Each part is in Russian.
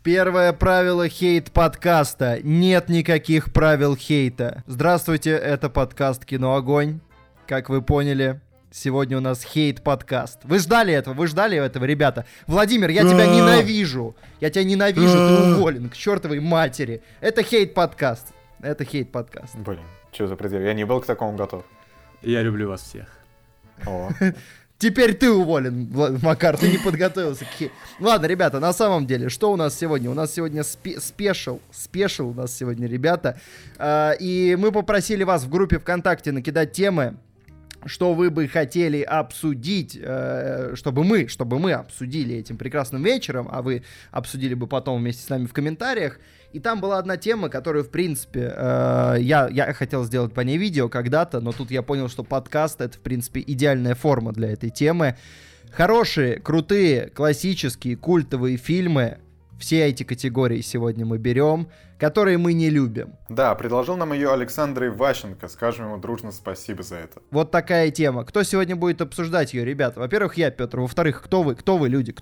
Первое правило хейт-подкаста. Нет никаких правил хейта. Здравствуйте, это подкаст «Кино Огонь». Как вы поняли, сегодня у нас хейт-подкаст. Вы ждали этого, ребята? Владимир, я тебя ненавижу. Я тебя ненавижу, ты уволен к чертовой матери. Это хейт-подкаст. Блин, что за предел? Я не был к такому готов. Я люблю вас всех. О. Теперь ты уволен, Макар, ты не подготовился к хейту. Ладно, ребята, на самом деле, что у нас сегодня? У нас сегодня спешл у нас сегодня, ребята. И мы попросили вас в группе ВКонтакте накидать темы, что вы бы хотели обсудить, чтобы мы обсудили этим прекрасным вечером, а вы обсудили бы потом вместе с нами в комментариях. И там была одна тема, которую, в принципе, я хотел сделать по ней видео когда-то, но тут я понял, что подкаст — это, в принципе, идеальная форма для этой темы. Хорошие, крутые, классические, культовые фильмы, все эти категории сегодня мы берем, которые мы не любим. Да, предложил нам ее Александр Иващенко, скажем ему дружно спасибо за это. Вот такая тема. Кто сегодня будет обсуждать ее, ребята? Во-первых, я, Петр. Во-вторых, кто вы, люди?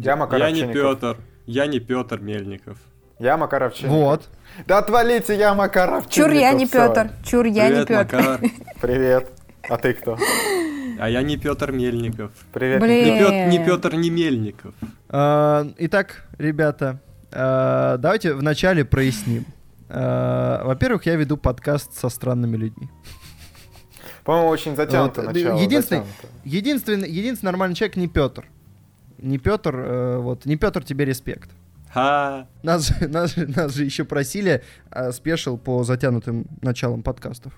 Я не Петр Мельников. Я Макар Овчинников. Вот. Да отвалите, я Макар Овчинников. Чур, я не Петр. Привет, Макар. Привет. А ты кто? А я не Петр Мельников. Привет. Не Петр, не Мельников. Итак, ребята, давайте вначале проясним. Во-первых, я веду подкаст со странными людьми. По-моему, очень затянуто начало. Единственный нормальный человек не Петр. Не Петр, тебе респект. Нас же еще просили спешл по затянутым началам подкастов.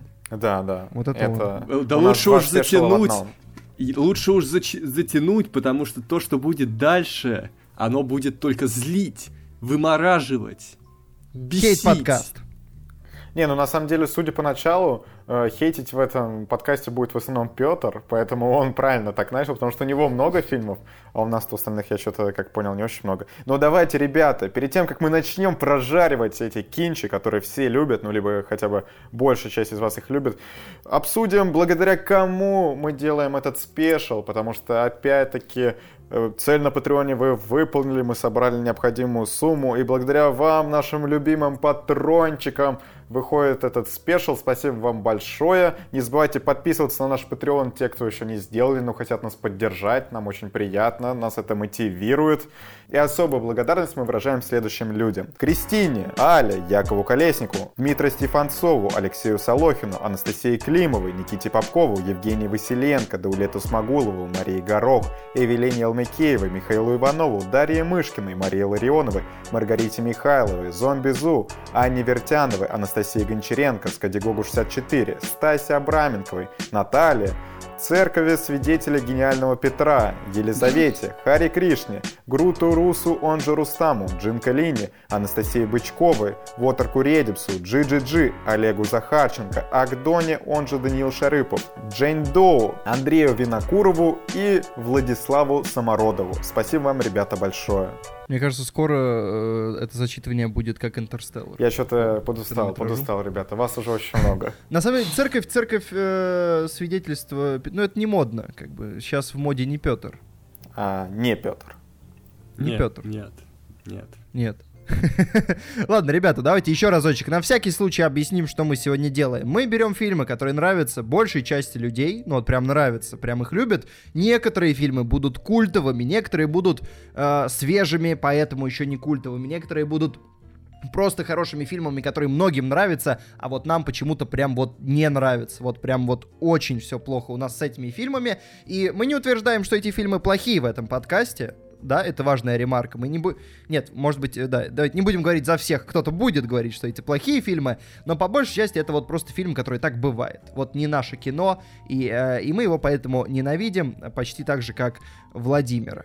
Да. Вот это да лучше уж затянуть. Лучше уж затянуть, потому что то, что будет дальше, оно будет только злить, вымораживать, бесить. Хейт-подкаст. Не, ну на самом деле, судя по началу, хейтить в этом подкасте будет в основном Петр, поэтому он правильно так начал, потому что у него много фильмов, а у нас-то остальных, я что-то, как понял, не очень много. Но давайте, ребята, перед тем, как мы начнем прожаривать эти кинчи, которые все любят, ну либо хотя бы большая часть из вас их любит, обсудим, благодаря кому мы делаем этот спешл, потому что, опять-таки, цель на Патреоне вы выполнили, мы собрали необходимую сумму, и благодаря вам, нашим любимым патрончикам, выходит этот спешл. Спасибо вам большое. Не забывайте подписываться на наш Patreon, те, кто еще не сделали, но хотят нас поддержать. Нам очень приятно, нас это мотивирует. И особую благодарность мы выражаем следующим людям: Кристине, Але, Якову Колеснику, Дмитрию Стефанцову, Алексею Солохину, Анастасии Климовой, Никите Попкову, Евгении Василенко, Даулету Смагулову, Марии Горох, Эвелине Елмекеевой, Михаилу Иванову, Дарье Мышкиной, Марии Ларионовой, Маргарите Михайловой, Зомби Зу, Анне Вертяновой, Анастасии Гончаренко, Скадигогу 64, Стасе Абраменковой, Наталье, Церкови Свидетеля Гениального Петра, Елизавете, Хари Кришне, Груту Русу, он же Рустаму, Джинка Лине, Анастасии Бычковой, Вотерку Редипсу, Джи, Олегу Захарченко, Агдоне, он же Даниил Шарыпов, Джейн Доу, Андрею Винокурову и Владиславу Самородову. Спасибо вам, ребята, большое. Мне кажется, скоро это зачитывание будет как Интерстеллар. Я что-то подустал, ребята. Вас уже очень много. На самом деле, церковь свидетельства... Ну, это не модно, как бы. Сейчас в моде не Петр. Не Петр. Не Петр. Нет. Ладно, ребята, давайте еще разочек на всякий случай объясним, что мы сегодня делаем. Мы берем фильмы, которые нравятся большей части людей, ну вот прям нравятся, прям их любят. Некоторые фильмы будут культовыми, некоторые будут свежими, поэтому еще не культовыми, некоторые будут просто хорошими фильмами, которые многим нравятся, а вот нам почему-то прям вот не нравится. Вот прям вот очень все плохо у нас с этими фильмами. И мы не утверждаем, что эти фильмы плохие в этом подкасте. Да, это важная ремарка. Мы не будем... Нет, может быть, да, давайте не будем говорить за всех. Кто-то будет говорить, что эти плохие фильмы, но по большей части это вот просто фильм, который так бывает. Вот не наше кино, и мы его поэтому ненавидим почти так же, как Владимира.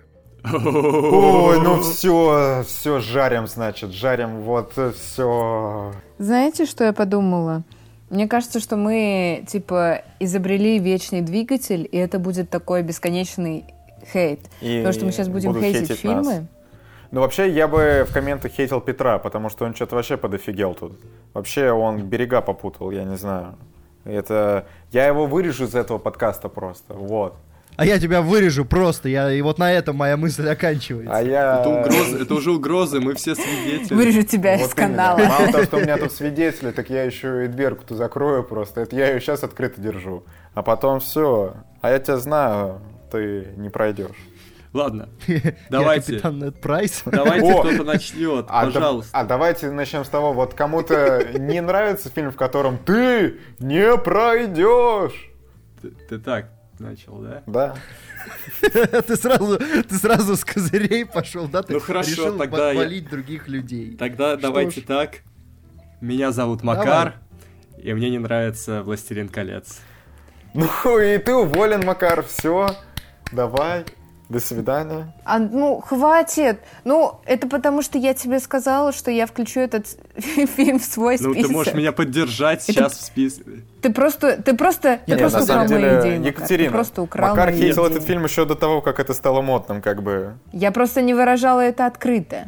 Ой, ну все, жарим, вот все. Знаете, что я подумала? Мне кажется, что мы, изобрели вечный двигатель, и это будет такой бесконечный хейт. Потому что мы сейчас будем хейтить фильмы. Нас. Ну, вообще, я бы в комментах хейтил Петра, потому что он что-то вообще подофигел тут. Вообще, он берега попутал, я не знаю. Я его вырежу из этого подкаста просто, вот. А я тебя вырежу просто, и вот на этом моя мысль оканчивается. Это уже угрозы, мы все свидетели. Вырежу тебя из канала. Мало того, что у меня тут свидетели, так я еще и дверку-то закрою просто. Это я ее сейчас открыто держу. А потом все. А я тебя знаю, ты не пройдешь. Ладно, давайте. Я капитан Нед Прайс. Давайте кто-то начнет, пожалуйста. Давайте начнем с того, вот кому-то не нравится фильм, в котором ты не пройдешь. Ты так начал, да? Да. Ты сразу с козырей пошел, да? Ты решил похвалить других людей. Тогда давайте так. Меня зовут Макар, и мне не нравится «Властелин колец». Ну и ты уволен, Макар, все. Давай. До свидания. Хватит. Это потому, что я тебе сказала, что я включу этот фильм в свой список. Ты можешь меня поддержать сейчас в списке. Ты просто украл мою идею, Екатерина, ты просто украл Макар мою хейтил идею. этот фильм еще до того, как это стало модным, как бы. Я просто не выражала это открыто.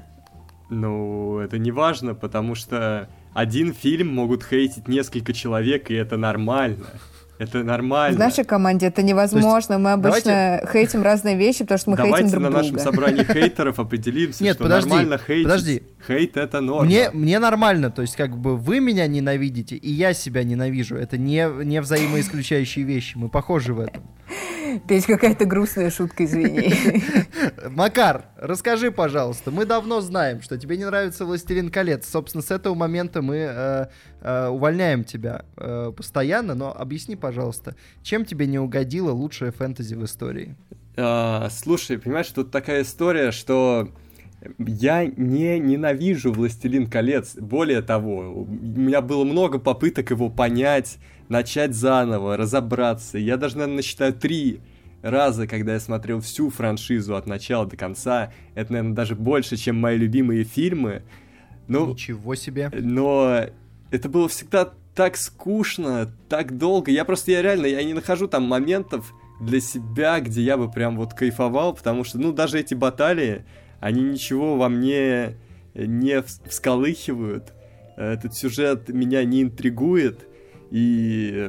Это не важно, потому что один фильм могут хейтить несколько человек, и это нормально. Это нормально. В нашей команде это невозможно. Мы обычно хейтим разные вещи, потому что мы хейтим друг друга. Давайте на нашем собрании хейтеров определимся, что нормально хейтить. Подожди. Хейт — это норма. Мне нормально, то есть как бы вы меня ненавидите, и я себя ненавижу. Это не взаимоисключающие вещи, мы похожи в этом. Это есть какая-то грустная шутка, извини. Макар, расскажи, пожалуйста, мы давно знаем, что тебе не нравится «Властелин колец». Собственно, с этого момента мы увольняем тебя постоянно, но объясни, пожалуйста, чем тебе не угодила лучшая фэнтези в истории? Слушай, понимаешь, тут такая история, что я не ненавижу «Властелин колец». Более того, у меня было много попыток его понять, начать заново, разобраться. Я даже, наверное, насчитаю 3 раза, когда я смотрел всю франшизу от начала до конца. Это, наверное, даже больше, чем мои любимые фильмы. Ничего себе. Но это было всегда так скучно, так долго. Я реально не нахожу там моментов для себя, где я бы прям вот кайфовал, потому что, даже эти баталии, они ничего во мне не всколыхивают. Этот сюжет меня не интригует. И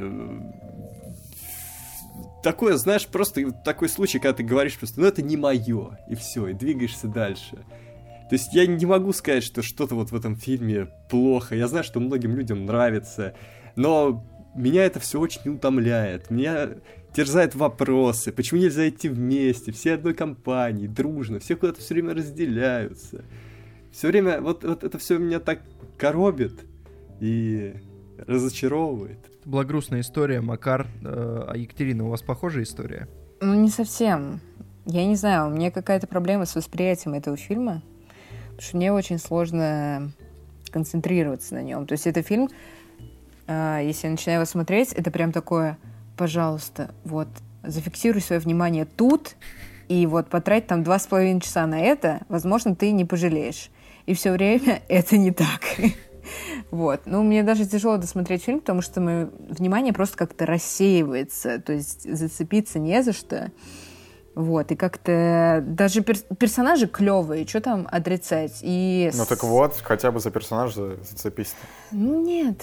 такое, знаешь, просто такой случай, когда ты говоришь просто, это не мое, и все, и двигаешься дальше. То есть я не могу сказать, что что-то вот в этом фильме плохо. Я знаю, что многим людям нравится, но меня это все очень утомляет. Меня терзают вопросы, почему нельзя идти вместе, все одной компании, дружно, все куда-то все время разделяются. Все время вот это все меня так коробит и разочаровывает. Это была грустная история, Макар. А Екатерина, у вас похожая история? Не совсем. Я не знаю, у меня какая-то проблема с восприятием этого фильма, потому что мне очень сложно концентрироваться на нем. То есть это фильм, если я начинаю его смотреть, это прям такое, пожалуйста, вот, зафиксируй свое внимание тут, и вот потрать там 2,5 часа на это, возможно, ты не пожалеешь. И все время это не так. Вот. Мне даже тяжело досмотреть фильм, потому что мое внимание просто как-то рассеивается, то есть зацепиться не за что. Вот, и как-то даже персонажи клевые, что там отрицать. И так вот, хотя бы за персонажа зацепись-то. Нет,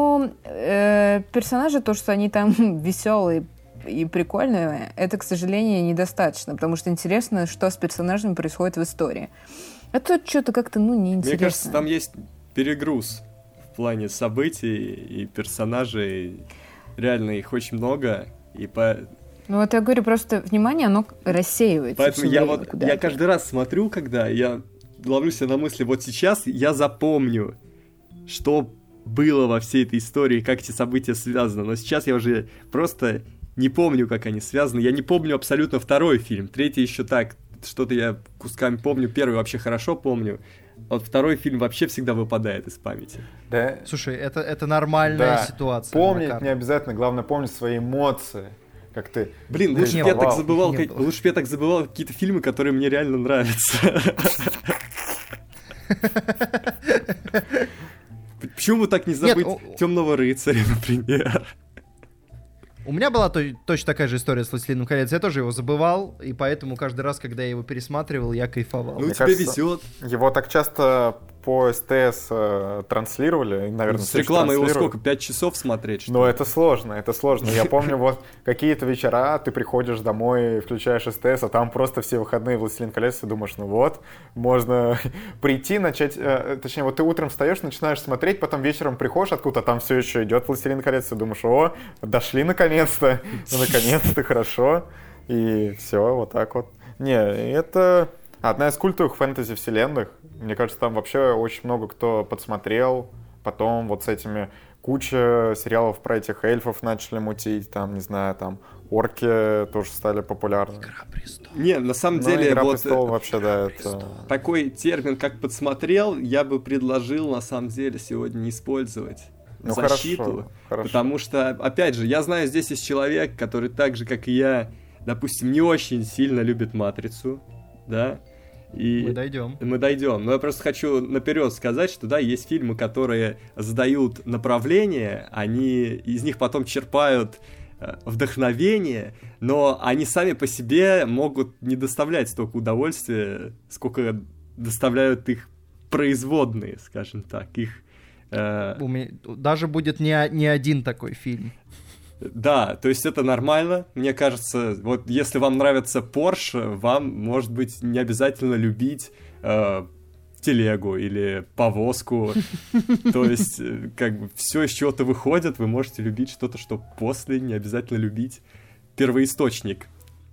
персонажи, то, что они там веселые и прикольные, это, к сожалению, недостаточно, потому что интересно, что с персонажами происходит в истории. А тут что-то как-то, неинтересно. Мне кажется, там есть перегруз в плане событий и персонажей. Реально их очень много. И вот я говорю, просто внимание, оно рассеивается. Поэтому я каждый раз смотрю, когда я ловлю себя на мысли, вот сейчас я запомню, что было во всей этой истории, как эти события связаны. Но сейчас я уже просто не помню, как они связаны. Я не помню абсолютно второй фильм. Третий еще так, что-то я кусками помню. Первый вообще хорошо помню. Вот второй фильм вообще всегда выпадает из памяти. Да. Слушай, это нормальная ситуация. Помнить Макар. Не обязательно, главное помнить свои эмоции. Как ты... Блин, лучше бы я так забывал какие-то фильмы, которые мне реально нравятся. Почему бы так не забыть «Темного рыцаря», например? У меня была точно такая же история с «Властелином колец». Я тоже его забывал, и поэтому каждый раз, когда я его пересматривал, я кайфовал. Тебе везет. Его так часто по СТС транслировали, наверное, С рекламой его сколько, 5 часов смотреть? Что Ну, это сложно. Я помню, вот какие-то вечера ты приходишь домой, включаешь СТС, а там просто все выходные «Властелин колец», и думаешь, ну вот, можно прийти, начать, точнее, вот ты утром встаешь, начинаешь смотреть, потом вечером приходишь откуда-то, там все еще идет «Властелин колец», и думаешь, о, дошли наконец-то, наконец-то, хорошо, и все, вот так вот. Не, это одна из культовых фэнтези-вселенных. Мне кажется, там вообще очень много кто подсмотрел. Потом вот с этими куча сериалов про этих эльфов начали мутить. Там, не знаю, там орки тоже стали популярны. «Игра престолов». Не, на самом деле, «Игра вот престолов» вообще, да, это... такой термин, как «подсмотрел», я бы предложил, на самом деле, сегодня не использовать. Ну, Защиту. хорошо. Потому что, опять же, я знаю, здесь есть человек, который так же, как и я, допустим, не очень сильно любит «Матрицу», да, и мы дойдем. Но я просто хочу наперед сказать, что да, есть фильмы, которые задают направление, они из них потом черпают вдохновение, но они сами по себе могут не доставлять столько удовольствия, сколько доставляют их производные, скажем так, их... Даже будет не один такой фильм. Да, то есть это нормально, мне кажется. Вот если вам нравится Porsche, вам, может быть, не обязательно любить телегу или повозку. То есть, как бы, все из чего-то выходит, вы можете любить что-то, что после, не обязательно любить первоисточник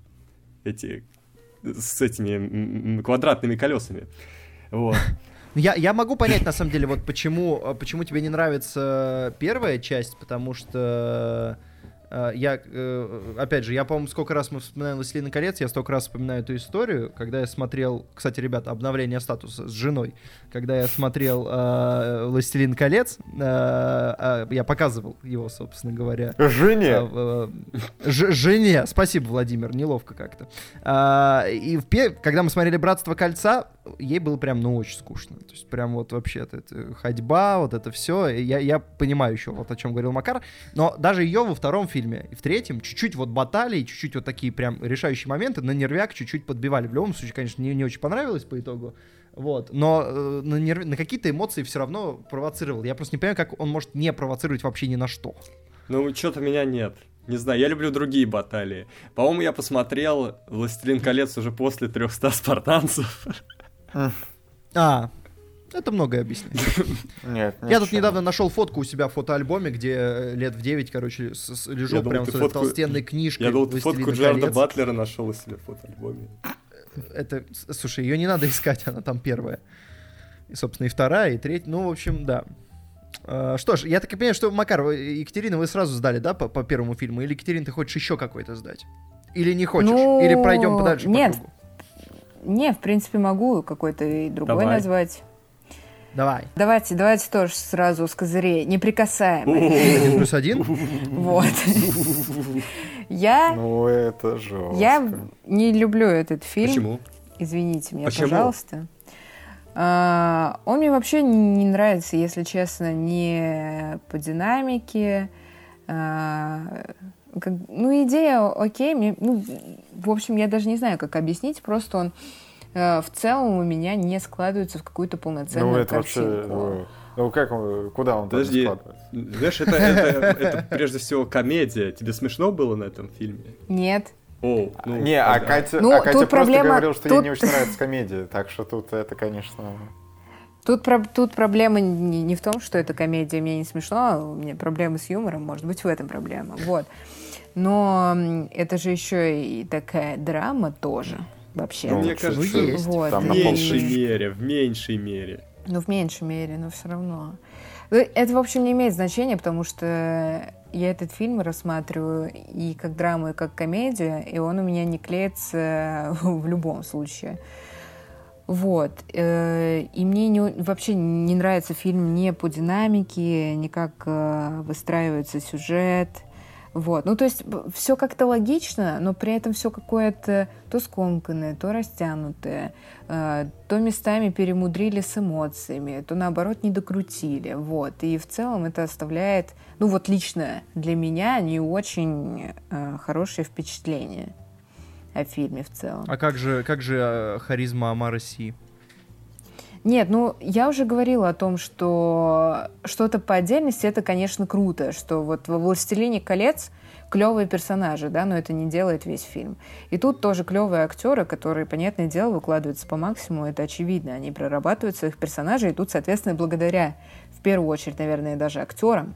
с этими квадратными колесами. Вот. Я могу понять, на самом деле, вот почему тебе не нравится первая часть, потому что опять же, я, по-моему, сколько раз мы вспоминаем «Властелин колец», я столько раз вспоминаю эту историю, когда я смотрел, кстати, ребята, обновление статуса с женой, когда я смотрел «Властелин колец», я показывал его, собственно говоря. Жене? Жене, спасибо, Владимир, неловко как-то. И когда мы смотрели «Братство кольца», ей было прям, очень скучно. То есть прям вот вообще это ходьба, вот это все. Я понимаю еще, вот о чем говорил Макар, но даже ее во втором фильме и в третьем чуть-чуть вот баталии, чуть-чуть вот такие прям решающие моменты на нервяк чуть-чуть подбивали. В любом случае, конечно, не очень понравилось по итогу, вот, но на какие-то эмоции все равно провоцировал. Я просто не понимаю, как он может не провоцировать вообще ни на что. Ну, что-то меня нет. Не знаю, я люблю другие баталии. По-моему, я посмотрел «Властелин колец» уже после 300 спартанцев. Это многое объясняет. Нет, я тут недавно нашел фотку у себя в фотоальбоме, где лет в 9, короче, лежу прям с этой толстенной книжкой. Я думал, ты фотку Джерарда Батлера нашел у себя в фотоальбоме. Слушай, ее не надо искать, она там первая. И, собственно, и вторая, и третья. Ну, в общем, да. Что ж, я так и понимаю, что, Макар, Екатерина, вы сразу сдали, да, по первому фильму? Или, Екатерина, ты хочешь еще какой-то сдать? Или не хочешь? Или пройдем подальше по кругу? Не, в принципе, могу какой-то и другой назвать. Давай. Давайте тоже сразу с козырей. Неприкасаемый. 1+1? Вот. Ну, это жестко. Я не люблю этот фильм. Почему? Извините меня, пожалуйста. Он мне вообще не нравится, если честно, не по динамике. Идея окей. В общем, я даже не знаю, как объяснить. Просто он в целом у меня не складывается в какую-то полноценную картинку. Куда он там складывается? Знаешь, это прежде всего комедия. Тебе смешно было на этом фильме? Нет. Катя просто говорила, что ей не очень нравится комедия. Так что тут это, конечно... Тут проблема не в том, что это комедия, мне не смешно, у меня проблемы с юмором, может быть, в этом проблема. Вот. Но это же еще и такая драма тоже. Вообще. Мне кажется, есть. Вот. В меньшей мере. В меньшей мере, но все равно. Это, в общем, не имеет значения, потому что я этот фильм рассматриваю и как драму, и как комедию, и он у меня не клеится в любом случае. Вот. И мне вообще не нравится фильм ни по динамике, ни как выстраивается сюжет. Вот. То есть все как-то логично, но при этом все какое-то то скомканное, то растянутое, то местами перемудрили с эмоциями, то наоборот не докрутили. Вот. И в целом это оставляет, лично для меня не очень хорошее впечатление о фильме в целом. А как же харизма Омара Си? Нет, ну, я уже говорила о том, что что-то по отдельности, это, конечно, круто, что вот во «Властелине колец» клевые персонажи, да, но это не делает весь фильм. И тут тоже клевые актеры, которые, понятное дело, выкладываются по максимуму, это очевидно. Они прорабатывают своих персонажей, и тут, соответственно, благодаря, в первую очередь, наверное, даже актерам,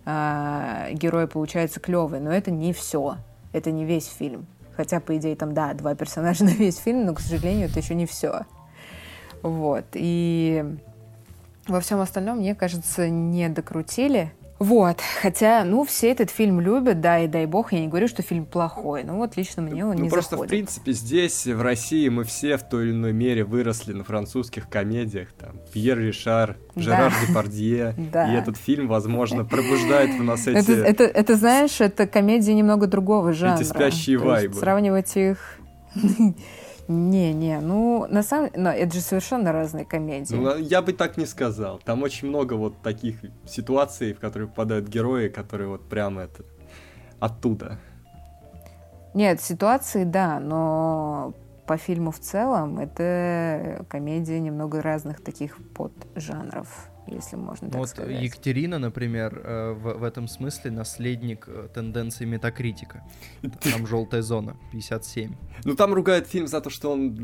герои получаются клевые, но это не все, это не весь фильм. Хотя, по идее, там, да, 2 персонажа на весь фильм, но, к сожалению, это еще не все. Вот, и во всем остальном, мне кажется, не докрутили. Вот, хотя, ну, все этот фильм любят, да, и дай бог, я не говорю, что фильм плохой, но вот лично мне он не просто, заходит. В принципе, здесь, в России, мы все в той или иной мере выросли на французских комедиях, там, Пьер Ришар, Жерар Депардье, и этот фильм, возможно, пробуждает в нас эти... Это, знаешь, это комедии немного другого жанра. Эти спящие вайбы. Сравнивать их... Не, ну, на самом деле, это же совершенно разные комедии. Ну, я бы так не сказал. Там очень много вот таких ситуаций, в которые попадают герои, которые вот прямо это оттуда. Нет, ситуации, да, но по фильму в целом это комедия немного разных таких поджанров, если можно так сказать. Екатерина, например, в этом смысле наследник тенденций Метакритика. Там желтая зона, 57. Ну, там ругают фильм за то, что он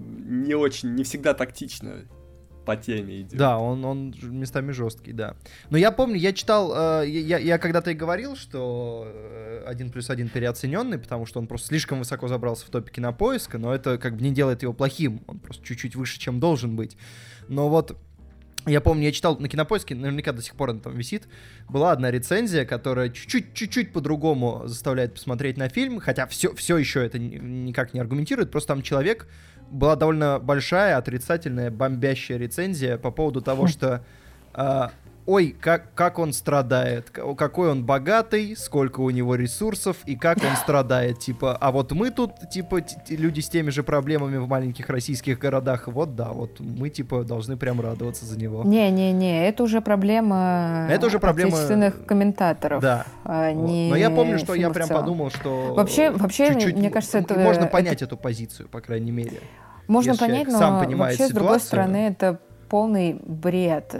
не всегда тактично по теме идет. Да, он местами жесткий, да. Но я помню, я читал, я когда-то и говорил, что 1+1 переоцененный, потому что он просто слишком высоко забрался в топе Кинопоиска, но это как бы не делает его плохим, он просто чуть-чуть выше, чем должен быть. Но вот я помню, я читал на Кинопоиске, наверняка до сих пор она там висит, была одна рецензия, которая чуть-чуть по-другому заставляет посмотреть на фильм, хотя все еще это никак не аргументирует, просто там человек, была довольно большая, отрицательная, бомбящая рецензия по поводу того, что ой, как он страдает, какой он богатый, сколько у него ресурсов и как он страдает, типа, а вот мы тут, типа, люди с теми же проблемами в маленьких российских городах, вот да, вот мы, типа, должны прям радоваться за него. Не, это уже проблема отечественных комментаторов. Да. Но я помню, что я прям подумал, что вообще, чуть-чуть, мне кажется, это... Можно понять эту позицию, по крайней мере. Можно понять, но вообще, с другой стороны, это полный бред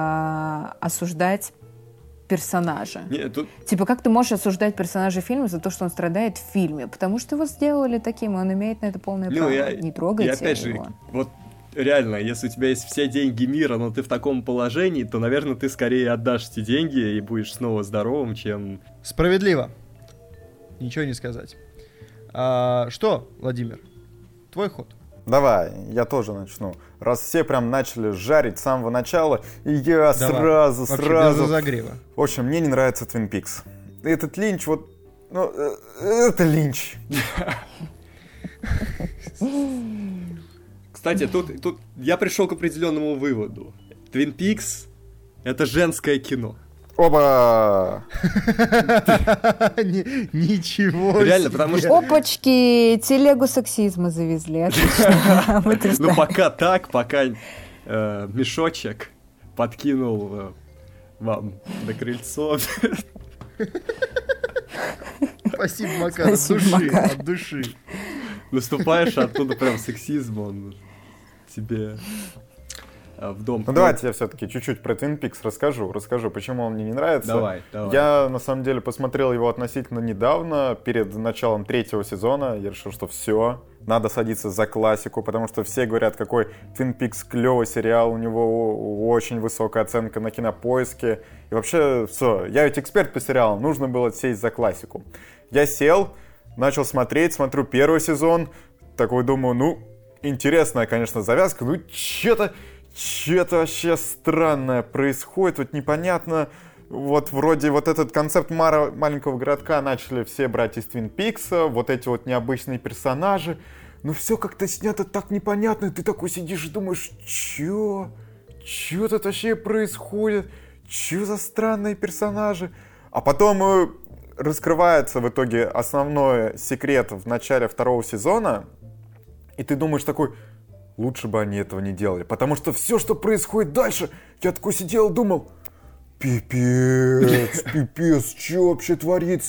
осуждать персонажа. Типа, как ты можешь осуждать персонажа фильма за то, что он страдает в фильме? Потому что его сделали таким, и он имеет на это полное право. Не трогайте его. И опять же, вот реально, если у тебя есть все деньги мира, но ты в таком положении, то, наверное, ты скорее отдашь эти деньги и будешь снова здоровым, чем... Справедливо. Ничего не сказать. Что, Владимир, твой ход? Давай, я тоже начну. Раз все прям начали жарить с самого начала, и я сразу... Без разогрева. В общем, мне не нравится Twin Peaks. Этот Линч, вот... Ну, это Линч. Кстати, тут я пришел к определенному выводу. Twin Peaks — это женское кино. Оба! Ничего реально, себе. потому что... Опачки, телегу сексизма завезли, отлично. Ну, пока так, пока мешочек подкинул вам на крыльцо. Спасибо, Макар, от души. Наступаешь, оттуда прям сексизм, он тебе... в дом. Ну давайте я все-таки чуть-чуть про Twin Peaks расскажу, почему он мне не нравится. Давай. Я на самом деле посмотрел его относительно недавно, перед началом 3-го сезона. Я решил, что все, надо садиться за классику, потому что все говорят, какой Twin Peaks клевый сериал, у него очень высокая оценка на Кинопоиске. И вообще, все, я ведь эксперт по сериалам, нужно было сесть за классику. Я сел, начал смотреть, смотрю 1-й сезон, такой думаю, ну, интересная, конечно, завязка, ну, что-то вообще странное происходит, вот непонятно, вот вроде вот этот концепт маленького городка начали все брать из Твин Пикса, вот эти вот необычные персонажи, но все как-то снято так непонятно, и ты такой сидишь и думаешь, что тут вообще происходит, что за странные персонажи, а потом раскрывается в итоге основной секрет в начале 2-го сезона, и ты думаешь такой... Лучше бы они этого не делали, потому что все, что происходит дальше, я такой сидел и думал, пипец, что вообще творится?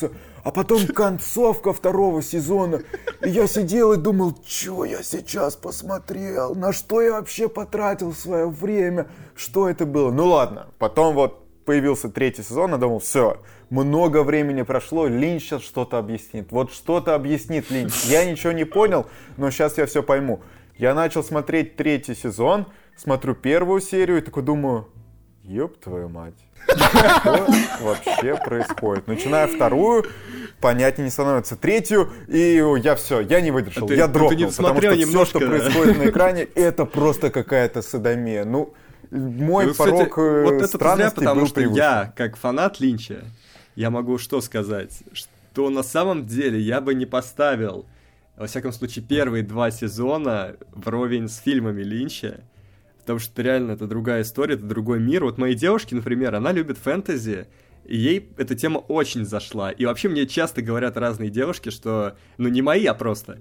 А потом концовка второго сезона. И я сидел и думал, что я сейчас посмотрел, на что я вообще потратил свое время, что это было. Ну ладно, потом вот появился третий сезон, я думал, все, много времени прошло, Линч сейчас что-то объяснит. Вот что-то объяснит Линч. Я ничего не понял, но сейчас я все пойму. Я начал смотреть третий сезон, смотрю первую серию и такой думаю, ёб твою мать. Что вообще происходит? Начинаю вторую, понятнее не становится, третью, и я не выдержал, я дропнул, потому что все, что происходит на экране, это просто какая-то содомия. Ну, мой порог странности был потому что превышен. Я, как фанат Линча, я могу что сказать, что на самом деле я бы не поставил, во всяком случае, первые 2 сезона вровень с фильмами Линча, потому что реально это другая история, это другой мир. Вот моей девушке, например, она любит фэнтези, и ей эта тема очень зашла. И вообще мне часто говорят разные девушки, что... Ну, не мои, а просто...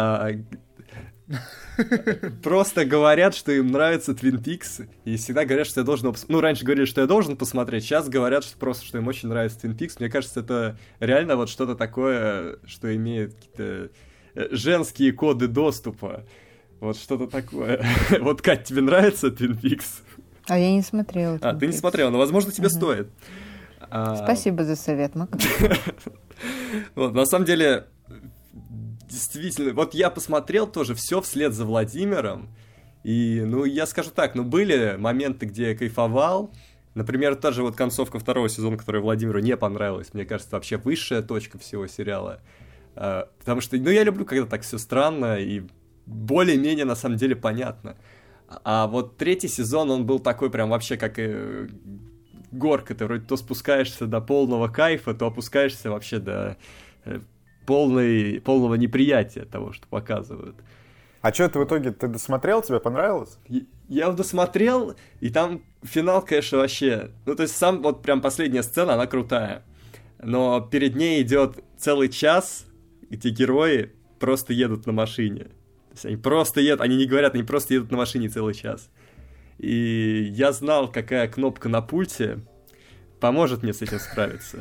Просто говорят, что им нравится Twin Peaks, и всегда говорят, что я должен... Ну, раньше говорили, что я должен посмотреть, сейчас говорят, что просто, что им очень нравится Twin Peaks. Мне кажется, это реально вот что-то такое, что имеет какие-то женские коды доступа. Вот что-то такое. Вот, Кать, тебе нравится Twin Peaks? А я не смотрела. Ты не смотрела, но, возможно, тебе стоит. Спасибо за совет, Мак. Вот, на самом деле, действительно, вот я посмотрел тоже все вслед за Владимиром, и, ну, я скажу так, ну, были моменты, где я кайфовал, например, та же вот концовка второго сезона, которая Владимиру не понравилась, мне кажется, вообще высшая точка всего сериала, потому что, ну, я люблю, когда так все странно и более-менее, на самом деле, понятно. А вот третий сезон, он был такой прям вообще как горка. Ты вроде то спускаешься до полного кайфа, то опускаешься вообще до полного неприятия того, что показывают. А что ты в итоге, ты досмотрел, тебе понравилось? Я досмотрел, и там финал, конечно, вообще... Ну, то есть сам вот прям последняя сцена, она крутая. Но перед ней идет целый час, где герои просто едут на машине. Они просто едут, они не говорят, они просто едут на машине целый час. И я знал, какая кнопка на пульте поможет мне с этим справиться.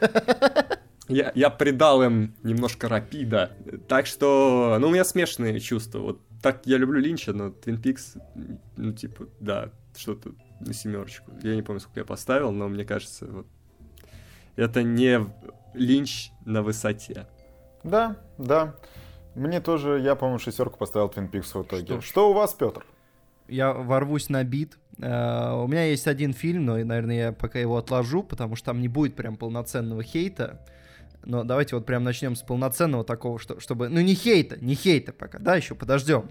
Я придал им немножко рапида. Так что, ну, у меня смешанные чувства. Вот так я люблю Линча, но Twin Peaks, ну, типа, да, что-то на 7. Я не помню, сколько я поставил, но мне кажется, вот, это не Линч на высоте. Да. Мне тоже, я, по-моему, 6 поставил Twin Peaks в итоге. Что у вас, Петр? Я ворвусь на бит. У меня есть один фильм, но, наверное, я пока его отложу, потому что там не будет прям полноценного хейта. Но давайте вот прям начнем с полноценного такого, чтобы... Ну, не хейта пока, да, еще подождем.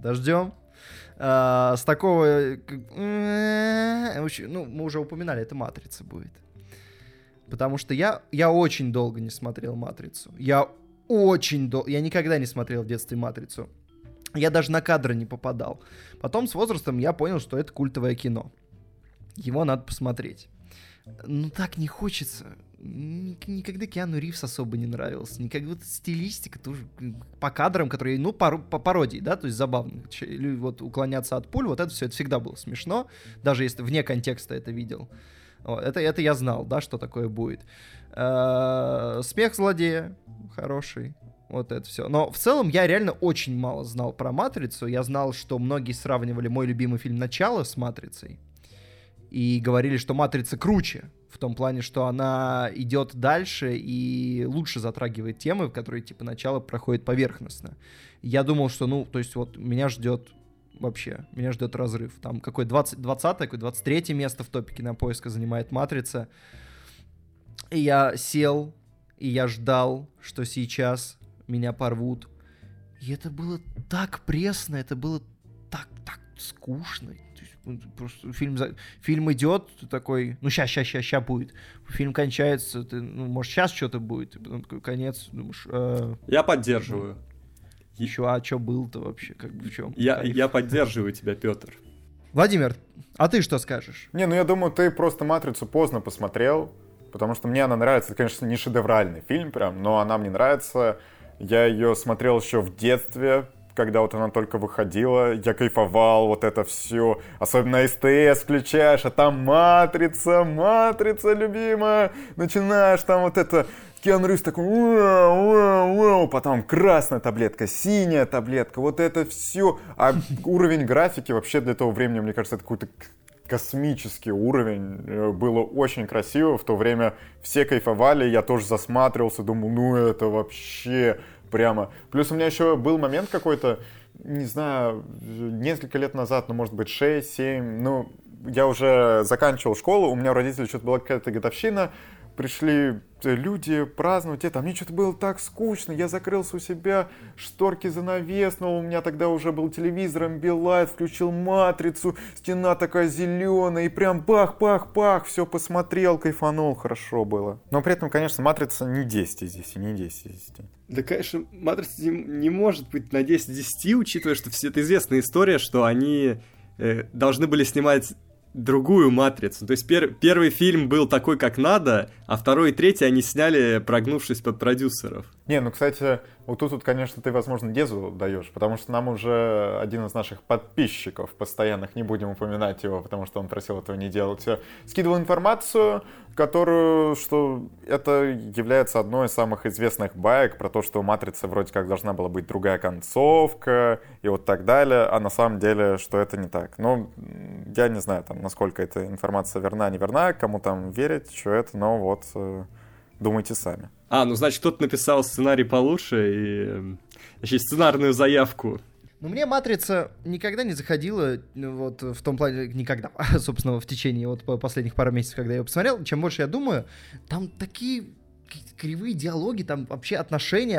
С такого... Ну, мы уже упоминали, это «Матрица» будет. Потому что я очень долго не смотрел «Матрицу». Я никогда не смотрел в детстве «Матрицу». Я даже на кадры не попадал. Потом с возрастом я понял, что это культовое кино. Его надо посмотреть. Ну так не хочется. Никогда Киану Ривз особо не нравился. Никогда вот стилистика тоже по кадрам, которые, ну, по пародии, да, то есть забавно. Вот уклоняться от пуль, вот это все, это всегда было смешно. Даже если вне контекста это видел. Вот, это я знал, да, что такое будет. Смех злодея хороший. Вот это все. Но в целом я реально очень мало знал про «Матрицу». Я знал, что многие сравнивали мой любимый фильм «Начало» с «Матрицей». И говорили, что «Матрица» круче. В том плане, что она идет дальше и лучше затрагивает темы, которые типа «Начало» проходит поверхностно. Я думал, что, ну, то есть вот меня ждет разрыв. Там какое 20-е, какое 23-е место в топе Кинопоиска занимает «Матрица». И я сел, и я ждал, что сейчас меня порвут. И это было так пресно, это было так скучно. Просто фильм идет, ты такой, ну ща будет. Фильм кончается, ты, ну, может, сейчас что-то будет. И потом такой конец, думаешь... Я поддерживаю. Еще, а что было-то вообще? Как бы в чем? Я поддерживаю тебя, Петр. Владимир, а ты что скажешь? Не, ну я думаю, ты просто «Матрицу» поздно посмотрел, потому что мне она нравится. Это, конечно, не шедевральный фильм прям, но она мне нравится. Я ее смотрел еще в детстве, когда вот она только выходила. Я кайфовал, вот это все. Особенно СТС включаешь, а там матрица любимая. Начинаешь там вот это Киану Ривз такой, «Уау», потом красная таблетка, синяя таблетка, вот это все. А уровень графики вообще для того времени, мне кажется, это какой-то космический уровень. Было очень красиво. В то время все кайфовали, я тоже засматривался, думал, ну это вообще прямо. Плюс у меня еще был момент какой-то, не знаю, несколько лет назад, ну может быть 6-7, ну я уже заканчивал школу, у меня у родителей что-то была какая-то годовщина, пришли люди праздновать это, а мне что-то было так скучно, я закрылся у себя, шторки занавеснул, у меня тогда уже был телевизор, Амбилайт, включил «Матрицу», стена такая зеленая, и прям бах-бах-бах, все посмотрел, кайфанул, хорошо было. Но при этом, конечно, «Матрица» не 10 из 10, не 10 из 10. Да, конечно, «Матрица» не может быть на 10 из 10, учитывая, что все это известная история, что они должны были снимать другую «Матрицу». То есть первый фильм был такой, как надо, а второй и третий они сняли, прогнувшись под продюсеров. Не, ну, кстати, вот тут, конечно, ты, возможно, Дезу даешь, потому что нам уже один из наших подписчиков постоянных, не будем упоминать его, потому что он просил этого не делать, скидывал информацию, которую, что это является одной из самых известных баек про то, что у «Матрицы» вроде как должна была быть другая концовка и вот так далее, а на самом деле, что это не так. Ну, я не знаю, там, насколько эта информация верна, не верна, кому там верить, что это, но вот думайте сами. Ну, значит, кто-то написал сценарий получше и еще сценарную заявку. Ну, мне «Матрица» никогда не заходила, вот в том плане, никогда, собственно, в течение вот последних пару месяцев, когда я ее посмотрел. Чем больше я думаю, там такие кривые диалоги, там вообще отношения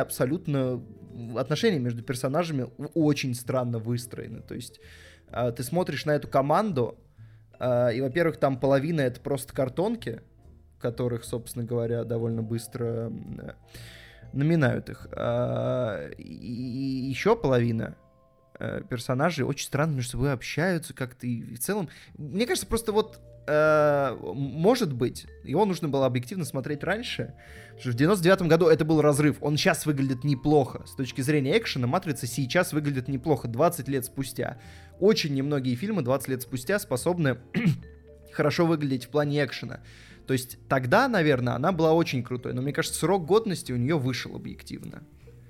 между персонажами очень странно выстроены. То есть ты смотришь на эту команду, и, во-первых, там половина — это просто картонки, которых, собственно говоря, довольно быстро наминают их. И еще половина персонажи очень странно между собой общаются как-то, и в целом, мне кажется, просто вот может быть, его нужно было объективно смотреть раньше, потому что в 99-м году это был разрыв, он сейчас выглядит неплохо, с точки зрения экшена «Матрица» сейчас выглядит неплохо, 20 лет спустя. Очень немногие фильмы 20 лет спустя способны хорошо выглядеть в плане экшена. То есть тогда, наверное, она была очень крутой, но мне кажется, срок годности у нее вышел объективно.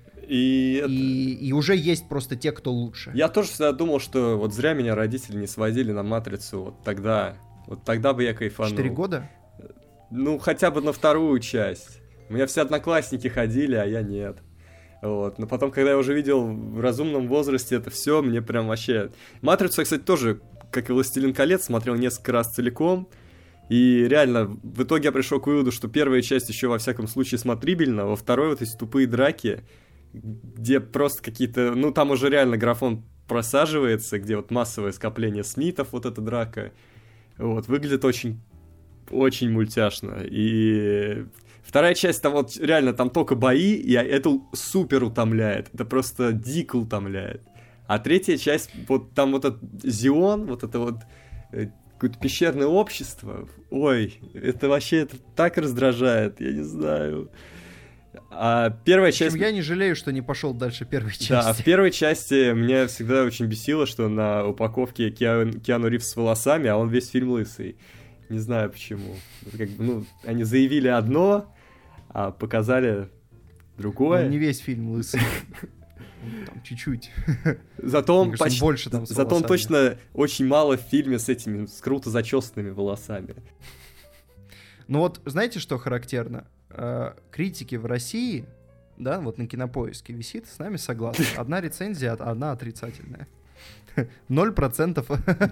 И уже есть просто те, кто лучше. Я тоже всегда думал, что вот зря меня родители не сводили на «Матрицу» вот тогда бы я кайфанул. 4 года? Ну, хотя бы на вторую часть. У меня все одноклассники ходили, а я нет. Вот. Но потом, когда я уже видел в разумном возрасте это все, мне прям вообще... «Матрицу» я, кстати, тоже, как и «Властелин колец», смотрел несколько раз целиком. И реально, в итоге я пришел к выводу, что первая часть еще во всяком случае смотрибельна, во второй вот эти тупые драки, где просто какие-то... Ну, там уже реально графон просаживается, где вот массовое скопление Смитов, вот эта драка. Вот, выглядит очень, очень мультяшно. И вторая часть, там вот реально, там только бои, и это супер утомляет. Это просто дико утомляет. А третья часть, вот там вот этот Зион, вот это вот... какое-то пещерное общество. Ой, это вообще так раздражает, я не знаю. А первая часть... Я не жалею, что не пошел дальше первой части. Да, в первой части меня всегда очень бесило, что на упаковке Киану Ривз с волосами, а он весь фильм лысый. Не знаю почему. Как бы, ну, они заявили одно, а показали другое. Ну, не весь фильм лысый. Там чуть-чуть. Зато он, кажется, больше там с зато он точно очень мало в фильме с этими с круто зачесанными волосами. Ну вот, знаете, что характерно? Критики в России, да, вот на Кинопоиске висит, с нами согласны. Одна рецензия, одна отрицательная. 0%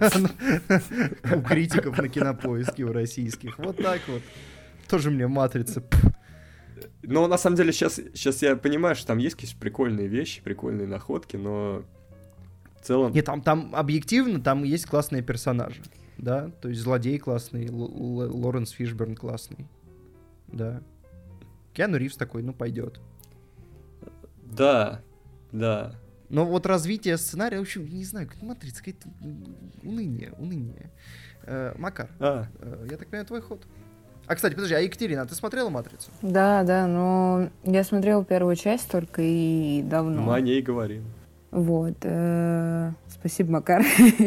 у критиков на Кинопоиске у российских. Вот так вот. Тоже мне «Матрица». Но на самом деле сейчас я понимаю, что там есть какие-то прикольные вещи, прикольные находки, но в целом... Нет, там объективно, там есть классные персонажи, да, то есть злодей классный, Лоренс Фишберн классный, да. Киану Ривз такой, ну, пойдет. Да, да. Но вот развитие сценария, в общем, не знаю, как «Матрица», какое-то уныние. Макар, я так понимаю, твой ход. А, кстати, подожди, а Екатерина, ты смотрела «Матрицу»? Да, но я смотрела первую часть только и давно. Мы о ней говорим. Вот. Спасибо, Макар.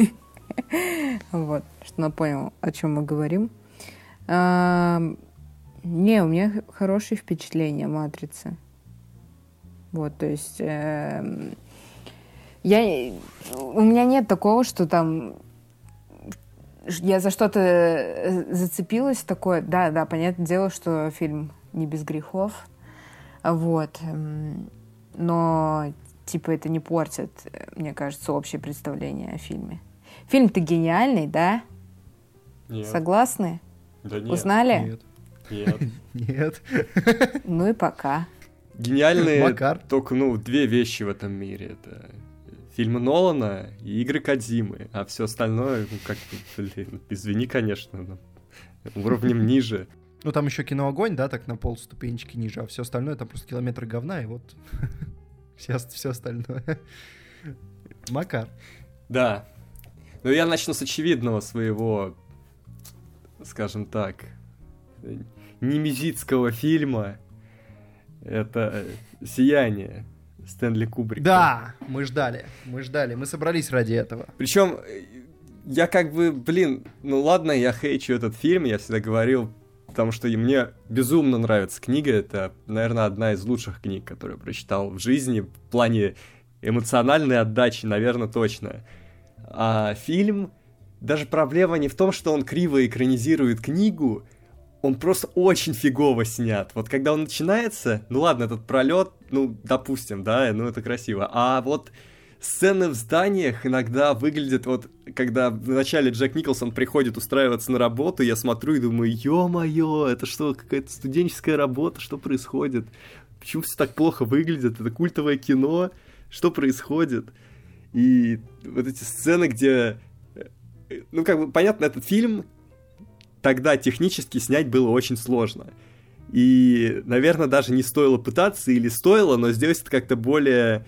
Вот, что напомнил, о чем мы говорим. Не, у меня хорошие впечатления о «Матрице». Вот, то есть... У меня нет такого, что там... Я за что-то зацепилась такое. Да, понятное дело, что фильм не без грехов. Вот. Но, типа, это не портит, мне кажется, общее представление о фильме. Фильм-то гениальный, да? Нет. Согласны? Да нет. Узнали? Нет. Нет. Ну и пока. Гениальные Макар. только, две вещи в этом мире. Это фильмы Нолана и игры Кодзимы. А все остальное, извини, конечно, но уровнем ниже. Ну, там еще кино «Огонь», да, так на полступенечки ниже, а все остальное там просто километр говна, и вот все остальное. Макар. Да. Но я начну с очевидного своего, скажем так, немезидского фильма. Это «Сияние» Стэнли Кубрика. Да, мы ждали, мы собрались ради этого. Причем я ладно, я хейчу этот фильм, я всегда говорил, потому что мне безумно нравится книга, это, наверное, одна из лучших книг, которую я прочитал в жизни, в плане эмоциональной отдачи, наверное, точно. А фильм, даже проблема не в том, что он криво экранизирует книгу, он просто очень фигово снят. Вот когда он начинается, ладно, этот пролет, допустим, да, это красиво. А вот сцены в зданиях иногда выглядят, когда вначале Джек Николсон приходит устраиваться на работу, я смотрю и думаю, ё-моё, это что, какая-то студенческая работа, что происходит? Почему все так плохо выглядит? Это культовое кино, что происходит? И вот эти сцены, где... понятно, этот фильм тогда технически снять было очень сложно. И, наверное, даже не стоило пытаться, или стоило, но сделать это как-то более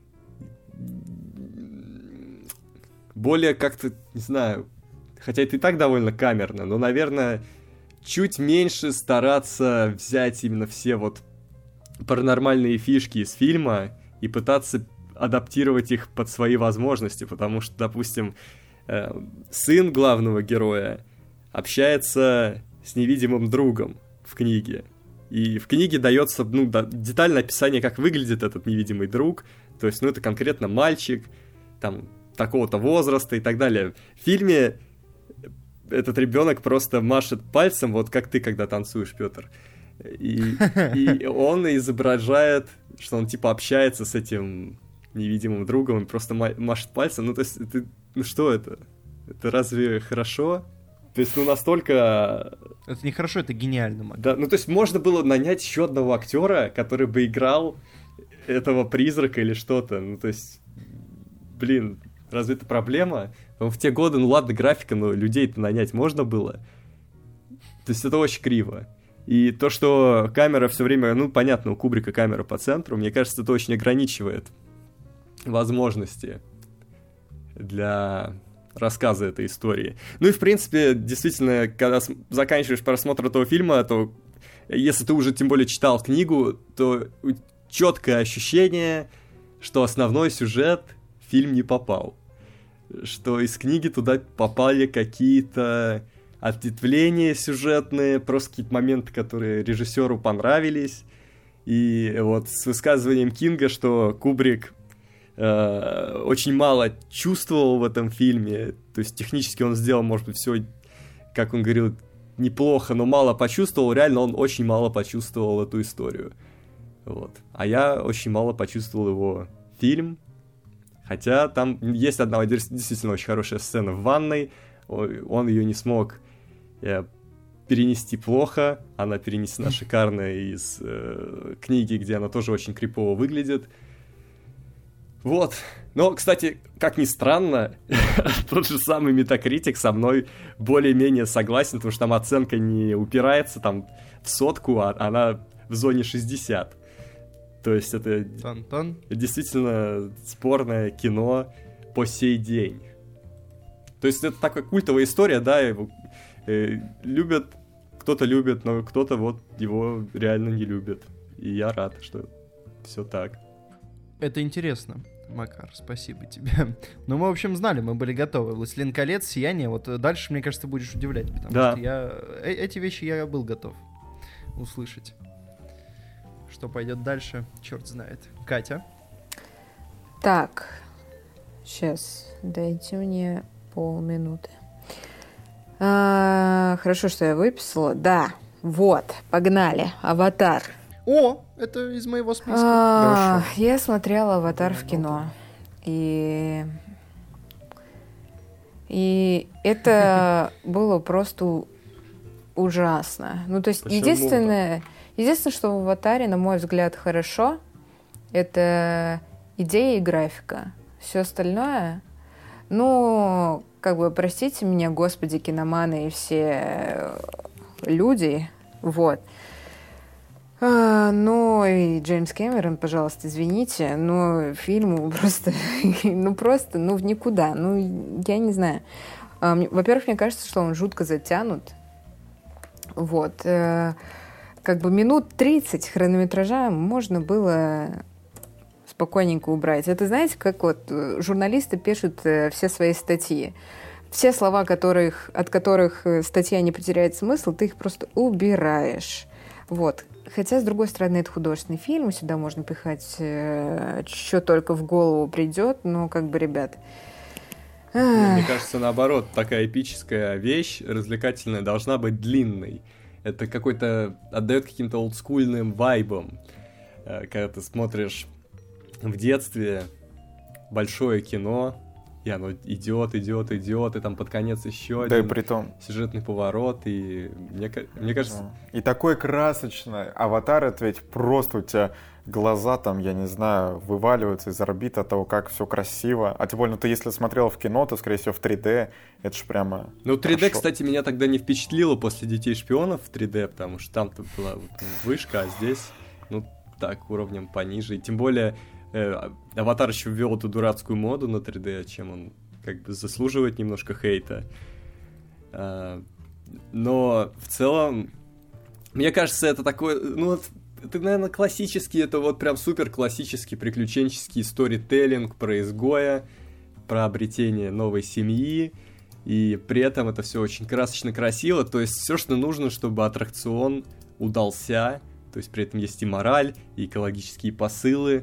как-то, не знаю, хотя это и так довольно камерно, но, наверное, чуть меньше стараться взять именно все паранормальные фишки из фильма и пытаться адаптировать их под свои возможности, потому что, допустим, сын главного героя общается с невидимым другом в книге. И в книге дается детальное описание, как выглядит этот невидимый друг. То есть, это конкретно мальчик, там, такого-то возраста и так далее. В фильме этот ребенок просто машет пальцем, вот как ты, когда танцуешь, Петр. И он изображает, что он типа общается с этим невидимым другом, он просто машет пальцем. То есть, что это? Это разве хорошо? То есть, настолько... Это не хорошо, это гениально, Макар. Да, то есть, можно было нанять еще одного актера, который бы играл этого призрака или что-то. То есть, разве это проблема? В те годы, ладно, графика, но людей-то нанять можно было. То есть, это очень криво. И то, что камера все время... понятно, у Кубрика камера по центру, мне кажется, это очень ограничивает возможности для рассказа этой истории. И, в принципе, действительно, когда заканчиваешь просмотр этого фильма, то если ты уже тем более читал книгу, то четкое ощущение, что основной сюжет в фильм не попал. Что из книги туда попали какие-то ответвления сюжетные, просто какие-то моменты, которые режиссеру понравились. И с высказыванием Кинга, что Кубрик очень мало чувствовал в этом фильме, то есть технически он сделал, может быть, все, как он говорил, неплохо, но мало почувствовал, реально он очень мало почувствовал эту историю. А я очень мало почувствовал его фильм, хотя там есть одна действительно очень хорошая сцена в ванной, он ее не смог перенести плохо, она перенесена шикарно из книги, где она тоже очень крипово выглядит. Но, кстати, как ни странно, тот же самый Metacritic со мной более-менее согласен, потому что там оценка не упирается там в 100, а она в зоне 60. То есть это действительно спорное кино по сей день. То есть это такая культовая история, да, его любят, кто-то любит, но кто-то его реально не любит. И я рад, что все так. Это интересно, Макар, спасибо тебе. Мы, в общем, знали, мы были готовы. «Властелин колец», «Сияние», дальше, мне кажется, ты будешь удивлять, потому что эти вещи я был готов. услышать. Что пойдет дальше, черт знает. Катя? Так, сейчас, дайте мне полминуты. Хорошо, что я выписала. Да, вот, погнали. «Аватар». О, это из моего списка. Я смотрела «Аватар» в кино. И это было просто ужасно. Ну, то есть, единственное, что в «Аватаре», на мой взгляд, хорошо, это идея и графика. Все остальное, ну, как бы, простите меня, господи, киноманы и все люди, вот. Ну, и Джеймс Кэмерон, пожалуйста, извините, но фильм просто, в никуда. Ну, я не знаю. Во-первых, мне кажется, что он жутко затянут. Вот. Как бы минут 30 хронометража можно было спокойненько убрать. Это, знаете, как вот журналисты пишут все свои статьи. Все слова, от которых статья не потеряет смысл, ты их просто убираешь. Вот. Хотя, с другой стороны, это художественный фильм, сюда можно пихать, что только в голову придет, но как бы, ребят... Мне кажется, наоборот, такая эпическая вещь, развлекательная, должна быть длинной. Это какой-то... отдает каким-то олдскульным вайбом. Когда ты смотришь в детстве большое кино, и оно идет, и там под конец еще да, один и притом... сюжетный поворот, и мне кажется... И такое красочное. «Аватар» — это ведь просто у тебя глаза там, я не знаю, вываливаются из орбит от того, как все красиво. А тем более, ты если смотрел в кино, то, скорее всего, в 3D, это ж прямо... Ну, 3D, хорошо. Кстати, меня тогда не впечатлило после «Детей шпионов» в 3D, потому что там-то была вышка, а здесь, ну, так, уровнем пониже. И тем более... «Аватар» еще ввел эту дурацкую моду на 3D, чем он как бы заслуживает немножко хейта. Но в целом, мне кажется, это такой, ну, это, наверное, классический, это вот прям супер классический приключенческий сторителлинг про изгоя, про обретение новой семьи, и при этом это все очень красочно красиво, то есть все, что нужно, чтобы аттракцион удался, то есть при этом есть и мораль, и экологические посылы,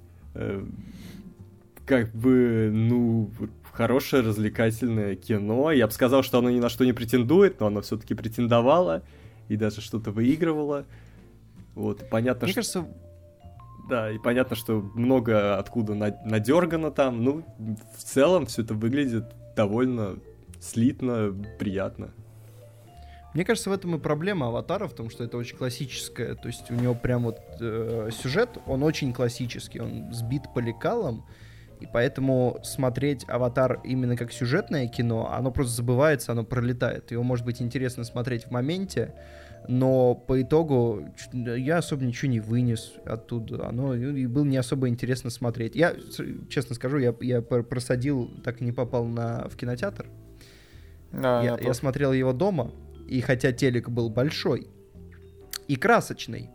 как бы, ну, хорошее развлекательное кино. Я бы сказал, что оно ни на что не претендует, но оно все-таки претендовало и даже что-то выигрывало. Вот, и понятно, Мне кажется... Да, и понятно, что много откуда надергано там. Ну, в целом все это выглядит довольно слитно, приятно. Мне кажется, в этом и проблема «Аватара», в том, что это очень классическое. То есть у него прям вот сюжет, он очень классический, он сбит по лекалам, и поэтому смотреть «Аватар» именно как сюжетное кино, оно просто забывается, оно пролетает. Его, может быть, интересно смотреть в моменте, но по итогу я особо ничего не вынес оттуда. Оно и было не особо интересно смотреть. Я, честно скажу, я просадил, так и не попал в кинотеатр. Да, я смотрел его дома, и хотя телек был большой и красочный,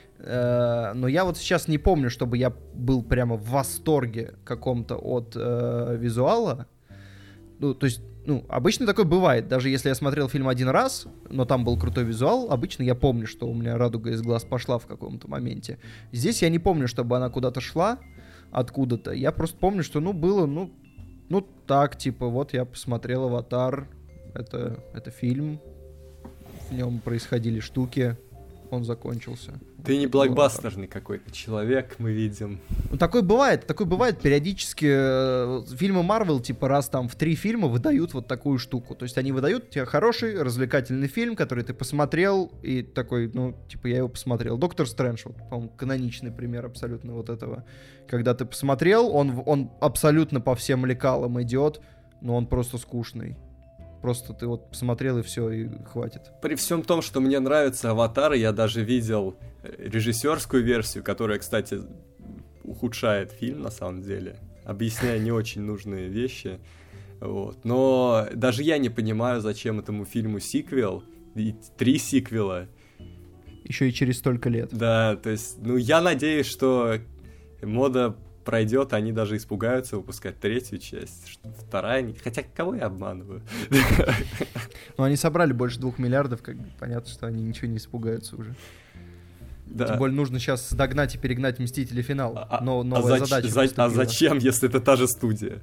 но я вот сейчас не помню, чтобы я был прямо в восторге каком-то от визуала. Ну, то есть, ну, обычно такое бывает. Даже если я смотрел фильм один раз, но там был крутой визуал, обычно я помню, что у меня радуга из глаз пошла в каком-то моменте. Здесь я не помню, чтобы она куда-то шла, откуда-то. Я просто помню, что, ну, было, ну так, типа, вот я посмотрел «Аватар», это фильм, в нем происходили штуки, он закончился. Ты не блокбастерный какой-то человек, мы видим. Ну, такое бывает периодически. Фильмы Marvel, типа, раз там в 3 фильма выдают вот такую штуку. То есть они выдают тебе хороший, развлекательный фильм, который ты посмотрел, и такой, ну, типа, я его посмотрел. «Доктор Стрэндж», вот, по-моему, каноничный пример абсолютно вот этого. Когда ты посмотрел, он абсолютно по всем лекалам идет, но он просто скучный. Просто ты вот посмотрел, и все, и хватит. При всем том, что мне нравится «Аватар», я даже видел режиссерскую версию, которая, кстати, ухудшает фильм, на самом деле, объясняя не очень нужные вещи. Вот. Но даже я не понимаю, зачем этому фильму сиквел, и 3 сиквела. Еще и через столько лет. Да, то есть, ну, я надеюсь, что мода пройдет, они даже испугаются выпускать третью часть, что вторая... Хотя кого я обманываю? Но они собрали больше 2 миллиардов, как бы понятно, что они ничего не испугаются уже. Да. Тем более нужно сейчас догнать и перегнать Мстители финал. Но новая задача А зачем, если это та же студия?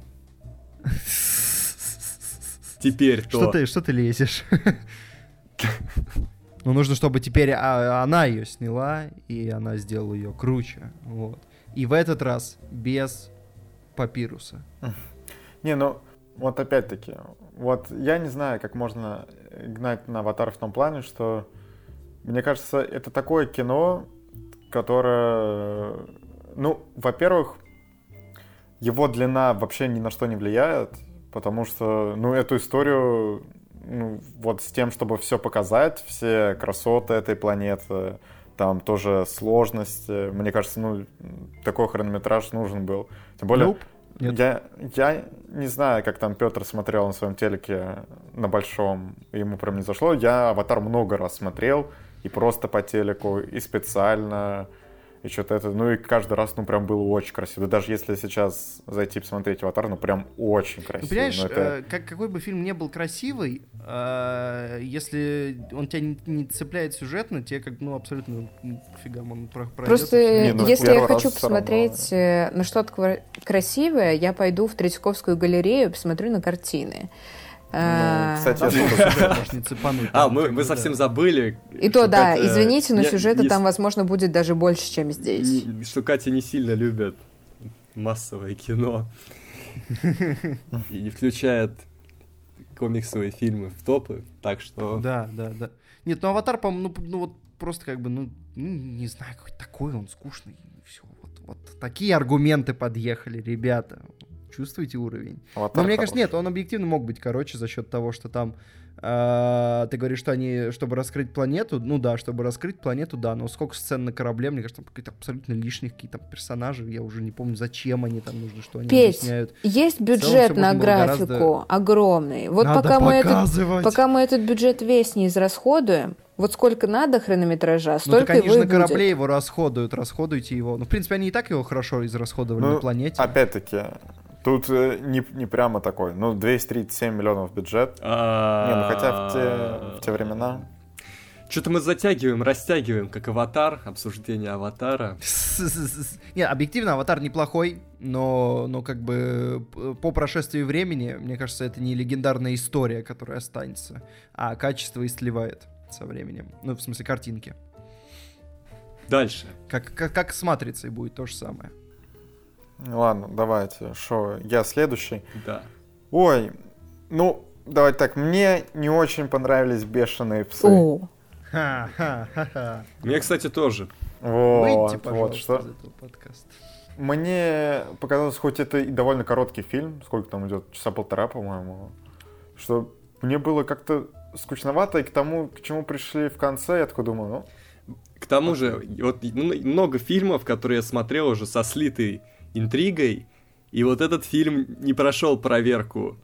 Теперь то... Что ты лезешь? Ну, нужно, чтобы теперь она ее сняла, и она сделала ее круче. Вот. И в этот раз без папируса. Не, ну, вот опять-таки, вот я не знаю, как можно гнать на «Аватар» в том плане, что, мне кажется, это такое кино, которое, ну, во-первых, его длина вообще ни на что не влияет, потому что, ну, эту историю, ну, вот с тем, чтобы все показать, все красоты этой планеты, там тоже сложности, мне кажется, ну, такой хронометраж нужен был. Тем более, я не знаю, как там Петр смотрел на своем телеке на большом, ему прям не зашло. Я «Аватар» много раз смотрел, и просто по телеку, и специально, и что-то это, ну и каждый раз, ну, прям было очень красиво. Даже если сейчас зайти посмотреть «Аватар», ну, прям очень красиво. Ну, понимаешь, это... какой бы фильм ни был красивый, если он тебя не цепляет сюжетно, тебе как, ну, абсолютно фига он пройдет. Просто если я хочу посмотреть на что-то красивое, я пойду в Третьяковскую галерею, посмотрю на картины. Кстати, мы совсем забыли. И то, да, извините, но сюжета там, возможно, будет даже больше, чем здесь. Что Катя не сильно любит массовое кино и не включает комиксовые фильмы в топы, так что... Да. Нет, ну «Аватар», по-моему, ну вот просто как бы, ну, не знаю, какой такой он скучный. Все, вот такие аргументы подъехали, ребята. Чувствуете уровень? «Аватар» Но мне кажется, нет, он объективно мог быть короче за счет того, что там ты говоришь, что они, чтобы раскрыть планету, ну да, чтобы раскрыть планету, да, но сколько сцен на корабле, мне кажется, там какие-то абсолютно лишние какие-то персонажи, я уже не помню, зачем они там нужны, что они объясняют. Есть бюджет на графику огромный. Вот пока мы этот бюджет весь не израсходуем, вот сколько надо хронометража, столько его и будет. Ну так они же на корабле его расходуйте его. Ну, в принципе, они и так его хорошо израсходовали на планете. Опять-таки, тут не прямо такой, ну, 237 миллионов бюджет. Не, ну хотя в те времена... Что-то мы растягиваем, как «Аватар», обсуждение «Аватара». Не, объективно, «Аватар» неплохой, но как бы по прошествии времени, мне кажется, это не легендарная история, которая останется, а качество и сливает со временем. Ну, в смысле, картинки. Дальше. Как с «Матрицей» будет то же самое. Ладно, давайте. Шо, я следующий? Да. Ой, ну, давайте так. Мне не очень понравились «Бешеные псы». Ха-ха-ха-ха. Мне, кстати, тоже. Выйдите, пожалуйста, из этого подкаста. Мне показалось, хоть это и довольно короткий фильм, сколько там идет, часа полтора, по-моему, что мне было как-то скучновато, и к тому, к чему пришли в конце, я такой думаю, ну... К тому же, вот много фильмов, которые я смотрел уже со слитой интригой, и вот этот фильм не прошел проверку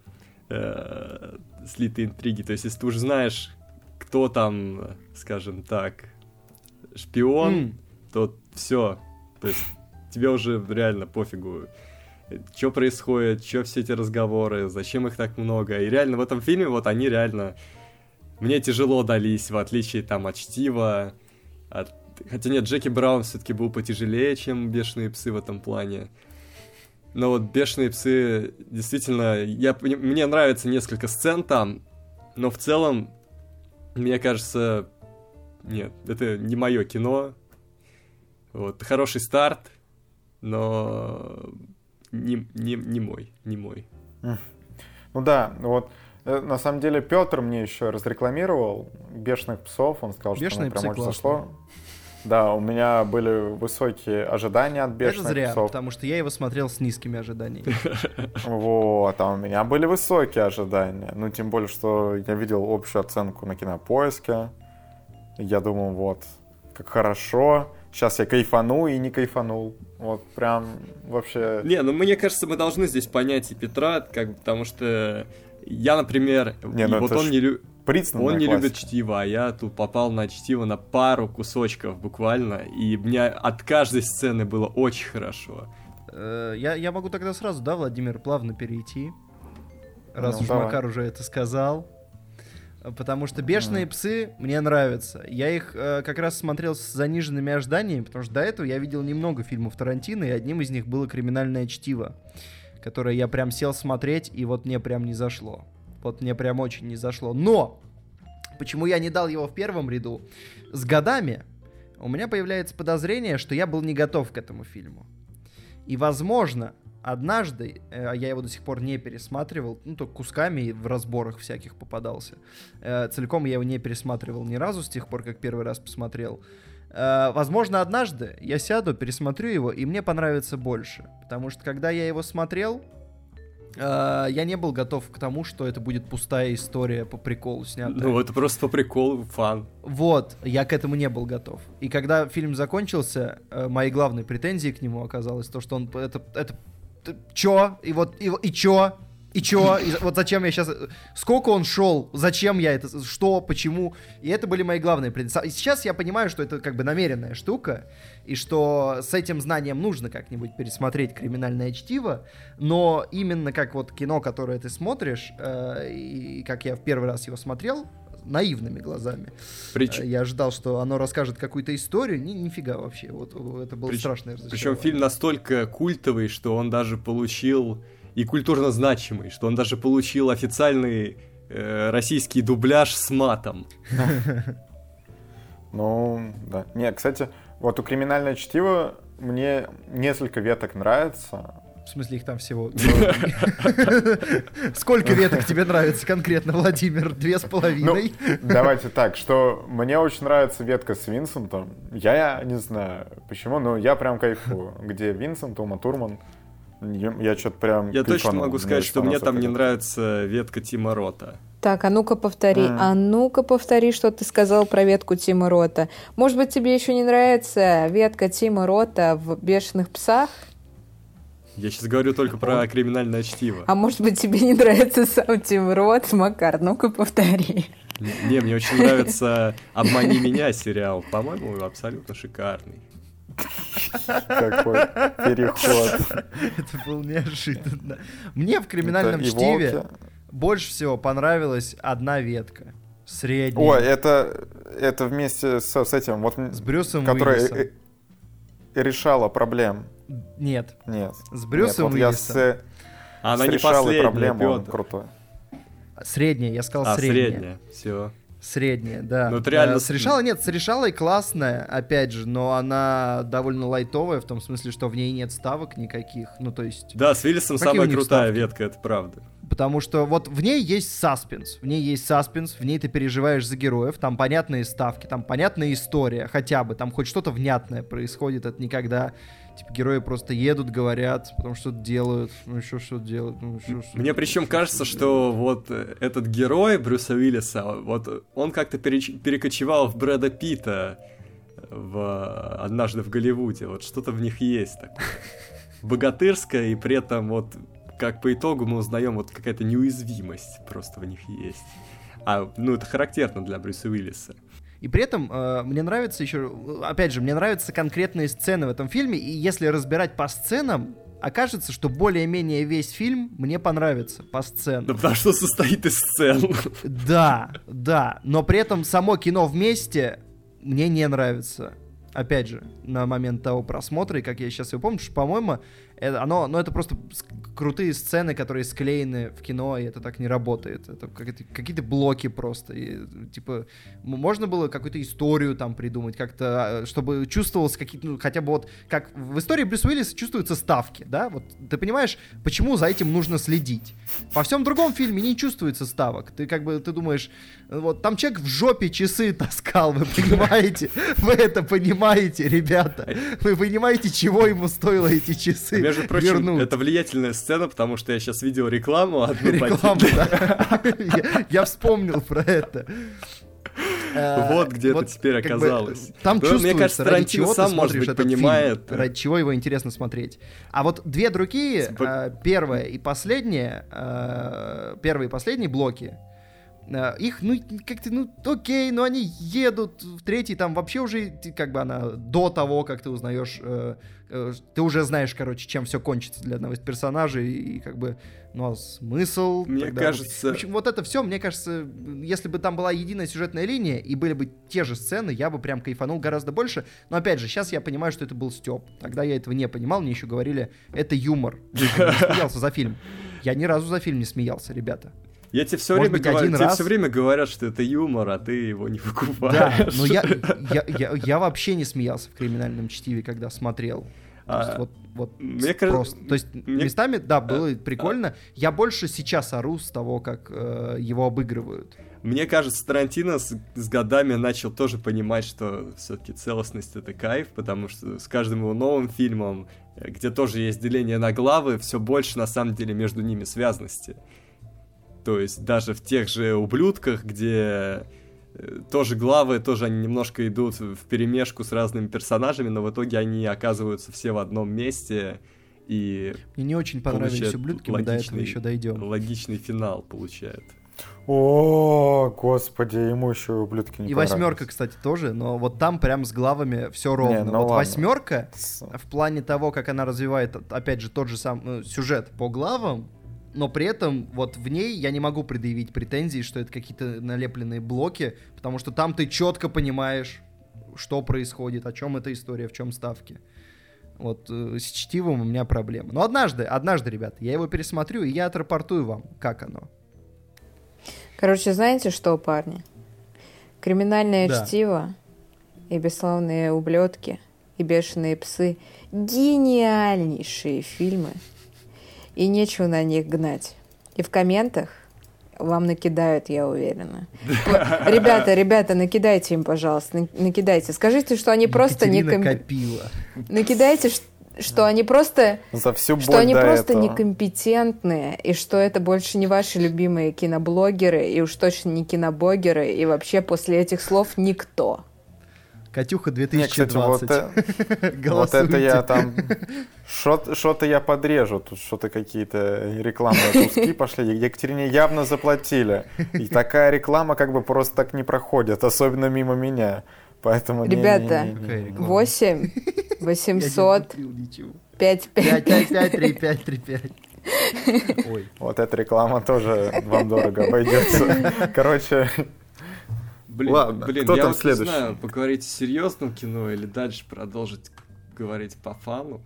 слитой интриги. То есть, если ты уже знаешь, кто там, скажем так, шпион, то все. То есть, тебе уже реально пофигу, что происходит, что все эти разговоры, зачем их так много. И реально в этом фильме вот они реально мне тяжело дались, в отличие там от «Чтива». Хотя нет, Джеки Браун все-таки был потяжелее, чем «Бешеные псы» в этом плане. Но вот «Бешеные псы» действительно... Мне нравится несколько сцен там, но в целом, мне кажется... Нет, это не мое кино. Вот, хороший старт, но не мой. Ну да, вот на самом деле Петр мне еще разрекламировал «Бешеных псов», он сказал, что «Бешеные ему прям псы» очень зашло. Да, у меня были высокие ожидания от «Бешеных псов». Это зря, потому что я его смотрел с низкими ожиданиями. Вот, а у меня были высокие ожидания. Ну, тем более, что я видел общую оценку на Кинопоиске. Я думал, вот, как хорошо. Сейчас я кайфану и не кайфанул. Вот прям вообще... Не, ну мне кажется, мы должны здесь понять и Петра, потому что я, например, он не любит «Чтиво», а я тут попал на «Чтиво» на пару кусочков буквально, и мне от каждой сцены было очень хорошо. Я могу тогда сразу, да, Владимир, плавно перейти, раз уж давай. Макар уже это сказал. Потому что «Бешеные псы» мне нравятся. Я их как раз смотрел с заниженными ожиданиями, потому что до этого я видел немного фильмов Тарантино, и одним из них было «Криминальное чтиво», которое я прям сел смотреть, и вот мне прям не зашло. Вот мне прям очень не зашло. Но! Почему я не дал его в первом ряду? С годами у меня появляется подозрение, что я был не готов к этому фильму. И, возможно, однажды, я его до сих пор не пересматривал, ну, только кусками и в разборах всяких попадался. Целиком я его не пересматривал ни разу с тех пор, как первый раз посмотрел. Возможно, однажды я сяду, пересмотрю его, и мне понравится больше. Потому что, когда я его смотрел, я не был готов к тому, что это будет пустая история по приколу снятая. Ну, это просто по приколу, фан. Вот, я к этому не был готов. И когда фильм закончился, моей главной претензией к нему оказалось то, что он... Чё? И вот, и чё? И чё? И вот зачем я сейчас... Сколько он шел? Зачем я это? Что? Почему? И это были мои главные претензии. И сейчас я понимаю, что это как бы намеренная штука, и что с этим знанием нужно как-нибудь пересмотреть «Криминальное чтиво», но именно как вот кино, которое ты смотришь, и как я в первый раз его смотрел, наивными глазами. Я ожидал, что оно расскажет какую-то историю. Нифига вообще. Вот это было страшное разочарование. Причем фильм настолько культовый, что он даже получил... И культурно значимый, что он даже получил официальный российский дубляж с матом. Ну, да. Не, кстати, вот у «Криминальное чтиво» мне несколько веток нравится. В смысле, их там всего... Сколько веток тебе нравится конкретно, Владимир? 2,5? Давайте так, что мне очень нравится ветка с Винсентом. Я не знаю почему, но я прям кайфую. Где Винсент, Ума Турман. Я что-то прям... Я точно могу сказать, что мне там не нравится ветка Тима Рота. Так, а ну-ка повтори, что ты сказал про ветку Тима Рота. Может быть, тебе еще не нравится ветка Тима Рота в «Бешеных псах»? Я сейчас говорю только про «Криминальное чтиво». А может быть, тебе не нравится сам Тим Рот? Макар, ну-ка повтори. Не, мне очень нравится «Обмани меня» сериал. По-моему, абсолютно шикарный. Какой переход. Это было неожиданно. Мне в «Криминальном чтиве» больше всего понравилась одна ветка. Средняя. Ой, это вместе с этим, вот, с Брюсом которая Уиллисом. решала проблем. Нет. Нет. С Брюсом вот Уиллисом. Она не последняя, проблему, он Пётр. крутой. Средняя, я сказал средняя. Все. Средняя, да. Ну, это реально... С решалой нет, с решалой классная, опять же, но она довольно лайтовая, в том смысле, что в ней нет ставок никаких, ну, то есть... Да, с Уиллисом какие самая у них крутая ставки? ветка, это правда. Потому что вот в ней есть саспенс, в ней ты переживаешь за героев, там понятные ставки, там понятная история, хотя бы, там хоть что-то внятное происходит, это никогда, типа, герои просто едут, говорят, потом что-то делают, ну еще что-то делают, ну еще что-то. Мне причем кажется, что вот этот герой Брюса Уиллиса, вот он как-то перекочевал в Брэда Питта «Однажды в Голливуде», вот что-то в них есть такое. Богатырское, и при этом вот как по итогу мы узнаем, вот какая-то неуязвимость просто в них есть. Ну, это характерно для Брюса Уиллиса. И при этом мне нравится еще, опять же, мне нравятся конкретные сцены в этом фильме, и если разбирать по сценам, окажется, что более-менее весь фильм мне понравится по сценам. Да потому что состоит из сцен. Да, но при этом само кино вместе мне не нравится. Опять же, на момент того просмотра, и как я сейчас его помню, что, по-моему, это просто крутые сцены, которые склеены в кино, и это так не работает. Это какие-то блоки просто. И, типа, можно было какую-то историю там придумать, как-то, чтобы чувствовалось какие-то, ну, хотя бы вот, как в истории Брюса Уиллиса чувствуются ставки, да? Вот ты понимаешь, почему за этим нужно следить. Во всем другом фильме не чувствуется ставок. Ты думаешь, вот там человек в жопе часы таскал, вы понимаете? Вы это понимаете, ребята? Вы понимаете, чего ему стоило эти часы? Между прочим, вернуть? это влиятельная сцена, потому что я сейчас видел рекламу. Рекламу, да. Я вспомнил про это. Вот где это теперь оказалось. Там чувствуется, мне кажется, ради Тарантино чего сам, ты может смотришь быть, этот понимает. фильм, ради чего его интересно смотреть. А вот две другие, первая и последняя блоки, их, ну, как-то, ну, окей, но они едут в третий, там вообще уже, как бы она до того, как ты узнаешь, ты уже знаешь, короче, чем все кончится для одного из персонажей, и как бы, ну, а смысл? Мне тогда, кажется... В общем, вот это все, мне кажется, если бы там была единая сюжетная линия, и были бы те же сцены, я бы прям кайфанул гораздо больше, но, опять же, сейчас я понимаю, что это был стёб. Тогда я этого не понимал, мне еще говорили, это юмор. Я не смеялся за фильм. Я ни разу за фильм не смеялся, ребята. Я тебе все Может время быть, один тебе раз. все время говорят, что это юмор, а ты его не Да, выкупаешь. но я вообще не смеялся в «Криминальном чтиве», когда смотрел. То есть вот мне просто. кажется, То есть местами, да, было прикольно. Я больше сейчас ору с того, как его обыгрывают. Мне кажется, Тарантино с годами начал тоже понимать, что все-таки целостность — это кайф, потому что с каждым его новым фильмом, где тоже есть деление на главы, все больше на самом деле между ними связности. То есть даже в тех же «Ублюдках», где тоже главы, тоже они немножко идут вперемешку с разными персонажами, но в итоге они оказываются все в одном месте, и Мне не очень понравились «Ублюдки», мы до этого еще дойдем. логичный финал получает. О, господи, ему еще «Ублюдки» не И понравились. «Восьмерка», кстати, тоже, но вот там прям с главами все ровно. Не, ну вот ладно. «Восьмерка» в плане того, как она развивает, опять же, тот же сам сюжет по главам, но при этом вот в ней я не могу предъявить претензий, что это какие-то налепленные блоки, потому что там ты четко понимаешь, что происходит, о чем эта история, в чем ставки. Вот с чтивом у меня проблема. Но однажды, ребята, я его пересмотрю, и я отрапортую вам, как оно. Короче, знаете что, парни? «Криминальное Да. чтиво» и «Бесславные ублюдки» и «Бешеные псы» — гениальнейшие фильмы. И нечего на них гнать. И в комментах вам накидают, я уверена. Ребята, накидайте им, пожалуйста, накидайте. Скажите, что они просто Екатерина Копила. Накидайте, что они просто... За всю боль Что они до просто этого. некомпетентные, и что это больше не ваши любимые киноблогеры, и уж точно не киноблогеры, и вообще после этих слов никто. Катюха Не, 2020. кстати, вот Голосуйте. это я там... Что-то я подрежу, тут что-то какие-то рекламные куски пошли. Екатерине явно заплатили. И такая реклама как бы просто так не проходит, особенно мимо меня. Поэтому... Ребята, Какая реклама? 8 Я 800 не купил ничего. 55. 5-5-5-3-5-3-5. Ой. Вот эта реклама тоже вам дорого обойдется. Короче, Ладно, Блин, кто я там вот следующий? не знаю, поговорить о серьезном кино или дальше продолжить говорить по фану.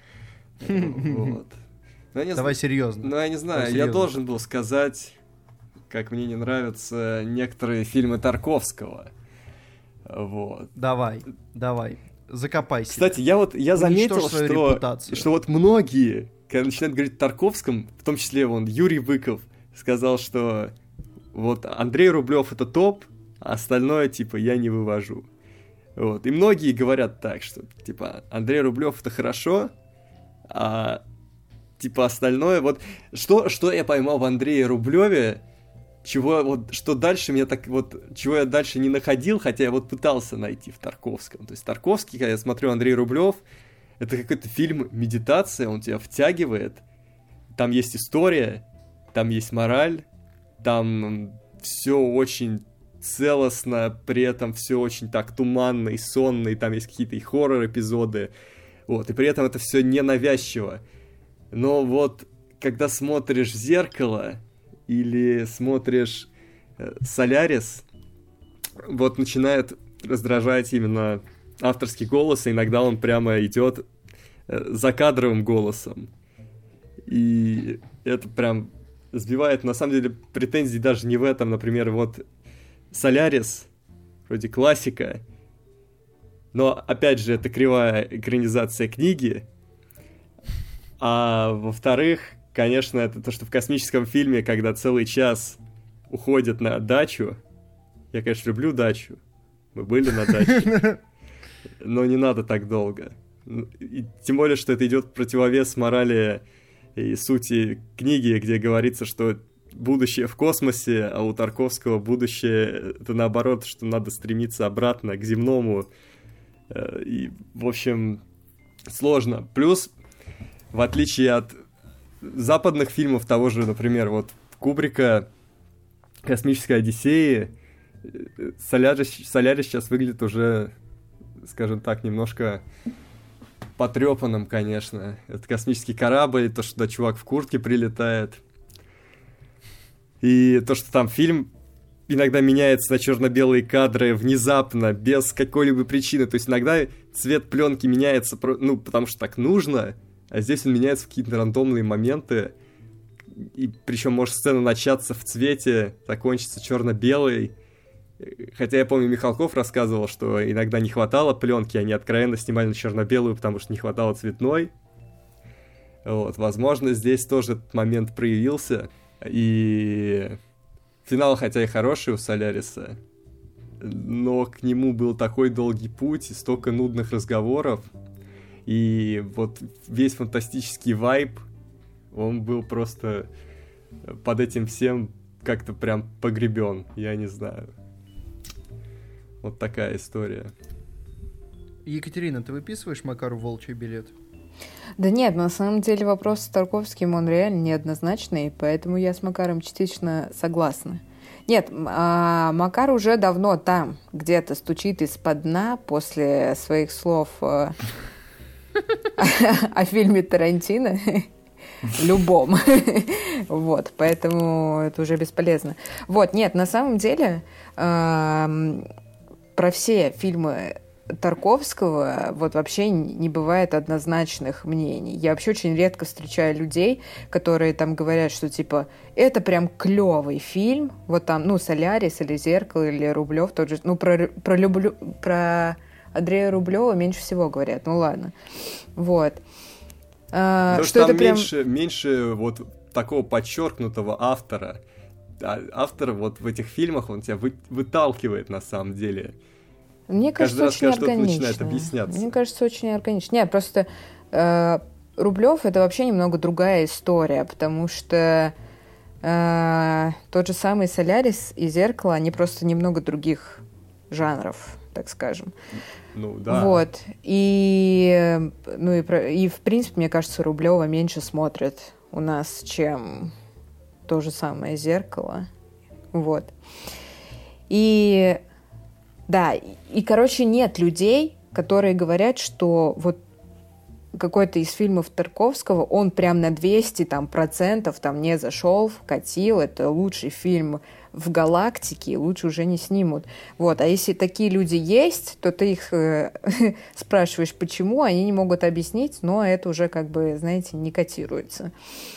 Вот. Ну, я не Давай зн- серьезно. Ну, я не знаю, Давай я серьезно. должен был сказать, как мне не нравятся некоторые фильмы Тарковского. Вот. Давай. Закопайся. Кстати, я заметил, Уничтожь свою что репутацию. вот многие, когда начинают говорить о Тарковском, в том числе вон Юрий Быков сказал, что вот Андрей Рублев это топ, а остальное типа я не вывожу. Вот. И многие говорят так, что типа Андрей Рублев это хорошо, а типа остальное вот что я поймал в Андрее Рублеве, что дальше меня так вот, чего я дальше не находил, хотя я вот пытался найти в Тарковском. То есть Тарковский, когда я смотрю Андрей Рублев, это какой-то фильм медитация, он тебя втягивает. Там есть история, там есть мораль, там все очень целостно, при этом все очень так туманно и сонно, и там есть какие-то и хоррор-эпизоды. Вот, и при этом это все ненавязчиво. Но вот, когда смотришь в зеркало или смотришь «Солярис», вот начинает раздражать именно авторский голос, и иногда он прямо идет закадровым голосом. И это прям сбивает, на самом деле, претензии даже не в этом. Например, вот «Солярис», вроде классика, но, опять же, это кривая экранизация книги. А во-вторых, конечно, это то, что в космическом фильме, когда целый час уходят на дачу. Я, конечно, люблю дачу. Мы были на даче. Но не надо так долго. И тем более, что это идет в противовес морали и сути книги, где говорится, что будущее в космосе, а у Тарковского будущее это наоборот, что надо стремиться обратно к земному. И, в общем, сложно. Плюс, в отличие от западных фильмов того же, например, вот Кубрика, «Космической Одиссеи» Солярис сейчас выглядит уже, скажем так, немножко потрепанным, конечно. Это космический корабль, то, что туда чувак в куртке прилетает. И то, что там фильм иногда меняется на черно-белые кадры внезапно, без какой-либо причины. То есть иногда цвет пленки меняется, ну, потому что так нужно, а здесь он меняется в какие-то рандомные моменты. И причем может сцена начаться в цвете, закончиться черно-белой. Хотя я помню, Михалков рассказывал, что иногда не хватало пленки, они откровенно снимали на черно-белую, потому что не хватало цветной. Вот, возможно, здесь тоже этот момент проявился. И финал, хотя и хороший у Соляриса, но к нему был такой долгий путь и столько нудных разговоров. И вот весь фантастический вайб, он был просто под этим всем как-то прям погребен, я не знаю. Вот такая история. Екатерина, ты выписываешь Макару волчий билет? Да нет, на самом деле вопрос с Тарковским, он реально неоднозначный, поэтому я с Макаром частично согласна. Нет, Макар уже давно там, где-то стучит из-под дна после своих слов о фильме Тарантино. Любом. Вот, поэтому это уже бесполезно. Вот, нет, на самом деле про все фильмы Тарковского вот вообще не бывает однозначных мнений. Я вообще очень редко встречаю людей, которые там говорят, что типа это прям клевый фильм, вот там, ну, «Солярис» или «Зеркало» или «Рублев» тот же, ну, про Андрея Рублева меньше всего говорят, ну ладно. Вот. Потому что там это прям... меньше вот такого подчеркнутого автора. Автор вот в этих фильмах, он тебя выталкивает на самом деле. Мне кажется, очень органично. Начинает объясняться. Мне кажется, очень органично. Нет, просто Рублев — это вообще немного другая история, потому что тот же самый «Солярис» и «Зеркало», они просто немного других жанров, так скажем. Ну, да. Вот. И в принципе, мне кажется, Рублева меньше смотрят у нас, чем то же самое «Зеркало». Вот. И да, и, короче, нет людей, которые говорят, что вот какой-то из фильмов Тарковского, он прям на 200% там не зашел, вкатил, это лучший фильм в галактике, лучше уже не снимут. Вот, а если такие люди есть, то ты их спрашиваешь, почему, они не могут объяснить, но это уже, как бы, знаете, не котируется.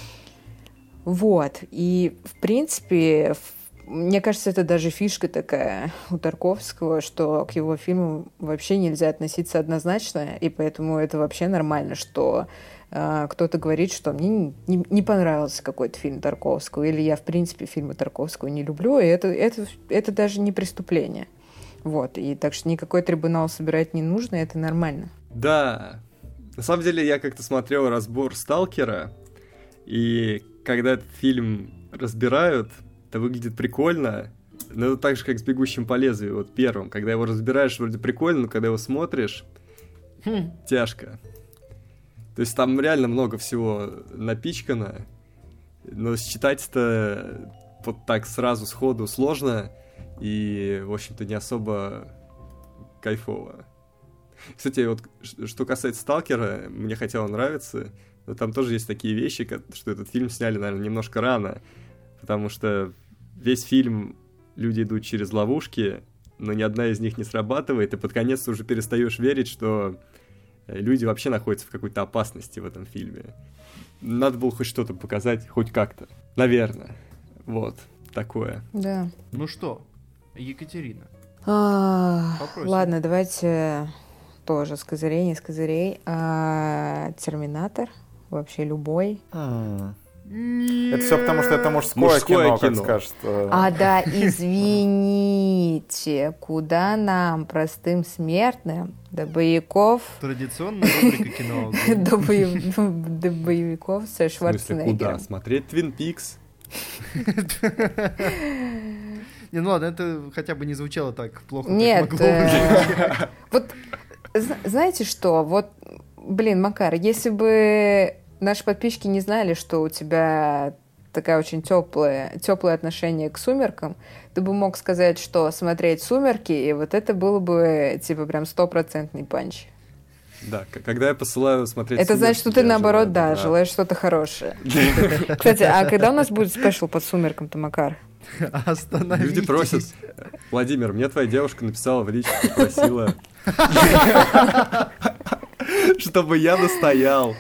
Вот, и, в принципе, мне кажется, это даже фишка такая у Тарковского, что к его фильму вообще нельзя относиться однозначно, и поэтому это вообще нормально, что кто-то говорит, что мне не понравился какой-то фильм Тарковского, или я, в принципе, фильмы Тарковского не люблю, и это даже не преступление. Вот, и так что никакой трибунал собирать не нужно, это нормально. Да, на самом деле я как-то смотрел разбор «Сталкера», и когда этот фильм разбирают, это выглядит прикольно, но это так же, как с «Бегущим по лезвию», вот первым. Когда его разбираешь, вроде прикольно, но когда его смотришь, тяжко. То есть там реально много всего напичкано, но считать-то вот так сразу, сходу сложно, и, в общем-то, не особо кайфово. Кстати, вот что касается «Сталкера», мне хотело нравиться, но там тоже есть такие вещи, что этот фильм сняли, наверное, немножко рано, потому что весь фильм люди идут через ловушки, но ни одна из них не срабатывает, и под конец ты уже перестаешь верить, что люди вообще находятся в какой-то опасности в этом фильме. Надо было хоть что-то показать, хоть как-то. Наверное. Вот. Такое. Да. Ну что, Екатерина? Ладно, давайте тоже с козырей, не с козырей. «Терминатор». Вообще любой. Это все потому, что это мужское кино, как скажет. Да, извините, куда нам, простым смертным, до боевиков... Традиционная рубрика кино. До боевиков со Шварценеггером. В смысле, куда? Смотреть «Твин Пикс»? Не, ну ладно, это хотя бы не звучало так плохо, нет, как могло бы. Вот, знаете что, вот, блин, Макар, если бы наши подписчики не знали, что у тебя такая очень теплое отношение к «Сумеркам», ты бы мог сказать, что смотреть «Сумерки», и вот это было бы, типа, прям 100% панч. Да, когда я посылаю смотреть Это значит, что ты, наоборот, желаю, желаешь что-то хорошее. Кстати, а когда у нас будет спешл под «Сумеркам»-то, Макар? Остановитесь. Люди просят. Владимир, мне твоя девушка написала в личку, попросила, чтобы я настоял.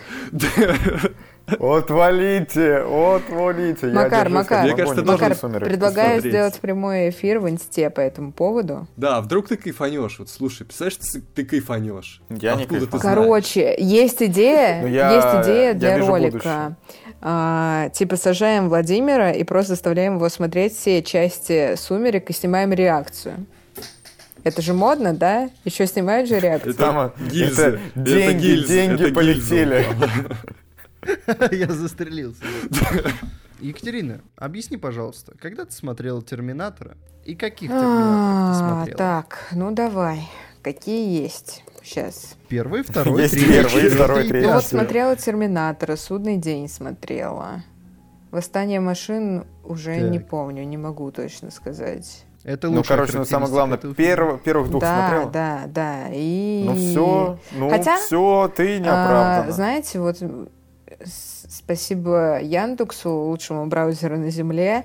Отвалите. Макар, Мне кажется, Макар, должен предлагаю посмотреть. сделать прямой эфир в инсте по этому поводу. Да, вдруг ты кайфанешь. Вот слушай, представляешь, ты кайфанешь. Я не Откуда ты кайфану. знаешь? Короче, есть идея, для вижу ролика. Типа сажаем Владимира и просто заставляем его смотреть все части «Сумерек» и снимаем реакцию. Это же модно, да? Еще снимают же реакцию. Это гильзы. Это деньги это полетели. Я застрелился. Екатерина, объясни, пожалуйста, когда ты смотрела «Терминатора» и каких «Терминаторов» ты смотрела? Так, ну давай. Какие есть? Сейчас. Первый, второй, Есть третий, первый, четвертый, второй, третий. Ну вот пятый. смотрела «Терминатора», «Судный день» смотрела. «Восстание машин» уже Так. не помню, не могу точно сказать. Это Ну, лучшая короче, самое главное, характеристика этого фильма. первых двух смотрела? Да. И... Ну все, ты не оправдана. знаете, вот спасибо Яндексу, лучшему браузеру на Земле.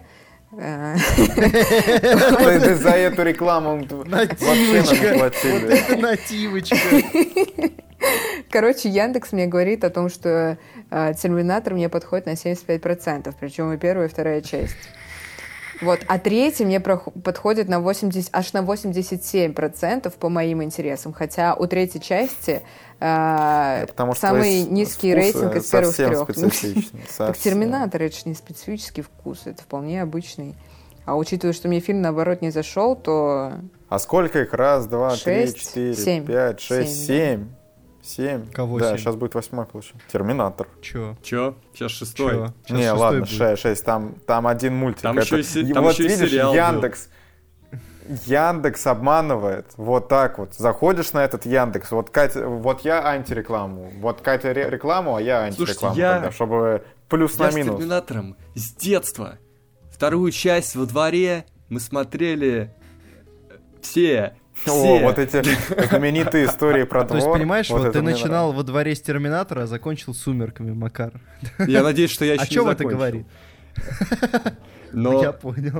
Ты за эту рекламу вообще нам Вот платили. это нативочка. Короче, Яндекс мне говорит о том, что «Терминатор» мне подходит на 75%, причем и первая, и вторая часть. Вот. А третий мне подходит на 87% по моим интересам. Хотя у третьей части Потому что самый твои низкий вкусы рейтинг из первых совсем трех. специфичны, Так совсем. «Терминатор» — это же не специфический вкус, это вполне обычный. А учитывая, что мне фильм, наоборот, не зашел, то... А сколько их? Раз, два, три, Шесть, четыре, семь. пять, шесть, Семь, семь. Кого Да, 7? сейчас будет 8 получается. «Терминатор». Чё? Чё? Сейчас шестой. Чё? Сейчас Не, шестой ладно, будет. 6. Там один мультик. Там Это- еще и се- и там вот еще и видишь, сериал был. Яндекс обманывает. Вот так вот. Заходишь на этот Яндекс. Вот Катя, вот я антирекламу. Вот Катя рекламу, а я антирекламу. Слушайте, я- тогда, чтобы плюс Я на с минус. «Терминатором» с детства. Вторую часть во дворе мы смотрели все. О, вот эти знаменитые истории про То есть, двор. понимаешь, вот это ты мне начинал во дворе с «Терминатора», а закончил «Сумерками», Макар. Я надеюсь, что я еще О не чем это закончил. говорит? Но, Я понял.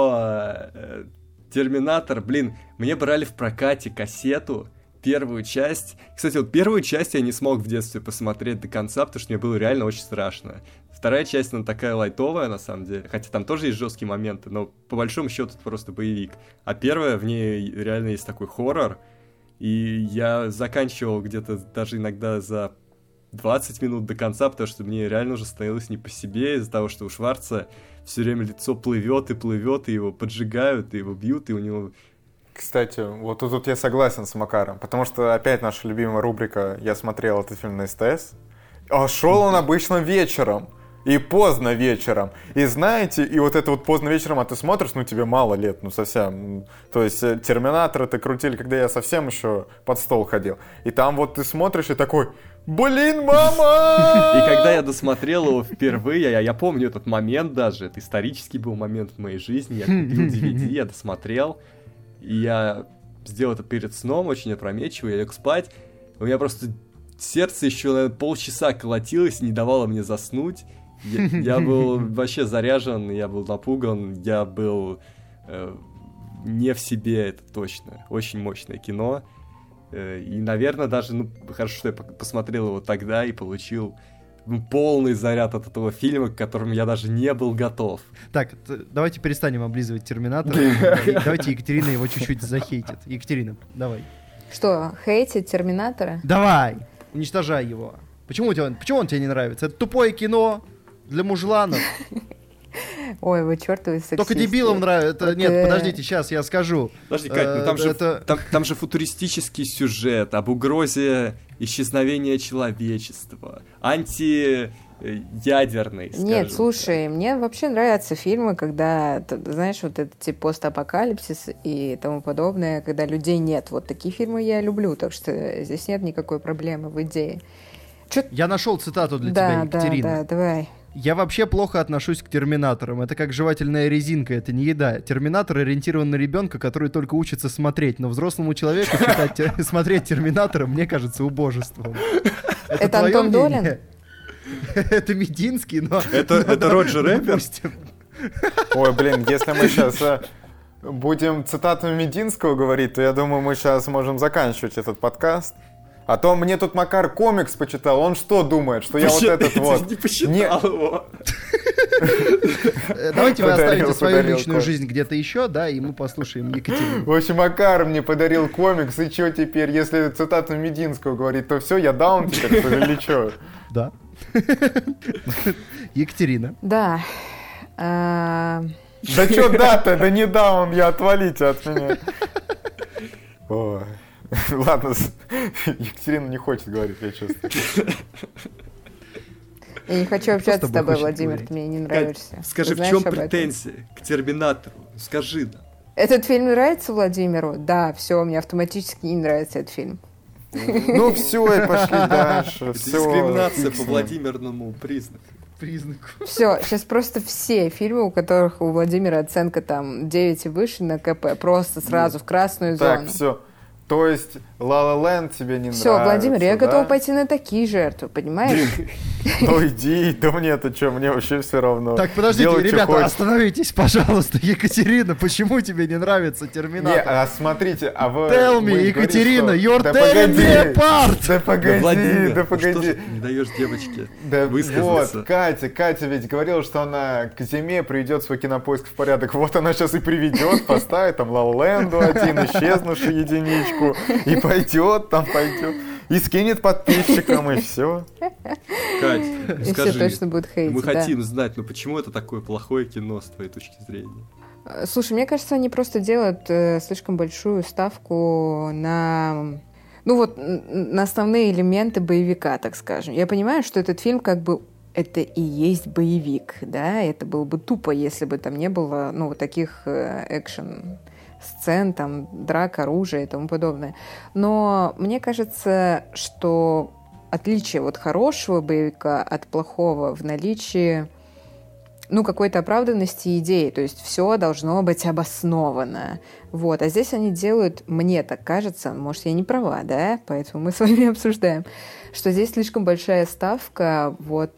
«Терминатор», блин, мне брали в прокате кассету, первую часть. Кстати, вот первую часть я не смог в детстве посмотреть до конца, потому что мне было реально очень страшно. Вторая часть, она такая лайтовая, на самом деле. Хотя там тоже есть жесткие моменты, но по большому счету это просто боевик. А первая, в ней реально есть такой хоррор. И я заканчивал где-то даже иногда за 20 минут до конца, потому что мне реально уже становилось не по себе из-за того, что у Шварца все время лицо плывет, и его поджигают, и его бьют, и у него... Кстати, вот тут я согласен с Макаром, потому что опять наша любимая рубрика «Я смотрел этот фильм на СТС». А шел он обычно вечером. И поздно вечером. И знаете, и вот это вот поздно вечером, а ты смотришь, ну тебе мало лет, ну совсем. То есть «Терминатор» это крутили, когда я совсем еще под стол ходил. И там вот ты смотришь и такой: блин, мама! И когда я досмотрел его впервые, я помню этот момент даже, это исторический был момент в моей жизни, я купил DVD, я досмотрел, и я сделал это перед сном, очень опрометчиво, я лег спать, у меня просто сердце еще, наверное, полчаса колотилось и не давало мне заснуть. Я был вообще заряжен, я был напуган, я был не в себе, это точно. Очень мощное кино. И, наверное, даже, хорошо, что я посмотрел его тогда и получил полный заряд от этого фильма, к которому я даже не был готов. Так, давайте перестанем облизывать «Терминатора». Давайте Екатерина его чуть-чуть захейтит. Екатерина, давай. Что, хейтить «Терминатора»? Давай! Уничтожай его. Почему он тебе не нравится? Это тупое кино для мужланов. Ой, вы чертовы сексисты. Только дебилам нравится. Вот, Нет, подождите, сейчас я скажу. Подожди, Кать, ну там же футуристический сюжет об угрозе исчезновения человечества, антиядерный, скажем. Нет, слушай, мне вообще нравятся фильмы, когда, знаешь, вот этот типа постапокалипсис и тому подобное, когда людей нет. Вот такие фильмы я люблю, так что здесь нет никакой проблемы в идее. Я нашел цитату для тебя, Екатерина. Да, давай. Я вообще плохо отношусь к терминаторам. Это как жевательная резинка, это не еда. Терминатор ориентирован на ребенка, который только учится смотреть. Но взрослому человеку смотреть терминатора, мне кажется, убожеством. Это Антон Долин? Это Мединский, но... Это Роджер Рэпер? Ой, блин, если мы сейчас будем цитатами Мединского говорить, то я думаю, мы сейчас можем заканчивать этот подкаст. А то мне тут Макар комикс почитал, он что думает, что я вот этот вот... Не посчитал его. Давайте вы оставите свою личную жизнь где-то еще, да, и мы послушаем Екатерину. В общем, Макар мне подарил комикс, и что теперь, если цитату Мединского говорить, то все, я даун теперь, что ли, или что? Да. Екатерина. Да. Да что да-то, да не даун, я отвалите от меня. Ой. Ладно, Екатерина не хочет говорить, я чувствую. Я не хочу общаться с тобой, Владимир, ты мне не нравишься. Скажи, в чем претензии к Терминатору? Скажи нам. Этот фильм нравится Владимиру? Да, все, мне автоматически не нравится этот фильм. Ну все, и пошли дальше. Дискриминация по Владимирному признаку. Все, сейчас просто все фильмы, у которых у Владимира оценка там 9 и выше на КП, просто сразу в красную зону. Так, все. То есть La La Land тебе не нравится? Все, Владимир, я готова пойти на такие жертвы, понимаешь? Ну иди, да мне-то что, мне вообще все равно. Так, подождите, ребята, остановитесь, пожалуйста. Екатерина, почему тебе не нравится Терминатор? Не, а смотрите, а вы... Tell me, Екатерина, you're tearing me apart! Да погоди, да погоди. Что же не даешь девочке высказаться? Вот, Катя ведь говорила, что она к зиме приведет свой Кинопоиск в порядок. Вот она сейчас и приведет, поставит там La La Land 1, исчезнувшую единичку. И пойдет, и скинет подписчикам, и все. Кать, и скажи, все точно будут хейтить, мы хотим знать, но почему это такое плохое кино, с твоей точки зрения? Слушай, мне кажется, они просто делают слишком большую ставку на... Ну вот, на основные элементы боевика, так скажем. Я понимаю, что этот фильм как бы это и есть боевик, да? Это было бы тупо, если бы там не было, ну, вот таких экшн-сцен, там, драк, оружие и тому подобное. Но мне кажется, что отличие вот хорошего боевика от плохого в наличии, ну, какой-то оправданности идеи, то есть все должно быть обосновано. Вот. А здесь они делают, мне так кажется, может, я не права, да, поэтому мы с вами обсуждаем, что здесь слишком большая ставка вот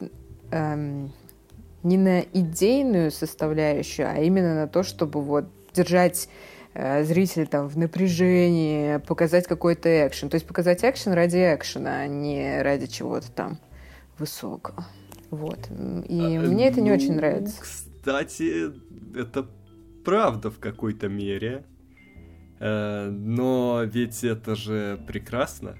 не на идейную составляющую, а именно на то, чтобы вот держать зрителя там в напряжении, показать какой-то экшен. То есть показать экшен ради экшена, а не ради чего-то там высокого. Вот. И мне это не очень нравится. Кстати, это правда в какой-то мере. Но ведь это же прекрасно.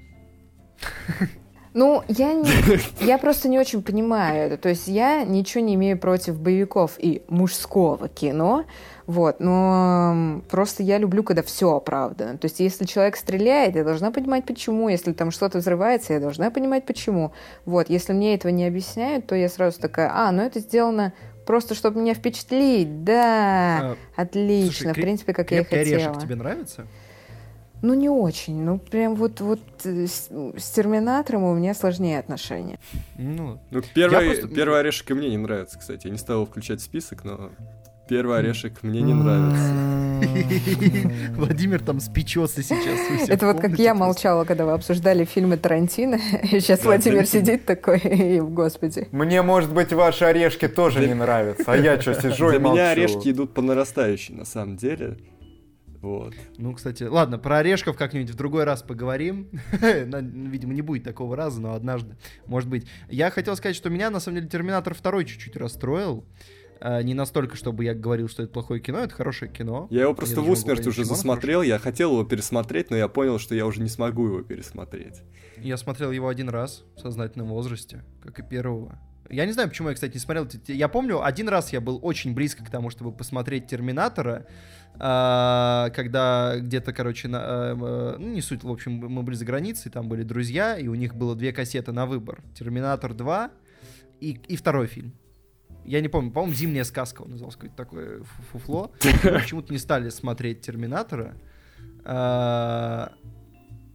Ну, я просто не очень понимаю это. То есть я ничего не имею против боевиков и мужского кино, вот, но просто я люблю, когда все оправдано. То есть если человек стреляет, я должна понимать, почему. Если там что-то взрывается, я должна понимать, почему. Вот, если мне этого не объясняют, то я сразу такая, ну это сделано просто, чтобы меня впечатлить. Да, отлично. Слушай, в принципе, как я и хотела. «Крепкий орешек» тебе нравится? Ну, не очень. Ну, прям вот с «Терминатором» у меня сложнее отношения. Ну первый орешек и мне не нравится, кстати. Я не стал его включать в список, но первый орешек мне не нравится. Владимир там спечется сейчас. Это вот как я молчала, когда вы обсуждали фильмы Тарантино. И сейчас Владимир сидит такой, и, господи. Мне, может быть, ваши орешки тоже не нравятся. А я что, сижу и молчу? Для меня орешки идут по нарастающей, на самом деле. Вот. Ну, кстати, ладно, про орешков как-нибудь в другой раз поговорим. Видимо, не будет такого раза, но однажды, может быть. Я хотел сказать, что меня, на самом деле, «Терминатор 2» чуть-чуть расстроил. Не настолько, чтобы я говорил, что это плохое кино, это хорошее кино. Я его просто в усмерть уже засмотрел, я хотел его пересмотреть, но я понял, что я уже не смогу его пересмотреть. Я смотрел его один раз в сознательном возрасте, как и первого. Я не знаю, почему я, кстати, не смотрел. Я помню, один раз я был очень близко к тому, чтобы посмотреть «Терминатора», когда где-то, короче, не суть, в общем, мы были за границей, там были друзья, и у них было 2 кассеты на выбор. «Терминатор 2» и второй фильм. Я не помню, по-моему, «Зимняя сказка» он назывался, какое-то такое фуфло. Мы почему-то не стали смотреть «Терминатора».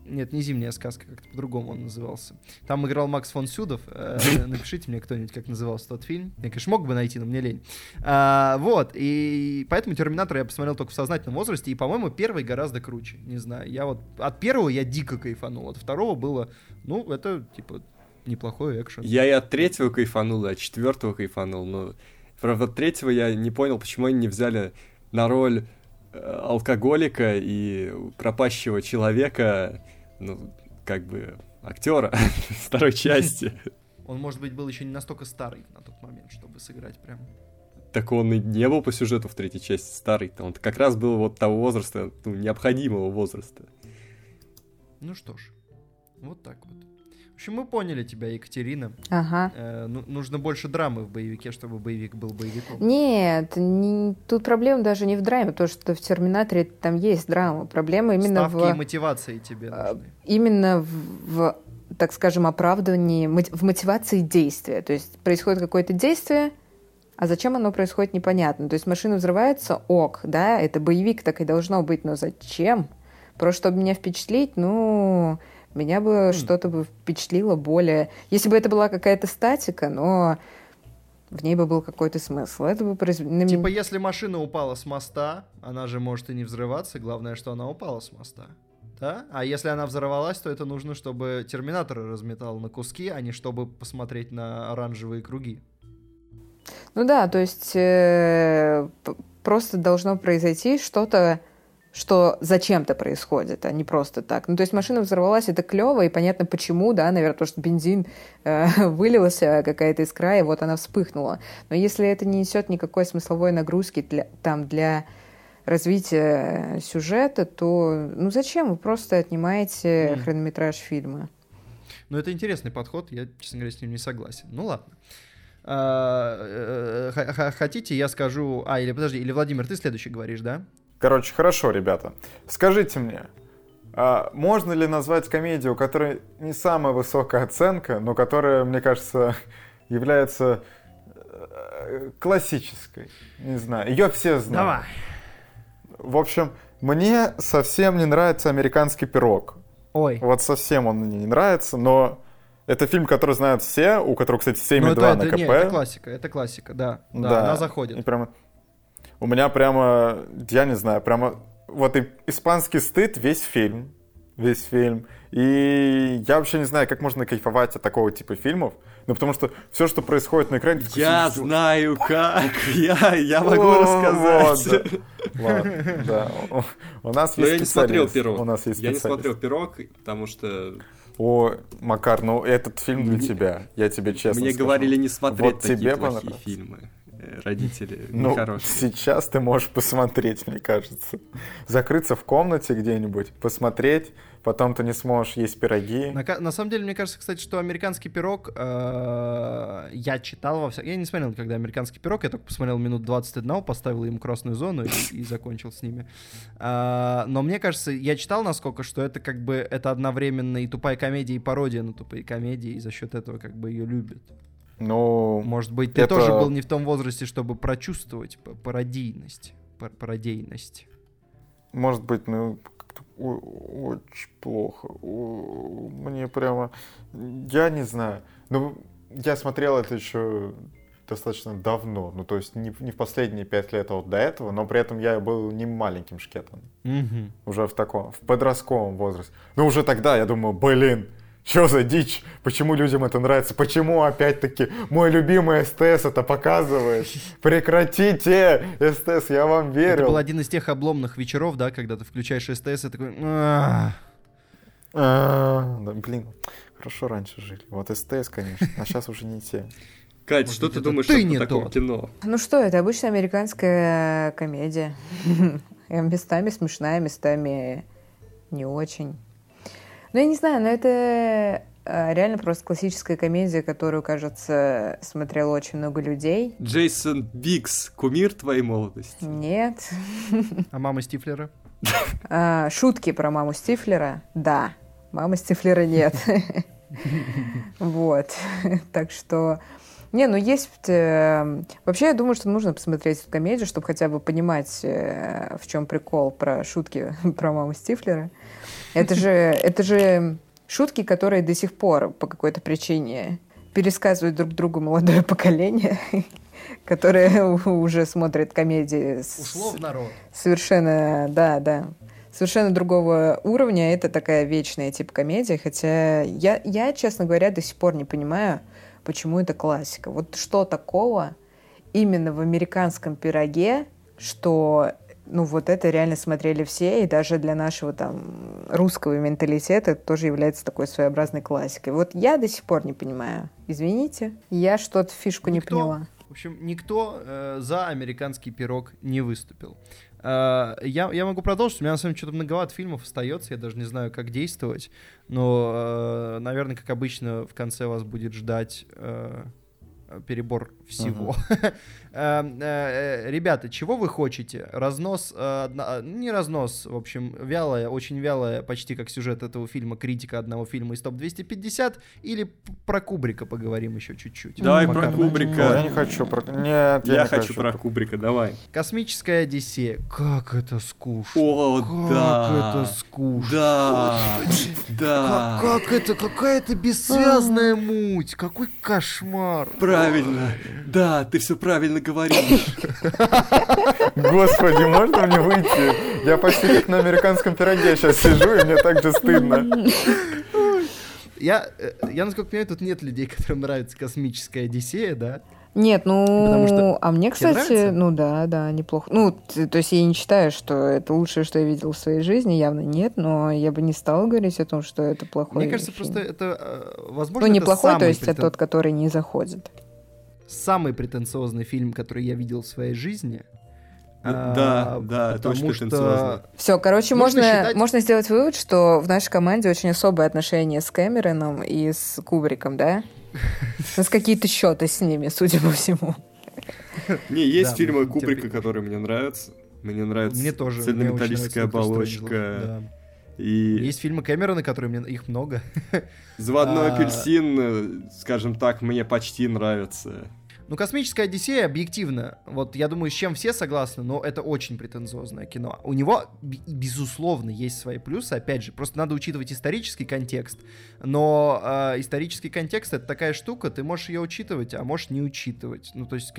Нет, не «Зимняя сказка», как-то по-другому он назывался. Там играл Макс фон Сюдов. Напишите мне кто-нибудь, как назывался тот фильм. Я, конечно, мог бы найти, но мне лень. Вот, и поэтому «Терминатор» я посмотрел только в сознательном возрасте, и, по-моему, первый гораздо круче. Не знаю, я вот от первого я дико кайфанул, от второго было, ну, это, типа, неплохой экшен. Я и от третьего кайфанул, и от четвертого кайфанул, но, правда, от третьего я не понял, почему они не взяли на роль алкоголика и пропащего человека, ну, как бы, актера второй части. Он, может быть, был еще не настолько старый на тот момент, чтобы сыграть прям. Так он и не был по сюжету в третьей части старый. Он как раз был вот того возраста, ну, необходимого возраста. Ну что ж, вот так вот. В общем, мы поняли тебя, Екатерина. Ага. Нужно больше драмы в боевике, чтобы боевик был боевиком. Нет, тут проблема даже не в драме, потому что в «Терминаторе» там есть драма. Проблема именно ставки и мотивации тебе нужны. Именно в, так скажем, оправдании, в мотивации действия. То есть происходит какое-то действие, а зачем оно происходит, непонятно. То есть машина взрывается, ок, да, это боевик, так и должно быть, но зачем? Просто чтобы меня впечатлить, ну... Меня бы что-то бы впечатлило более... Если бы это была какая-то статика, но в ней бы был какой-то смысл. Это бы Типа, если машина упала с моста, она же может и не взрываться, главное, что она упала с моста. Да? А если она взорвалась, то это нужно, чтобы терминатор разметал на куски, а не чтобы посмотреть на оранжевые круги. Ну да, то есть просто должно произойти что-то, что зачем-то происходит, а не просто так. Ну, то есть машина взорвалась, это клево, и понятно почему, да, наверное, потому что бензин вылился, какая-то искра, и вот она вспыхнула. Но если это не несет никакой смысловой нагрузки для развития сюжета, то, ну, зачем? Вы просто отнимаете хронометраж фильма. Ну, это интересный подход, я, честно говоря, с ним не согласен. Ну, ладно. Хотите, я скажу... или, Владимир, ты следующий говоришь, да? Короче, хорошо, ребята. Скажите мне, можно ли назвать комедию, у которой не самая высокая оценка, но которая, мне кажется, является классической? Не знаю, ее все знают. Давай. В общем, мне совсем не нравится «Американский пирог». Ой. Вот совсем он мне не нравится, но это фильм, который знают все, у которого, кстати, 7,2 на КП. Не, это классика, да. Да, она заходит. И прямо... У меня прямо, я не знаю, прямо вот испанский стыд весь фильм. И я вообще не знаю, как можно кайфовать от такого типа фильмов. Ну, потому что все, что происходит на экране... Я знаю как, я могу рассказать. Ладно, да. У нас есть специалист. Но я не смотрел «Пирог». Я не смотрел «Пирог», потому что... О, Макар, ну этот фильм для тебя. Я тебе честно Мне скажу. говорили не смотреть вот такие тебе плохие фильмы. Родители ну, нехорошие. Сейчас ты можешь посмотреть, мне кажется. Закрыться в комнате где-нибудь, посмотреть, потом ты не сможешь есть пироги. На самом деле, мне кажется, кстати, что «Американский пирог» я читал во всяком... Я не смотрел никогда «Американский пирог», я только посмотрел минут 21, поставил ему красную зону и закончил с ними. Но мне кажется, я читал, насколько, что это как бы это одновременно и тупая комедия, и пародия на тупые комедии, и за счет этого как бы ее любят. Ну, может быть, ты тоже был не в том возрасте, чтобы прочувствовать пародийность. Может быть, ну, как-то очень плохо. Мне прямо... Я не знаю. Ну, я смотрел это еще достаточно давно. Ну, то есть не в последние 5 лет, а вот до этого. Но при этом я был не маленьким шкетом. Уже в подростковом возрасте. Ну, уже тогда я думаю, блин, что за дичь? Почему людям это нравится? Почему, опять-таки, мой любимый СТС это показывает? Прекратите! СТС, я вам верю. Это был один из тех обломных вечеров, да, когда ты включаешь СТС и такой... Блин, хорошо раньше жили. Вот СТС, конечно, а сейчас уже не те. Кать, что ты думаешь о таком кино? Ну что, это обычная американская комедия. Местами смешная, местами не очень. Ну, я не знаю, но это реально просто классическая комедия, которую, кажется, смотрело очень много людей. Джейсон Биггс, кумир твоей молодости? Нет. А мама Стифлера? Шутки про маму Стифлера? Да. Мамы Стифлера нет. Вот. Так что... Не, ну есть... Вообще, я думаю, что нужно посмотреть эту комедию, чтобы хотя бы понимать, в чем прикол про шутки про маму Стифлера. Это же шутки, которые до сих пор по какой-то причине пересказывают друг другу молодое поколение, которое уже смотрит комедии. Ушло в народ. Совершенно, да. Совершенно другого уровня. Это такая вечная типа комедия. Хотя я, честно говоря, до сих пор не понимаю, почему это классика. Вот что такого именно в американском пироге, что вот это реально смотрели все, и даже для нашего там русского менталитета это тоже является такой своеобразной классикой. Вот я до сих пор не понимаю. Извините, я что-то фишку не поняла. В общем, никто за американский пирог не выступил. Я могу продолжить, у меня на самом деле что-то многовато фильмов остается, я даже не знаю, как действовать, но, наверное, как обычно, в конце вас будет ждать перебор всего. Ребята, чего вы хотите? Разнос, не разнос, в общем, вялая, очень вялая, почти как сюжет этого фильма, критика одного фильма из ТОП-250, или про Кубрика поговорим еще чуть-чуть? Давай про Кубрика. Я не хочу про... Нет, я хочу про Кубрика, давай. Космическая Одиссея. Как это скучно. О, да. Как это скучно. Да. Как это, какая-то бессвязная муть. Какой кошмар. Правильно. Да, ты все правильно говоришь. Господи, можно мне выйти? Я почти как на американском пироге сейчас сижу, и мне так же стыдно. Я, насколько понимаю, тут нет людей, которым нравится космическая Одиссея, да? Нет, что... а мне, кстати, нравится? Да, неплохо. То есть я не считаю, что это лучшее, что я видел в своей жизни, явно нет, но я бы не стала говорить о том, что это плохой Мне кажется, фильм. просто это, возможно, неплохой, это то есть это тот, который не заходит. Самый претенциозный фильм, который я видел в своей жизни. Да, это очень претенциозно. Все, короче, можно сделать вывод, что в нашей команде очень особые отношения с Кэмероном и с Кубриком, да? У нас какие-то счеты с ними, судя по всему. Не, есть фильмы Кубрика, которые мне нравятся. Мне нравится цельнометаллическая оболочка. Есть фильмы Кэмерона, которые мне их много. «Заводной апельсин», скажем так, мне почти нравится. «Космическая Одиссея» объективно, вот я думаю, с чем все согласны, но это очень претенциозное кино. У него, безусловно, есть свои плюсы, опять же, просто надо учитывать исторический контекст. Но исторический контекст — это такая штука, ты можешь ее учитывать, а можешь не учитывать. То есть,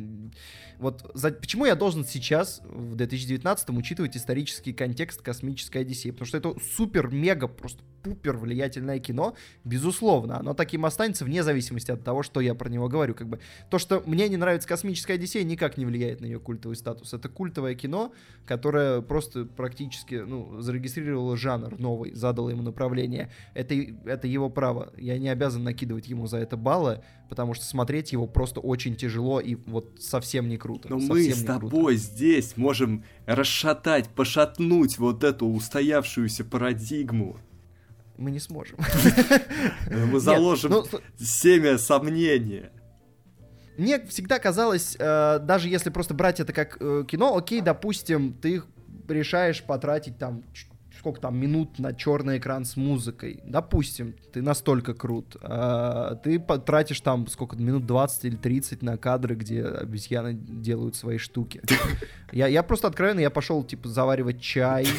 почему я должен сейчас, в 2019-м, учитывать исторический контекст «Космической Одиссеи»? Потому что это супер-мега, просто пупер влиятельное кино, безусловно. Оно таким останется вне зависимости от того, что я про него говорю. То, что мне не нравится «Космическая Одиссея», никак не влияет на ее культовый статус. Это культовое кино, которое просто практически зарегистрировало жанр новый, задало ему направление. Это его право. Я не обязан накидывать ему за это баллы, потому что смотреть его просто очень тяжело и вот совсем не круто. Но мы с тобой здесь можем пошатнуть вот эту устоявшуюся парадигму. Мы не сможем. Мы заложим семя сомнения. Мне всегда казалось, даже если просто брать это как кино, окей, допустим, ты решаешь потратить там сколько там минут на черный экран с музыкой. Допустим, ты настолько крут. Ты потратишь там сколько минут 20 или 30 на кадры, где обезьяны делают свои штуки. Я просто откровенно, я пошел типа заваривать чай.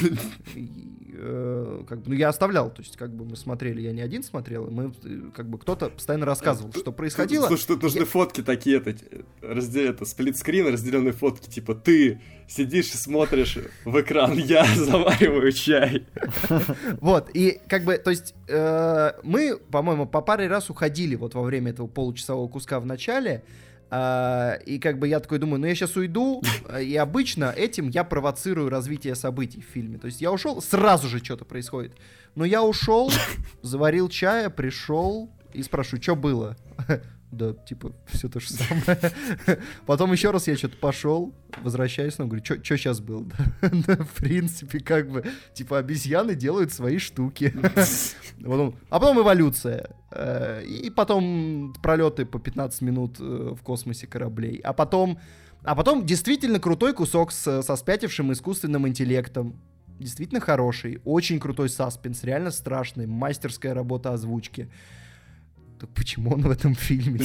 Я оставлял, то есть мы смотрели, я не один смотрел, мы кто-то постоянно рассказывал, что происходило. Слушай, тут нужны фотки такие, сплитскрин, разделенные фотки, типа ты сидишь и смотришь в экран, я завариваю чай. Вот, и то есть мы, по-моему, по паре раз уходили вот во время этого получасового куска в начале. И я такой думаю, я сейчас уйду, и обычно этим я провоцирую развитие событий в фильме. То есть я ушел, сразу же что-то происходит. Но я ушел, заварил чая, пришел и спрашиваю, что было? Да, типа, все то же самое. Потом еще раз я что-то пошел, возвращаюсь, говорю, что сейчас было? В принципе, обезьяны делают свои штуки. А потом эволюция. И потом пролеты по 15 минут в космосе кораблей. А потом действительно крутой кусок со спятившим искусственным интеллектом. Действительно хороший, очень крутой саспенс, реально страшный, мастерская работа озвучки. Так почему он в этом фильме?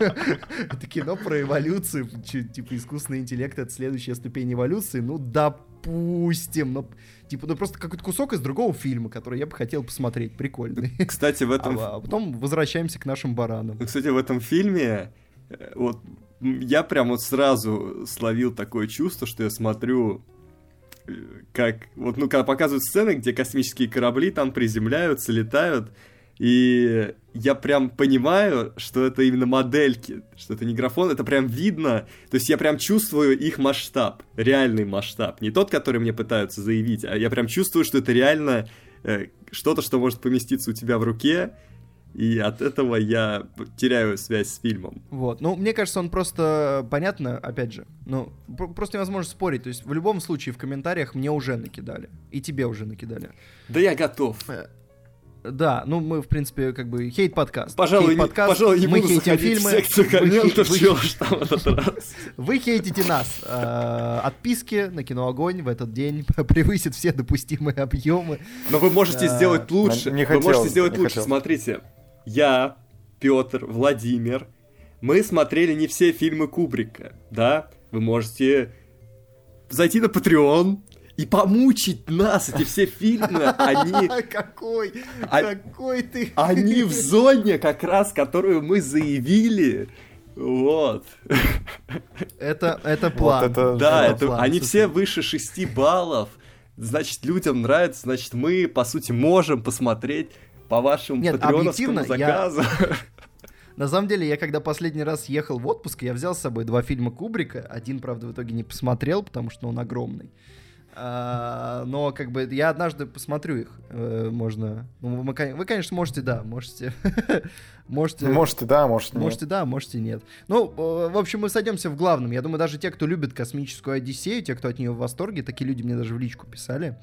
Это кино про эволюцию, типа искусственный интеллект — это следующая ступень эволюции. Да допустим, но типа, ну просто какой-то кусок из другого фильма, который я бы хотел посмотреть, прикольный. Кстати, в этом... А потом возвращаемся к нашим баранам. Кстати, в этом фильме вот я прям вот сразу словил такое чувство, что я смотрю, как... Вот, ну, когда показывают сцены, где космические корабли там приземляются, летают, и я прям понимаю, что это именно модельки, что это не графон, это прям видно, то есть я прям чувствую их масштаб, реальный масштаб, не тот, который мне пытаются заявить, а я прям чувствую, что это реально что-то, что может поместиться у тебя в руке, и от этого я теряю связь с фильмом. Вот, ну, мне кажется, он просто, понятно, опять же, ну, просто невозможно спорить, то есть в любом случае в комментариях мне уже накидали, и тебе уже накидали. Да я готов. Да, ну мы, в принципе, как бы хейт-подкаст. Пожалуй, хейт-подкаст, не мы буду хейтим заходить фильмы. в секцию комментов, чего ж там в этот раз. Вы хейтите нас. Отписки на Киноогонь в этот день превысят все допустимые объемы. Но вы можете сделать лучше. Не Вы хотел, можете сделать не лучше. хотел. Смотрите, я, Петр, Владимир, мы смотрели не все фильмы Кубрика, да? Вы можете зайти на Patreon и помучить нас, эти все фильмы, они... Какой ты... Они в зоне как раз, которую мы заявили. Вот. Это план. Вот это- Да, Это план, они слушай. все выше 6 баллов. Значит, людям нравится, значит, мы, по сути, можем посмотреть по вашему Нет, патреоновскому объективно, я- заказу. На самом деле, я когда последний раз ехал в отпуск, я взял с собой 2 фильма Кубрика. Один, правда, в итоге не посмотрел, потому что он огромный. Но как бы я однажды посмотрю их. Можно. Ну, вы, конечно, можете, да, можете. Можете. Можете, да, может, нет. Можете да, можете нет. Ну, в общем, мы сойдемся в главном. Я думаю, даже те, кто любит «Космическую Одиссею», те, кто от нее в восторге, такие люди мне даже в личку писали.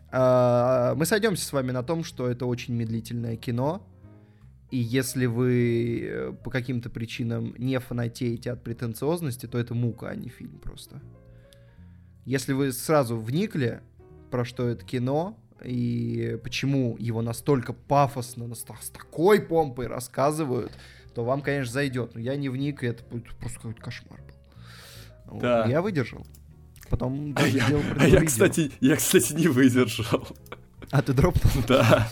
Мы сойдемся с вами на том, что это очень медлительное кино. И если вы по каким-то причинам не фанатеете от претенциозности, то это мука, а не фильм просто. Если вы сразу вникли, про что это кино, и почему его настолько пафосно, с такой помпой рассказывают, то вам, конечно, зайдет. Но я не вник, и это будет просто какой-то кошмар был. Вот. Да. Я выдержал. Потом А даже я, сделал а я, предварительно. кстати, не выдержал. А ты дропнул? Да.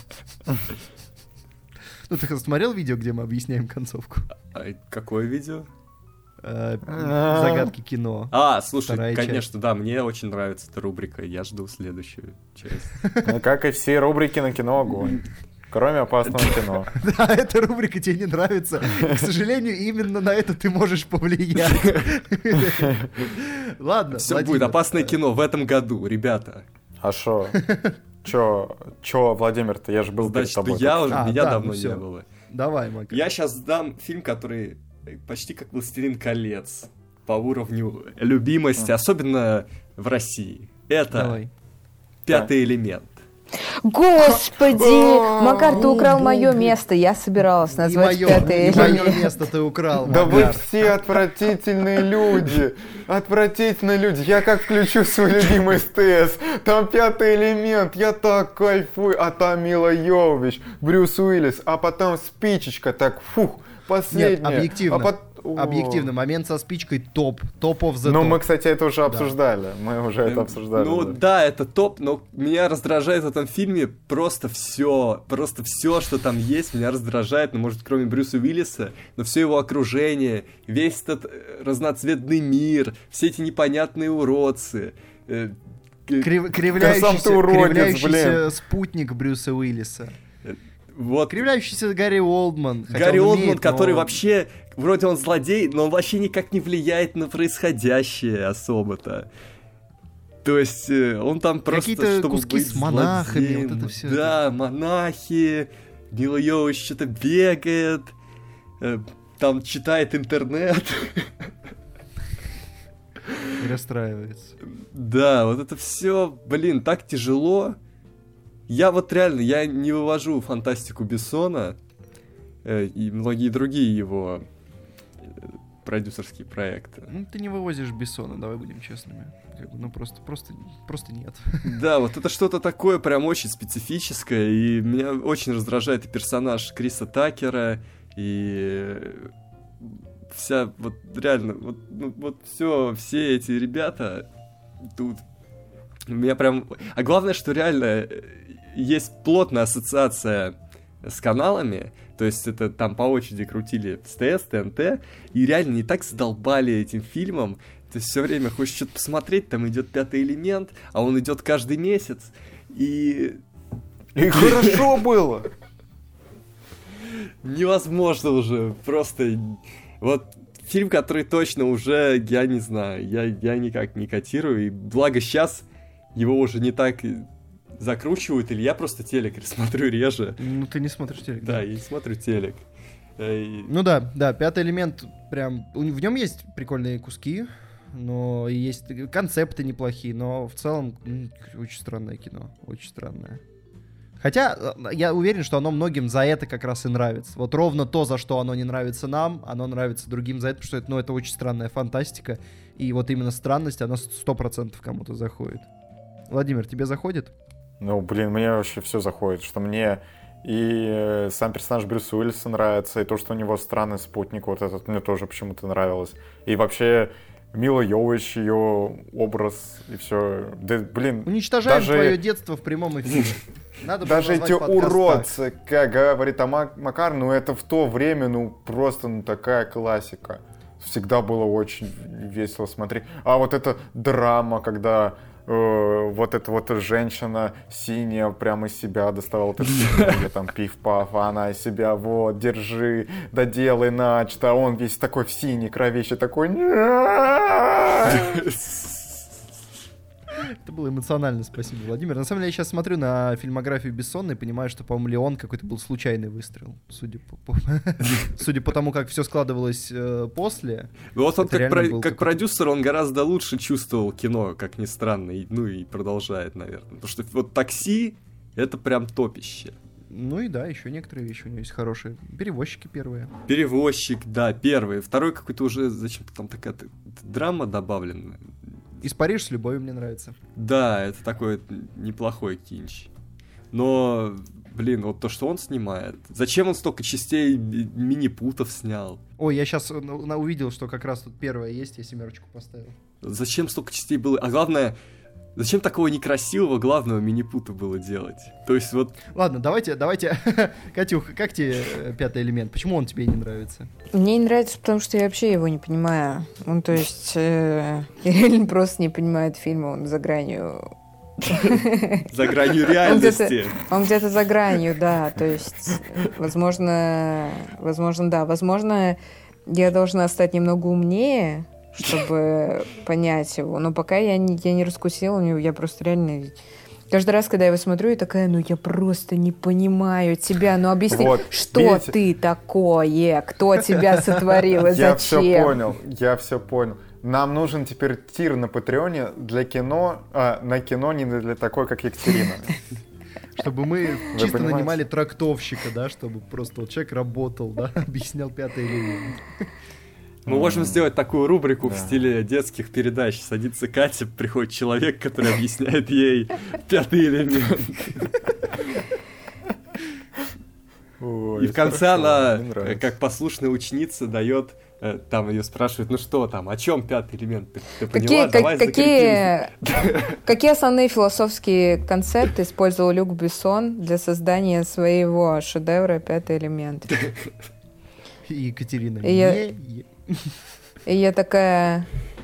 Ну, ты смотрел видео, где мы объясняем концовку? А какое видео? Загадки кино. Слушай, Вторая конечно, да, мне очень нравится эта рубрика, я жду следующую часть. Ну, как и все рубрики на кино огонь. Кроме опасного кино. Да, эта рубрика тебе не нравится. И, к сожалению, именно на это ты можешь повлиять. Ладно, Все Владимир. будет опасное кино в этом году, ребята. А шо? Чё, Владимир-то? Я же был перед Значит, тобой. я уже, меня да, давно ну не всё. было. Давай, Макар. Я сейчас дам фильм, который почти как «Властелин колец» по уровню любимости, особенно в России. Это Давай. «Пятый элемент». Господи! Макар, ты украл мое место. Я собиралась назвать пятый мое элемент. место ты украл, Да вы Макар. все отвратительные люди. Отвратительные люди. Я как включу свой любимый СТС. Там «Пятый элемент». Я так кайфую. А там Мила Йовович, Брюс Уиллис. А потом спичечка. Так, фух, последняя. Нет, объективно. А О. Объективно, момент со спичкой топ of the Ну, top. мы, кстати, это уже обсуждали. Мы уже это обсуждали. Ну да, это топ, но меня раздражает в этом фильме просто все, что там есть, меня раздражает, ну, может, кроме Брюса Уиллиса, но все его окружение, весь этот разноцветный мир, все эти непонятные уродцы. Сам ты уродец, Кривляющийся спутник Брюса Уиллиса. Вот. Кривляющийся Гарри Олдман. хотя Гарри он Олдман, умеет, который но- вообще, вроде он злодей, но он вообще никак не влияет на происходящее особо-то. То есть он там просто, Какие-то чтобы куски быть с монахами, злодеем. вот это всё. Да, монахи, Мила Йовович что-то бегает, там читает интернет. И расстраивается. Да, вот это все, блин, так тяжело. Я вот реально, я не вывожу фантастику Бессона и многие другие его продюсерские проекты. Ну, ты не вывозишь Бессона, давай будем честными. Как бы, ну, просто нет. Да, вот это что-то такое прям очень специфическое, и меня очень раздражает и персонаж Криса Такера, и вся, вот реально, вот все эти ребята тут У меня прям... А главное, что реально есть плотная ассоциация с каналами, то есть это там по очереди крутили СТС, ТНТ, и реально не так задолбали этим фильмом. То есть все время хочешь что-то посмотреть, там идет «Пятый элемент», а он идет каждый месяц, и хорошо было! Невозможно уже, просто... Вот фильм, который точно уже, я не знаю, я никак не котирую, и благо сейчас его уже не так закручивают, или я просто телек смотрю реже. Ну, ты не смотришь телек. Да, я не смотрю телек. Ну да, «Пятый элемент», прям... В нем есть прикольные куски, но и есть концепты неплохие, но в целом очень странное кино, очень странное. Хотя я уверен, что оно многим за это как раз и нравится. Вот ровно то, за что оно не нравится нам, оно нравится другим за это, потому что это очень странная фантастика. И вот именно странность, она 100% кому-то заходит. Владимир, тебе заходит? Ну, блин, мне вообще все заходит, что мне и сам персонаж Брюса Уиллиса нравится, и то, что у него странный спутник вот этот, мне тоже почему-то нравилось. И вообще Мила Йовович, ее образ и все. Да, блин, уничтожаем даже... твое детство в прямом эфире. Надо даже эти уродцы, как говорит Макар, ну это в то время, ну просто такая классика. Всегда было очень весело смотреть. А вот эта драма, когда вот эта вот женщина синяя прямо из себя доставала, там пиф-паф, а она из себя, вот, держи, доделай начато, а он весь такой в синей кровище, такой... Это было эмоционально, спасибо, Владимир. На самом деле, я сейчас смотрю на фильмографию Бессона и понимаю, что, по-моему, «Леон» какой-то был случайный выстрел, судя по тому, как все складывалось после. Вот он как продюсер, он гораздо лучше чувствовал кино, как ни странно, ну и продолжает, наверное. Потому что вот «Такси» — это прям топище. Ну и да, еще некоторые вещи у него есть хорошие. «Перевозчики» первые. «Перевозчик», да, первый. Второй какой-то уже зачем-то там такая драма добавлена. «Из Парижа с любовью» мне нравится. Да, это такой неплохой кинч. Но, блин, вот то, что он снимает... Зачем он столько частей мини-путов снял? Ой, я сейчас увидел, что как раз тут первое есть, я 7 поставил. Зачем столько частей было? А главное, зачем такого некрасивого главного мини-пута было делать? То есть вот... Ладно, давайте. Катюх, как тебе «Пятый элемент»? Почему он тебе не нравится? Мне не нравится, потому что я вообще его не понимаю. Он, то есть, я реально просто не понимаю фильма, он за гранью... За гранью реальности. Он где-то за гранью, да. То есть, возможно, да. Возможно, я должна стать немного умнее, чтобы понять его. Но пока я не раскусила, я просто реально... Каждый раз, когда я его смотрю, я такая, ну я просто не понимаю тебя. Ну объясни, вот, что видите? Ты такое? Кто тебя сотворил и зачем? Я все понял. Нам нужен теперь тир на Патреоне для кино, на кино не для такой, как Екатерина. Чтобы мы чисто нанимали трактовщика, да, чтобы просто вот человек работал, да, объяснял «Пятый элемент». Мы можем сделать такую рубрику в стиле детских передач. Садится Катя, приходит человек, который объясняет ей «Пятый элемент». И в конце она, как послушная ученица, дает, там ее спрашивают, ну что там, о чем «Пятый элемент»? Ты поняла? Давай закрепим. Какие основные философские концепты использовал Люк Бессон для создания своего шедевра «Пятый элемент»? И Екатерина. И я такая...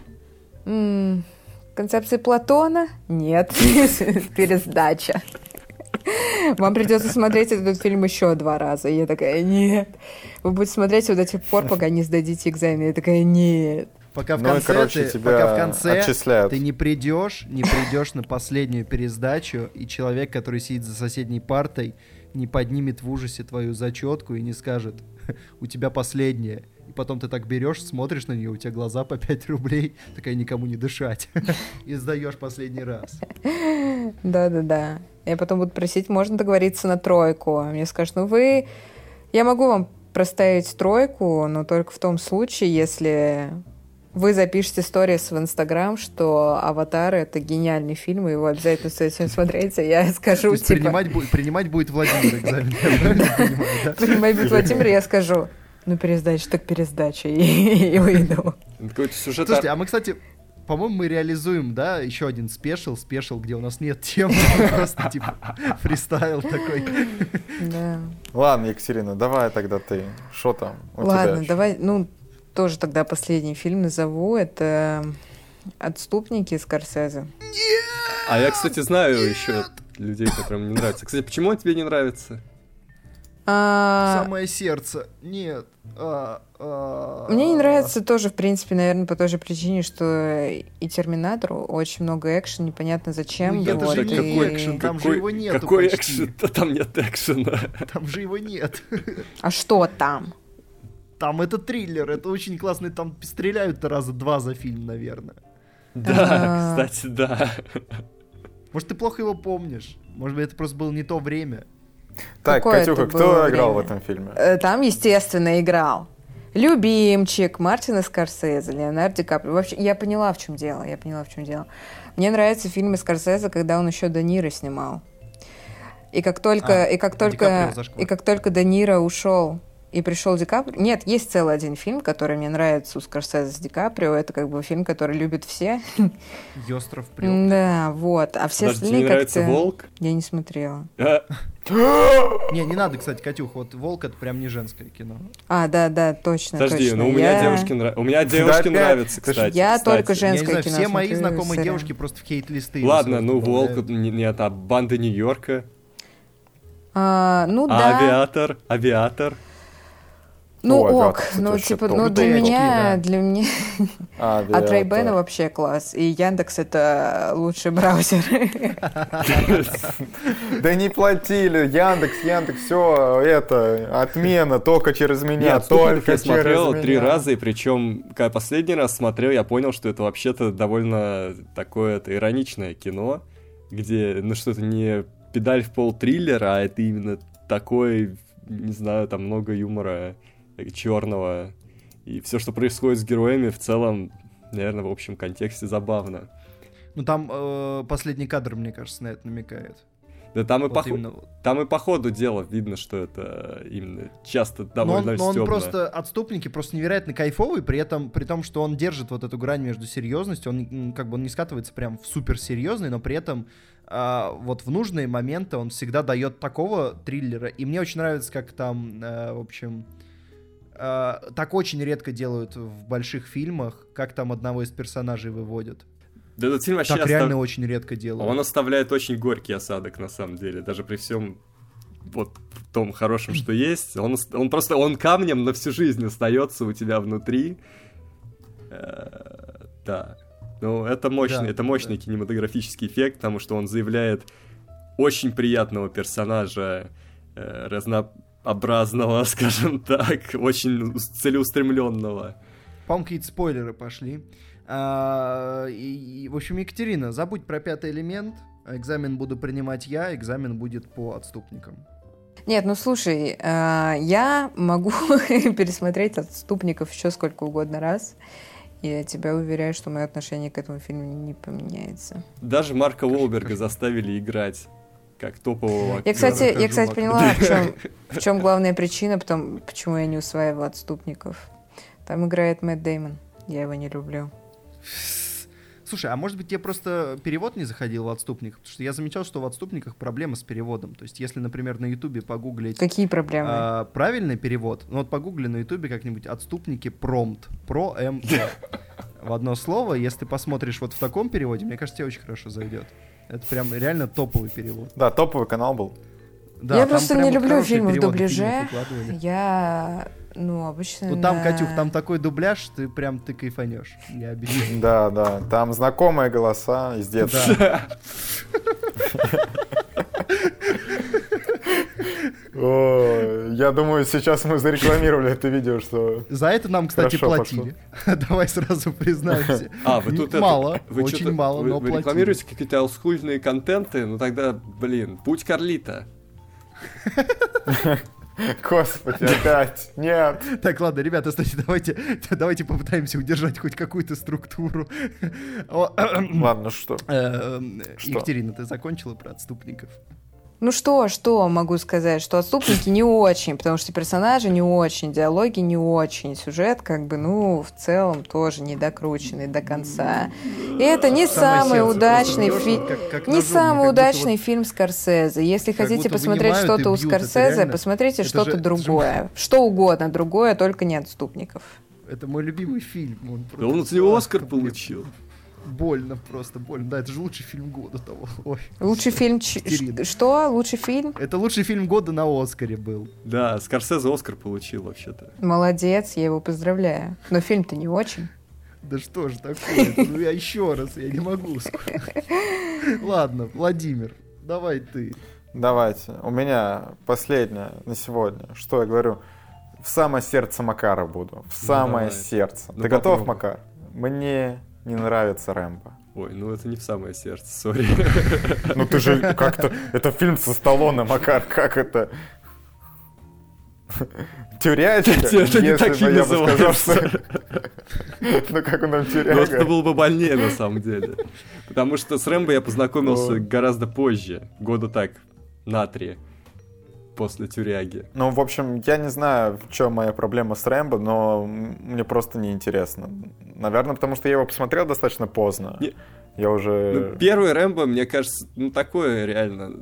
Концепции Платона? Нет. Пересдача. Вам придется смотреть этот фильм еще 2 раза. И я такая, нет. Вы будете смотреть его до тех пор, пока не сдадите экзамен. Я такая, нет. Пока в конце, ты не придешь на последнюю пересдачу, и человек, который сидит за соседней партой, не поднимет в ужасе твою зачетку и не скажет, у тебя последняя. И потом ты так берешь, смотришь на нее, у тебя глаза по 5 рублей, такая никому не дышать. И сдаешь последний раз. Да. Я потом буду просить, можно договориться на 3. Мне скажут, я могу вам проставить 3, но только в том случае, если вы запишете сторис в Инстаграм, что «Аватар» — это гениальный фильм, и его обязательно стоит смотреть, а я скажу, принимать будет Владимир экзамен, я правильно понимаю, да? Принимать будет Владимир, я скажу, пересдача, так пересдача, и уйду. Какой-то сюжет... Слушайте, а мы, кстати... по-моему, мы реализуем, да, еще один спешл, где у нас нет темы, просто, типа, фристайл такой. Да. Ладно, Екатерина, давай тогда ты. Что там у тебя? Ладно, давай, тоже тогда последний фильм назову. Это «Отступники» Скорсезе. А я, кстати, знаю еще людей, которым не нравится. Кстати, почему он тебе не нравится? Самое сердце. Нет. Мне не нравится тоже, в принципе, наверное, по той же причине, что и «Терминатору» очень много экшена, непонятно зачем. Ну, это вот, же не какой экшен, там же его нету Какой почти. экшен? Да там нет экшена. Там же его нет. А что там? Там это триллер, это очень классно, там стреляют-то раза 2 за фильм, наверное. Да, кстати, да. Может, ты плохо его помнишь? Может быть, это просто было не то время? Так, Какое Катюха, это кто было играл в время? этом фильме? Там, естественно, играл любимчик Мартина Скорсезе, Леонардо Ди Каприо. Вообще, я поняла, в чем дело. Мне нравятся фильмы Скорсезе, когда он еще Де Ниро снимал. И как только Де Ниро ушел и пришел Ди Каприо... Нет, есть целый один фильм, который мне нравится у Скорсезе с Ди Каприо. Это как бы фильм, который любят все. Ёстров прёт. Да, вот. А все Подожди, тебе не остальные нравится как-то... «Волк»? Я не смотрела. Не надо, кстати, Катюх, вот «Волк» — это прям не женское кино. Да, точно. Подожди, точно. у меня девушки опять? нравятся, кстати. Я кстати. только Я не женское знаю, кино все мои смотрю, знакомые сорян. девушки просто в хейт-листы. Ладно, его «Волк», добавляют. нет, а «Банда Нью-Йорка», Да. «Авиатор». О, Ок, «Авиатор», кстати, вообще типа, топ. для Да. меня от Ray-Ban вообще класс. И Яндекс — это лучший браузер. Да не платили, Яндекс, все, это, отмена, только через меня, Нет, только я через смотрел меня. 3 раза, и причем, когда последний раз смотрел, я понял, что это вообще-то довольно такое-то ироничное кино, где, что это не педаль в пол триллера, а это именно такой, не знаю, там много юмора черного, и все, что происходит с героями, в целом, наверное, в общем контексте забавно. Ну там последний кадр, мне кажется, на это намекает. Да там и, Вот именно. там и по ходу дела видно, что это именно часто довольно Но он стёбно. просто, «Отступники» просто невероятно кайфовый, при том, что он держит вот эту грань между серьезностью, он как бы он не скатывается прям в суперсерьезный, но при этом вот в нужные моменты он всегда дает такого триллера, и мне очень нравится, как там, в общем, так очень редко делают в больших фильмах, как там одного из персонажей выводят. Да этот фильм вообще Так реально очень редко делают. Он оставляет очень горький осадок, на самом деле, даже при всем вот том хорошем, что есть. Он камнем на всю жизнь остается у тебя внутри. Да. Ну, это мощный кинематографический эффект, потому что он заявляет очень приятного персонажа, разнообразного, скажем так, очень целеустремленного. По-моему, какие-то спойлеры пошли. В общем, Екатерина, забудь про 5-й элемент. Экзамен буду принимать я, экзамен будет по «Отступникам». Нет, слушай, я могу пересмотреть «Отступников» еще сколько угодно раз. И я тебя уверяю, что мое отношение к этому фильму не поменяется. Даже Марка Уолберга заставили играть как топового актера. Я, кстати, поняла, в чем главная причина, почему я не усваиваю «Отступников». Там играет Мэтт Дэймон. Я его не люблю. Слушай, а может быть тебе просто перевод не заходил в «Отступниках»? Потому что я замечал, что в «Отступниках» проблема с переводом. То есть если, например, на Ютубе погуглить... Какие проблемы? Правильный перевод, вот погугли на Ютубе как-нибудь «Отступники промпт», в одно слово, если посмотришь вот в таком переводе, мне кажется, тебе очень хорошо зайдет. Это прям реально топовый перевод. Да, топовый канал был. Да, я там просто прям не вот люблю хорошие фильмы в переводы дубляже. фильмов выкладывали. Я, обычно... Ну там, Катюх, там такой дубляж, ты кайфанешь. Я обещаю. Да, там знакомые голоса из детства. Я думаю, сейчас мы зарекламировали это видео, что... За это нам, кстати, Хорошо платили. Давай сразу признаемся. Вы тут мало, вы очень что-то- мало, но Вы платили. рекламируете какие-то олдскульные контенты, ну тогда, путь Карлита. Господи, опять. Нет. Так, ладно, ребята, кстати, давайте попытаемся удержать хоть какую-то структуру. Ладно, что? Екатерина, ты закончила про «Отступников»? Ну что могу сказать? Что «Отступники» не очень, потому что персонажи не очень, диалоги не очень, сюжет в целом тоже не докрученный до конца. И это не самый удачный фильм, не самый удачный фильм Скорсезе. Если хотите посмотреть что-то у Скорсезе, посмотрите что-то другое. Что угодно другое, только не «Отступников». Это мой любимый фильм. Он от него Оскар получил. Больно, просто больно. Да, это же лучший фильм года того. Ой. Лучший фильм... Что? Лучший фильм? Это лучший фильм года на Оскаре был. Да, Скорсезе Оскар получил вообще-то. Молодец, я его поздравляю. Но фильм-то не очень. Да что же такое? Ну я еще раз, я не могу. Ладно, Владимир, давай ты. Давайте. У меня последнее на сегодня. Что я говорю? В самое сердце Макара буду. В самое сердце. Ты готов, Макар? Мне не нравится Рэмбо. Ой, ну это не в самое сердце, сори. Ну ты же как-то... Это фильм со Сталлоне, Макар, как это? Тюрячка? Это не так фильм называется. Ну как он там тюряга? Ну это было бы больнее на самом деле. Потому что с Рэмбо я познакомился гораздо позже. Года так, на 3. После тюряги. Ну, в общем, я не знаю, в чем моя проблема с Рэмбо, но мне просто неинтересно. Наверное, потому что я его посмотрел достаточно поздно. Я уже... Ну, первый Рэмбо, мне кажется, такое реально...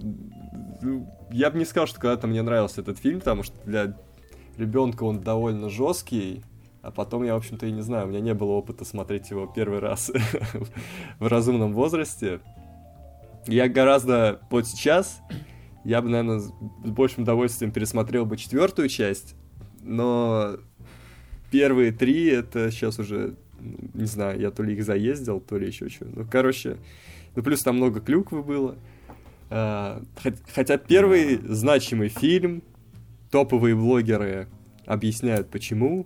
Я бы не сказал, что когда-то мне нравился этот фильм, потому что для ребенка он довольно жесткий, а потом я, в общем-то, и не знаю, у меня не было опыта смотреть его первый раз в разумном возрасте. Я гораздо... Вот сейчас... Я бы, наверное, с большим удовольствием пересмотрел бы 4-ю часть, но первые 3 это сейчас уже, не знаю, я то ли их заездил, то ли еще что. Ну, короче, плюс там много клюквы было. Хотя первый значимый фильм, топовые блогеры объясняют почему.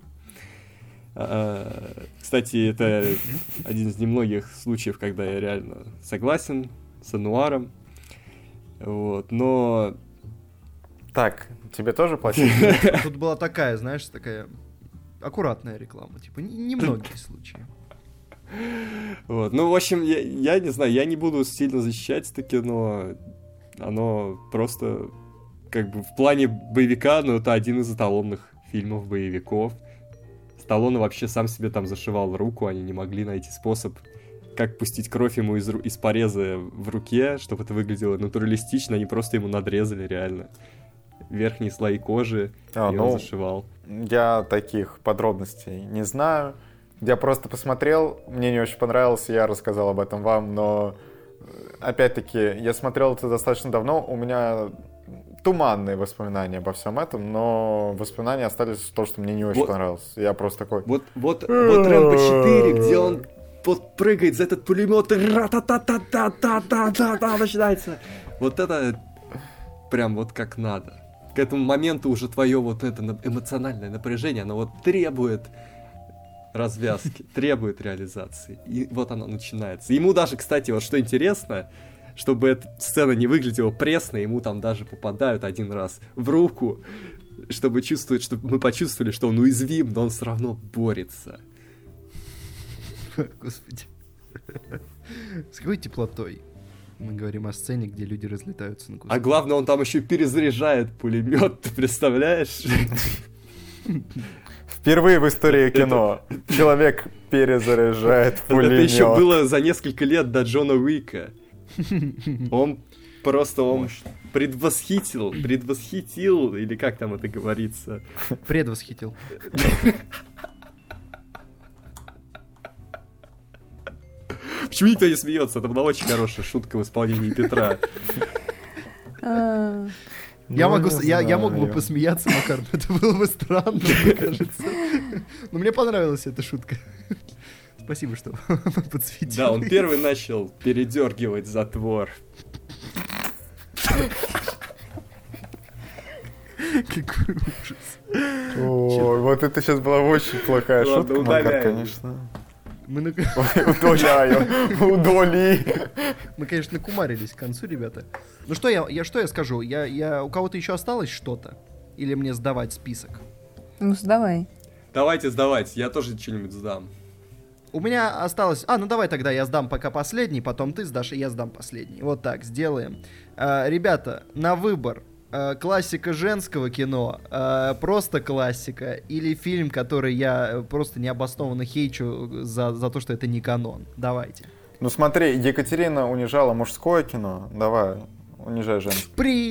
Кстати, это один из немногих случаев, когда я реально согласен с Ануаром. Вот, но... Так, тебе тоже платили? Тут была такая, знаешь, такая аккуратная реклама, типа, немногие случаи. Вот, ну, в общем, я не знаю, я не буду сильно защищать это кино, оно просто, как бы, в плане боевика, ну, это один из эталонных фильмов боевиков. Сталлоне вообще сам себе там зашивал руку, они не могли найти способ... как пустить кровь ему из пореза в руке, чтобы это выглядело натуралистично, они просто ему надрезали реально верхние слои кожи, и он зашивал. Я таких подробностей не знаю. Я просто посмотрел, мне не очень понравилось, я рассказал об этом вам, но опять-таки я смотрел это достаточно давно, у меня туманные воспоминания обо всем этом, но воспоминания остались в том, что мне не очень понравилось. Я просто такой... Вот Рэмбо 4, где он вот прыгает за этот пулемет, ра-та-та-та-та-та-та-та-та начинается. Вот это прям вот как надо. К этому моменту уже твое вот это эмоциональное напряжение, оно вот требует развязки, требует реализации. И вот оно начинается. Ему даже, кстати, вот что интересно, чтобы эта сцена не выглядела пресно, ему там даже попадают один раз в руку, чтобы мы почувствовали, что он уязвим, но он все равно борется. Господи. С какой теплотой мы говорим о сцене, где люди разлетаются на куски. А главное, он там еще перезаряжает пулемет, ты представляешь? Впервые в истории кино человек перезаряжает пулемет. Это еще было за несколько лет до Джона Уика. Он предвосхитил, или как там это говорится? Предвосхитил. Почему никто не смеется? Это была очень хорошая шутка в исполнении Петра. Я мог бы посмеяться, Макар, но это было бы странно, мне кажется. Но мне понравилась эта шутка. Спасибо, что подсветил. Да, он первый начал передергивать затвор. Какой ужас. Ой, вот это сейчас была очень плохая шутка, Макар, конечно. Удали. Мы, конечно, накумарились к концу, ребята. Ну что я скажу? У кого-то еще осталось что-то? Или мне сдавать список? Ну, сдавай. Давайте сдавать, я тоже что-нибудь сдам. У меня осталось... ну давай тогда я сдам пока последний, потом ты сдашь, и я сдам последний. Вот так, сделаем. Ребята, на выбор. Классика женского кино, просто классика, или фильм, который я просто необоснованно хейчу за то, что это не канон. Давайте. Ну смотри, Екатерина унижала мужское кино. Давай, унижай женское.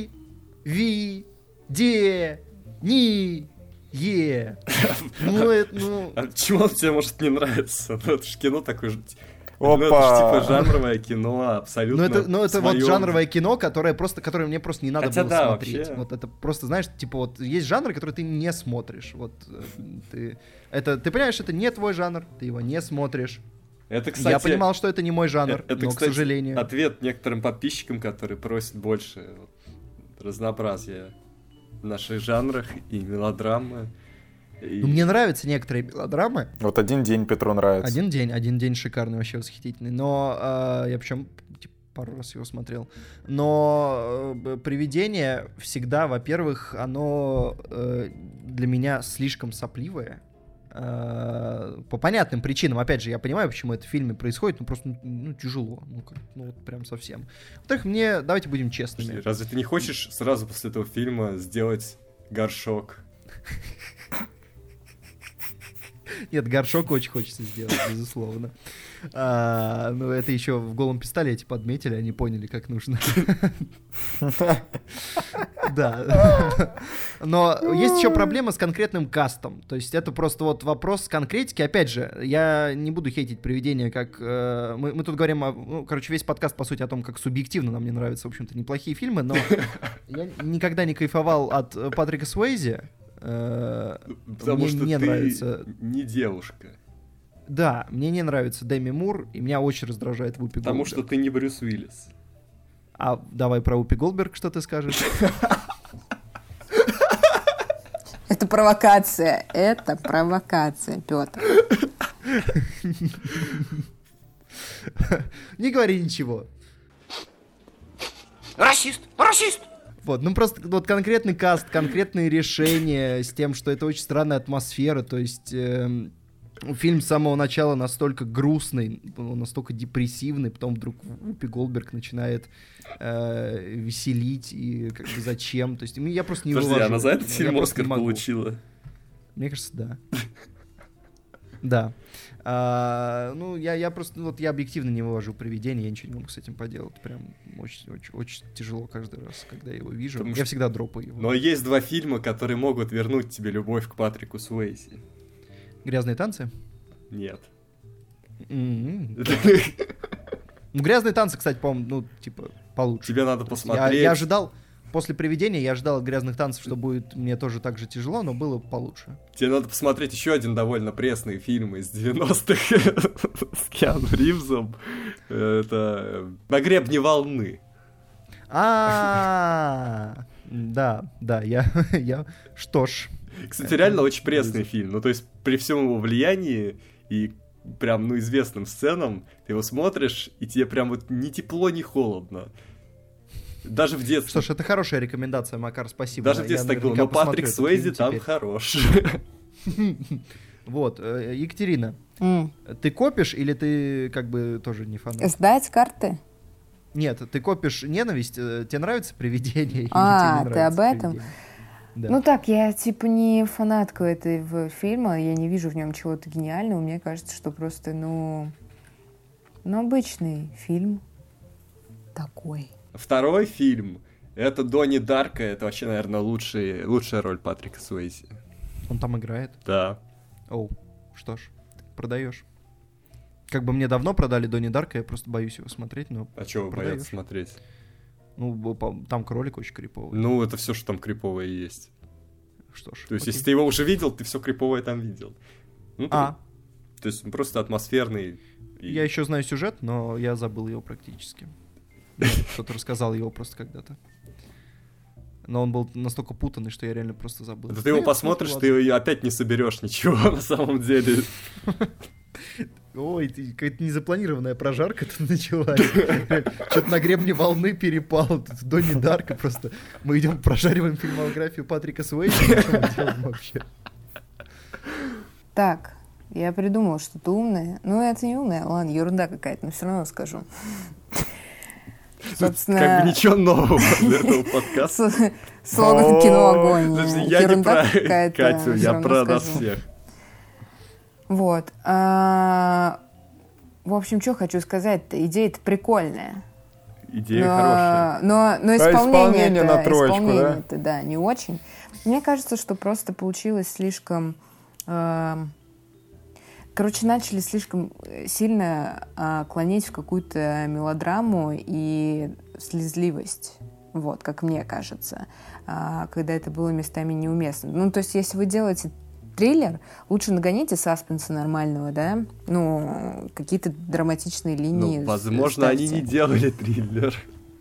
Привидение. А чего он тебе может не нравиться? Ну, это же кино такое же... Опа! Ну, это же типа жанровое кино, абсолютно. Это вот жанровое кино, которое мне просто не надо было смотреть. Вообще. Вот это просто, знаешь, типа вот есть жанры, которые ты не смотришь. Вот ты понимаешь, это не твой жанр, ты его не смотришь. Это, кстати, я понимал, что это не мой жанр, это, но, кстати, к сожалению. Ответ некоторым подписчикам, которые просят больше разнообразия в наших жанрах и мелодрамы. Ну, мне нравятся некоторые мелодрамы. Вот «Один день» Петру нравится. Один день шикарный, вообще восхитительный. Но я причем пару раз его смотрел. Но «Привидение» всегда, во-первых, оно для меня слишком сопливое. По понятным причинам. Опять же, я понимаю, почему это в фильме происходит, но просто тяжело. Вот прям совсем. Во-вторых, давайте будем честными. Разве ты не хочешь сразу после этого фильма сделать горшок? Нет, горшок очень хочется сделать, безусловно. Это еще в «Голом пистолете» подметили, они поняли, как нужно. Да. Но есть еще проблема с конкретным кастом. То есть это просто вот вопрос конкретики. Опять же, я не буду хейтить «Привидение», как... Мы тут говорим, весь подкаст, по сути, о том, как субъективно нам не нравятся, в общем-то, неплохие фильмы, но я никогда не кайфовал от Патрика Суэйзи. Потому мне что не ты нравится... не девушка. Да, мне не нравится Деми Мур, и меня очень раздражает Вупи Голдберг. Потому что ты не Брюс Уиллис. А давай про Вупи Голдберг что ты скажешь? Это провокация, Петр. Не говори ничего. Расист! Вот, просто вот конкретный каст, конкретные решения с тем, что это очень странная атмосфера, то есть фильм с самого начала настолько грустный, настолько депрессивный, потом вдруг Вупи Голдберг начинает веселить, и как бы зачем, то есть я просто не Подожди, вывожу. она за этот фильм Оскар не получила? Мне кажется, да. Да. Я просто, я объективно не вывожу «Привидение», я ничего не могу с этим поделать. Прям очень тяжело каждый раз, когда я его вижу. Я всегда дропаю его. Но есть два фильма, которые могут вернуть тебе любовь к Патрику Суэйзи. «Грязные танцы»? Нет. «Грязные танцы», кстати, по-моему, получше. Тебе надо посмотреть. Я ожидал, после «Привидения» я ожидал от «Грязных танцев», что будет мне тоже так же тяжело, но было получше. Тебе надо посмотреть еще один довольно пресный фильм из 90-х с Киану Ривзом. Это «На гребне волны». Да, я... Что ж. Кстати, реально очень пресный фильм. То есть, при всем его влиянии и прям, известным сценам, ты его смотришь, и тебе прям вот ни тепло, ни холодно. Даже в детстве. Что ж, это хорошая рекомендация, Макар, спасибо. Даже в детстве так было, но Патрик Суэйзи там хорош. Вот, Екатерина, ты копишь или ты как бы тоже не фанат? Сдать карты? Нет, ты копишь ненависть, тебе нравится «Привидение»? Ты об этом? Да. Я не фанатка этого фильма, я не вижу в нем чего-то гениального, мне кажется, что просто, обычный фильм такой. Второй фильм — это Донни Дарко, это вообще, наверное, лучшая роль Патрика Суэйзи. Он там играет? Да. Что ж, продаешь. Как бы мне давно продали Донни Дарко, я просто боюсь его смотреть, но А чего вы боятся смотреть? Там кролик очень криповый. Это все, что там криповое есть. Что ж. То есть, если ты его уже видел, ты все криповое там видел. То есть, он просто атмосферный. Я еще знаю сюжет, но я забыл его практически. Кто-то рассказал его просто когда-то. Но он был настолько путанный, что я реально просто забыл. Да ты его посмотришь, ты опять не соберешь ничего на самом деле. Ой, какая-то незапланированная прожарка тут началась. Что-то на гребне волны перепал. Тут Донни Дарко просто. Мы идем, прожариваем фильмографию Патрика Суэйзи. Что мы делаем вообще? Так, Я придумала что-то умное. Ну, это не умное, ладно, ерунда какая-то, но все равно скажу. Собственно... Как бы ничего нового для этого подкаста. Слоган «Кино огонь». Я не про Катю, я про нас всех. Вот. В общем, что хочу сказать-то. Идея-то прикольная. Идея хорошая. Но исполнение на троечку, да? Исполнение-то, да, не очень. Мне кажется, что просто получилось слишком... Короче, начали слишком сильно клонить в какую-то мелодраму и слезливость. Вот, как мне кажется. Когда это было местами неуместно. Ну, то есть, если вы делаете триллер, лучше нагоните саспенса нормального, да? Ну, какие-то драматичные линии. Ну, возможно, ставьте. они не делали триллер.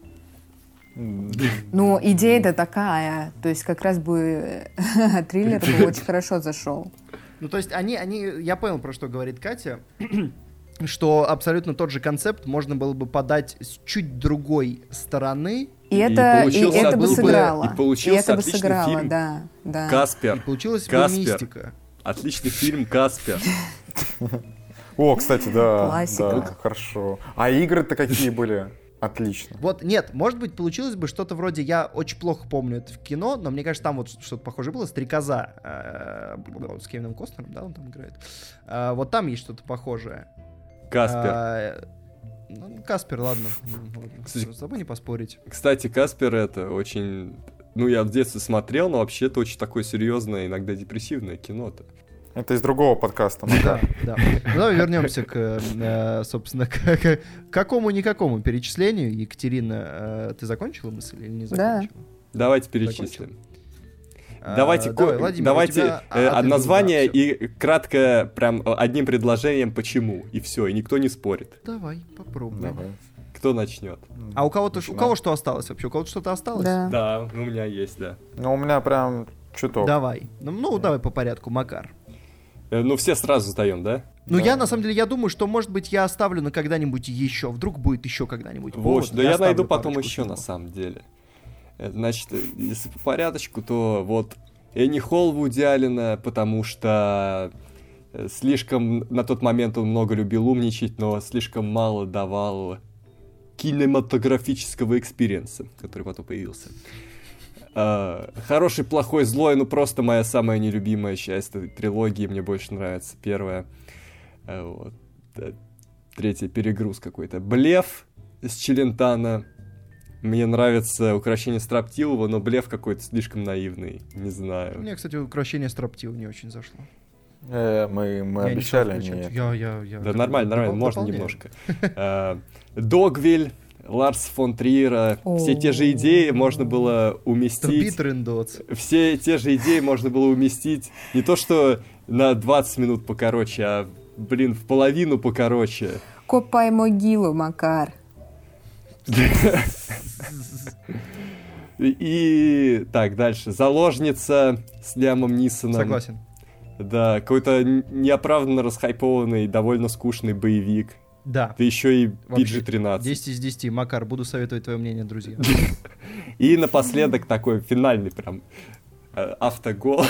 Ну, идея-то такая. То есть, как раз бы триллер бы очень хорошо зашел. Ну, то есть я понял, про что говорит Катя, что абсолютно тот же концепт можно было бы подать с чуть другой стороны. И это бы был сыграло. И получился бы отличный сыграло, фильм да. «Каспер». И получилась бы Каспер. мистика. Отличный фильм «Каспер». О, кстати, да. Классика. Да, хорошо. А игры-то какие были? Отлично. Вот, нет, может быть, получилось бы что-то вроде, я очень плохо помню это в кино, но мне кажется, там вот что-то похожее было, «Стрекоза» с Кевином Костнером, да, он там играет. Вот там есть что-то похожее. «Каспер». Каспер, ладно. Кстати, С тобой не поспорить. Кстати, «Каспер» — это очень... Ну, я в детстве смотрел, но вообще это очень такое серьезное, иногда депрессивное кино-то. Это из другого подкаста. Да. Ну, давай вернемся собственно, к какому-никакому перечислению. Екатерина, ты закончила мысль или не закончила? Давайте перечислим. Давайте Владимир, у тебя название атрибут, и кратко, прям одним предложением почему, и все, и никто не спорит. Давай, попробуем. Давай. Кто начнет? А у кого что осталось вообще? У кого-то что-то осталось? Да. Да, у меня есть, да. Ну, у меня прям чуток. Давай. Ну, давай по порядку, Макар. Ну, все сразу сдаем, да? Ну, Да. я, на самом деле, я думаю, что, может быть, я оставлю на когда-нибудь еще. Вдруг будет еще когда-нибудь. Вот, повод, да я оставлю найду потом парочку еще, на фильмов. самом деле. Значит, если по порядочку, то вот Энни Холл Вуди Аллена, потому что слишком на тот момент он много любил умничать, но слишком мало давал кинематографического экспириенса, который потом появился. Хороший, плохой, злой, ну просто моя самая нелюбимая часть этой трилогии, мне больше нравится первая. Вот. Третья перегруз какой-то. Блеф с Челентано. Мне нравится «Укрощение строптивого», но блеф какой-то слишком наивный, не знаю. Мне, кстати, «Укрощение строптивого» не очень зашло. Мы обещали, нет. Да нормально, можно немножко. Догвиль, Ларс фон Триера, все те же идеи можно было уместить. Все те же идеи можно было уместить не то что на 20 минут покороче, а, в половину покороче. Копай могилу, Макар. И так, дальше. «Заложница» с Лиамом Нисоном. Согласен. Да, какой-то неоправданно расхайпованный, довольно скучный боевик. Да. Да еще и Вообще, PG-13. 10 из 10. Макар, буду советовать твое мнение, друзья. И напоследок такой финальный прям автогол,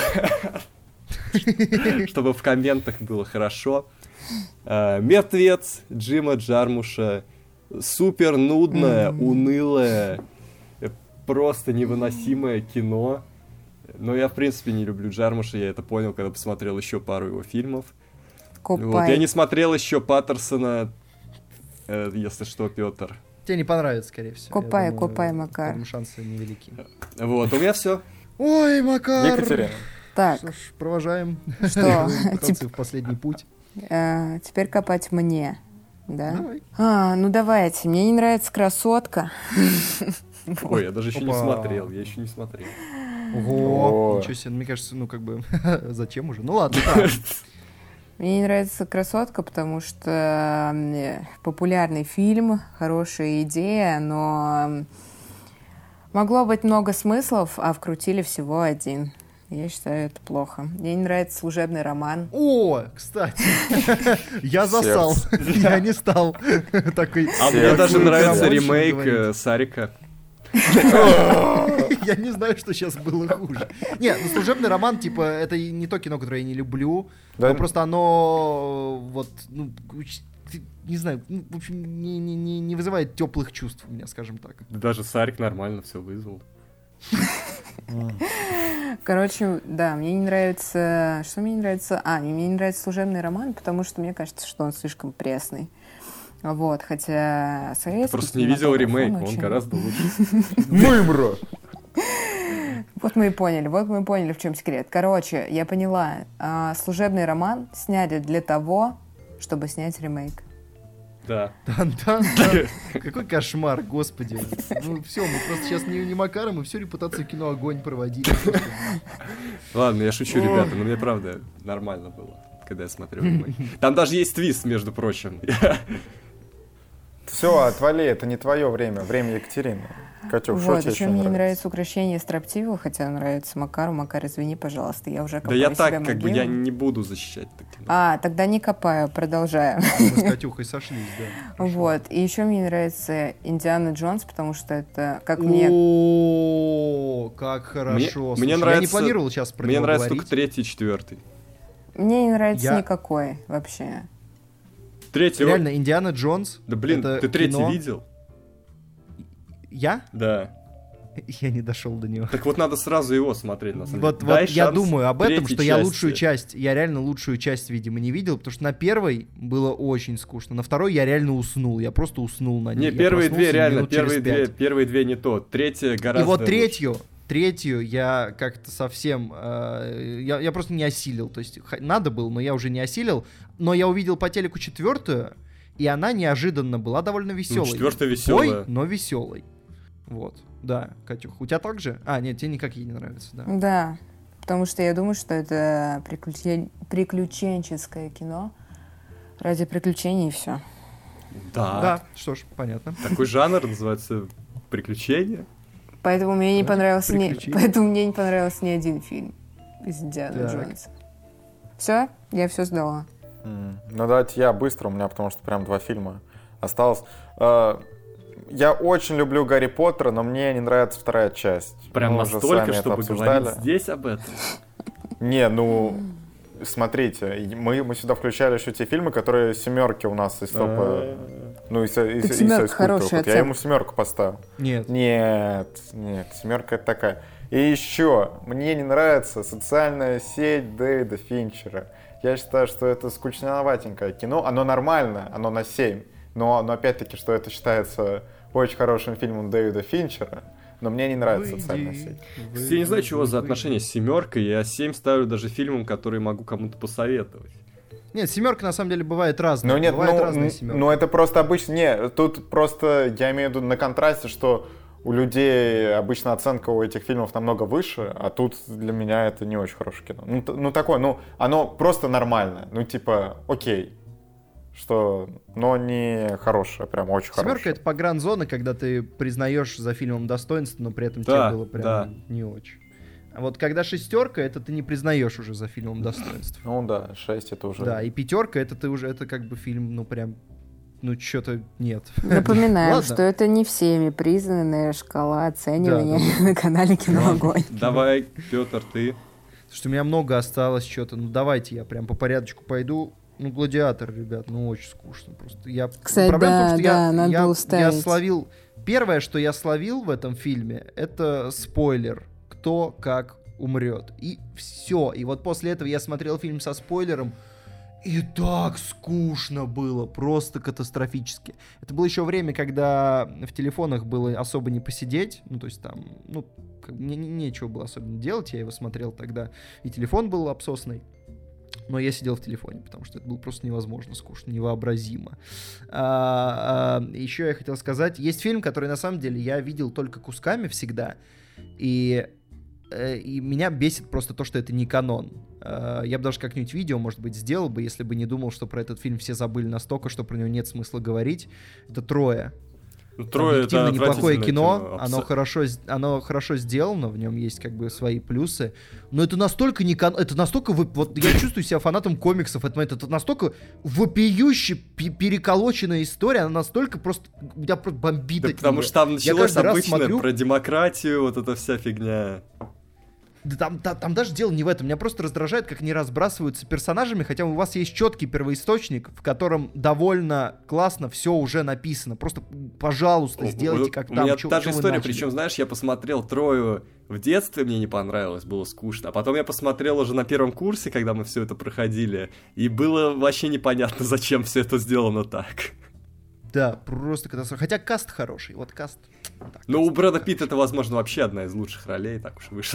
чтобы в комментах было хорошо. «Мертвец» Джима Джармуша. Супер нудное, унылое, просто невыносимое кино. Но я, в принципе, не люблю Джармуша, я это понял, когда посмотрел еще пару его фильмов. Копай. Вот, я не смотрел еще Паттерсона, если что, Петр. Тебе не понравится, скорее всего. Копай, Макар. Поэтому шансы невелики. Вот, у меня все. Ой, Макар! Екатерина. Так, Что ж, провожаем. Что? Пытался в последний путь. теперь копать мне. Да? Давай. Ну давайте. Мне не нравится «Красотка». Ой, я даже еще не Опа. смотрел, Ого, Ой. ничего себе, мне кажется, зачем уже? Ну ладно, да. Мне не нравится «Красотка», потому что популярный фильм, хорошая идея, но могло быть много смыслов, а вкрутили всего один. Я считаю, это плохо. Мне не нравится «Служебный роман». О, кстати, я засал. Я не стал такой... А мне даже прям нравится очень ремейк говорить. Сарика. Я не знаю, что сейчас было хуже. Нет, ну «Служебный роман», типа, это не то кино, которое я не люблю, но просто оно вот, ну, не знаю, ну, в общем, не вызывает теплых чувств у меня, скажем так. Даже Сарик нормально все вызвал. Короче, да, мне не нравится... Что мне не нравится? Мне не нравится «Служебный роман», потому что мне кажется, что он слишком пресный. Вот, хотя советский... Ты просто не видел ремейк, он гораздо лучше. Мымра! Вот мы и поняли, в чем секрет. Короче, я поняла, «Служебный роман» сняли для того, чтобы снять ремейк. Да. Да. Какой кошмар, господи. Ну все, мы просто сейчас не Макаром, и всю репутацию кино «Огонь» проводили. Ладно, я шучу, ребята, но мне правда нормально было, когда я смотрел ремейк. Там даже есть твист, между прочим. Все, отвали, это не твое время Екатерины. Катюх, что Вот, тебе еще еще мне не нравится? нравится «Укрощение строптивого», хотя нравится Макару. Макар, извини, пожалуйста, я уже Да копаю я себе так, как бы, могилу. я не буду защищать это кино. Тогда не копаю, продолжаю. Мы с Катюхой сошлись, да. Вот, и еще мне нравится «Индиана Джонс», потому что это, как мне... О, как хорошо. Мне Слушай, нравится... я не планировал сейчас про Мне него нравится говорить. только 3 и 4. Мне не нравится Я- никакой вообще. 3. Реально, «Индиана Джонс». Да блин, это ты 3 кино- видел? Я? Да. Я не дошел до него. Так вот надо сразу его смотреть, на самом деле. Вот Дай я шанс думаю об этом, третьей что я части. лучшую часть, я реально лучшую часть, видимо, не видел, потому что на первой было очень скучно, на второй я реально уснул, я просто уснул на ней. Не, Я первые проснулся две реально, минут через пять. первые две не то. Третья гораздо И вот лучше. третью я как-то совсем, я просто не осилил, то есть надо было, но я уже не осилил, но я увидел по телеку 4-ю, и она неожиданно была довольно веселой. 4-я веселая. Тупой, но веселой. Вот, да, Катюх, у тебя так же? Нет, тебе никак ей не нравится, да. Да, потому что я думаю, что это приключенческое кино. Ради приключений и все. Да, что ж, понятно. Такой жанр называется приключения. Поэтому мне не Да, понравился приключения. поэтому мне не понравился ни один фильм из «Индианы Так. Джонса». Все, я все сдала. Ну давайте я быстро, у меня потому что прям 2 фильма осталось. Я очень люблю Гарри Поттера, но мне не нравится 2-я часть. Прям Мы уже с настолько, вами это чтобы обсуждали. говорить здесь об этом. Не, ну, смотрите, мы сюда включали еще те фильмы, которые 7 у нас из топа. Ну, из Так из 7 из хорошая культовых. Вот я оценка. ему 7 поставил. Нет. Нет, 7 это такая. И еще, мне не нравится социальная сеть Дэвида Финчера. Я считаю, что это скучноватенькое кино. Оно нормальное, оно на 7. Но опять-таки, что это считается очень хорошим фильмом Дэвида Финчера. Но мне не нравится социальная сеть. Я не знаю, чего за отношения с 7, я 7 ставлю даже фильмом, который могу кому-то посоветовать. Нет, 7 на самом деле бывает разная. Ну нет, бывает разная 7. ну это просто обычно... Не, тут просто я имею в виду на контрасте, что у людей обычно оценка у этих фильмов намного выше, а тут для меня это не очень хорошее кино. Ну такое, ну оно просто нормальное, ну типа окей, что, но не хорошее, прям очень 7 хорошее. это погранзона, когда ты признаешь за фильмом достоинство, но при этом Да, тебе было прям да. не очень. А вот когда 6 это ты не признаешь уже за фильмом достоинство. Ну да, 6 это уже... Да, и 5 это ты уже, это как бы фильм, ну прям, ну что-то нет. Напоминаем, Ладно. что это не всеми признанная шкала оценивания Да, на канале «Кино Огонь». Давай, Петр, ты. Слушайте, у меня много осталось что-то. Ну давайте я прям по порядочку пойду. Ну, «Гладиатор», ребят, ну очень скучно просто. Кстати, Проблема в том, да, что да, надо я было ставить. словил... Первое, что я словил в этом фильме, это спойлер. Кто как умрет. И все. И вот после этого я смотрел фильм со спойлером, и так скучно было, просто катастрофически. Это было еще время, когда в телефонах было особо не посидеть, ну, то есть там, ну, как бы нечего было особенно делать, я его смотрел тогда, и телефон был обсосный. Но я сидел в телефоне, потому что это было просто невозможно скучно, невообразимо. Еще я хотел сказать, есть фильм, который на самом деле я видел только кусками всегда, и меня бесит просто то, что это не канон. Я бы даже как-нибудь видео, может быть, сделал бы, если бы не думал, что про этот фильм все забыли настолько, что про него нет смысла говорить. Это «Троя». Трое — это объективно неплохое отвратительное кино, оно хорошо сделано, в нем есть как бы свои плюсы, но это настолько это настолько вот я чувствую себя фанатом комиксов, это настолько вопиюще переколоченная история, она настолько просто меня просто бомбит. Да, от потому неё. что там началось обычно смотрю... про демократию, вот эта вся фигня. Да там даже дело не в этом. Меня просто раздражает, как они разбрасываются персонажами, хотя у вас есть четкий первоисточник, в котором довольно классно все уже написано. Просто, пожалуйста, сделайте как там. У меня та же история, причем, знаешь, я посмотрел Трою в детстве, мне не понравилось, было скучно. А потом я посмотрел уже на первом курсе, когда мы все это проходили, и было вообще непонятно, зачем все это сделано так. Да, просто катастрофа. Хотя каст хороший, вот каст. Но у Брэда Питта это, возможно, вообще одна из лучших ролей, так уж вышло.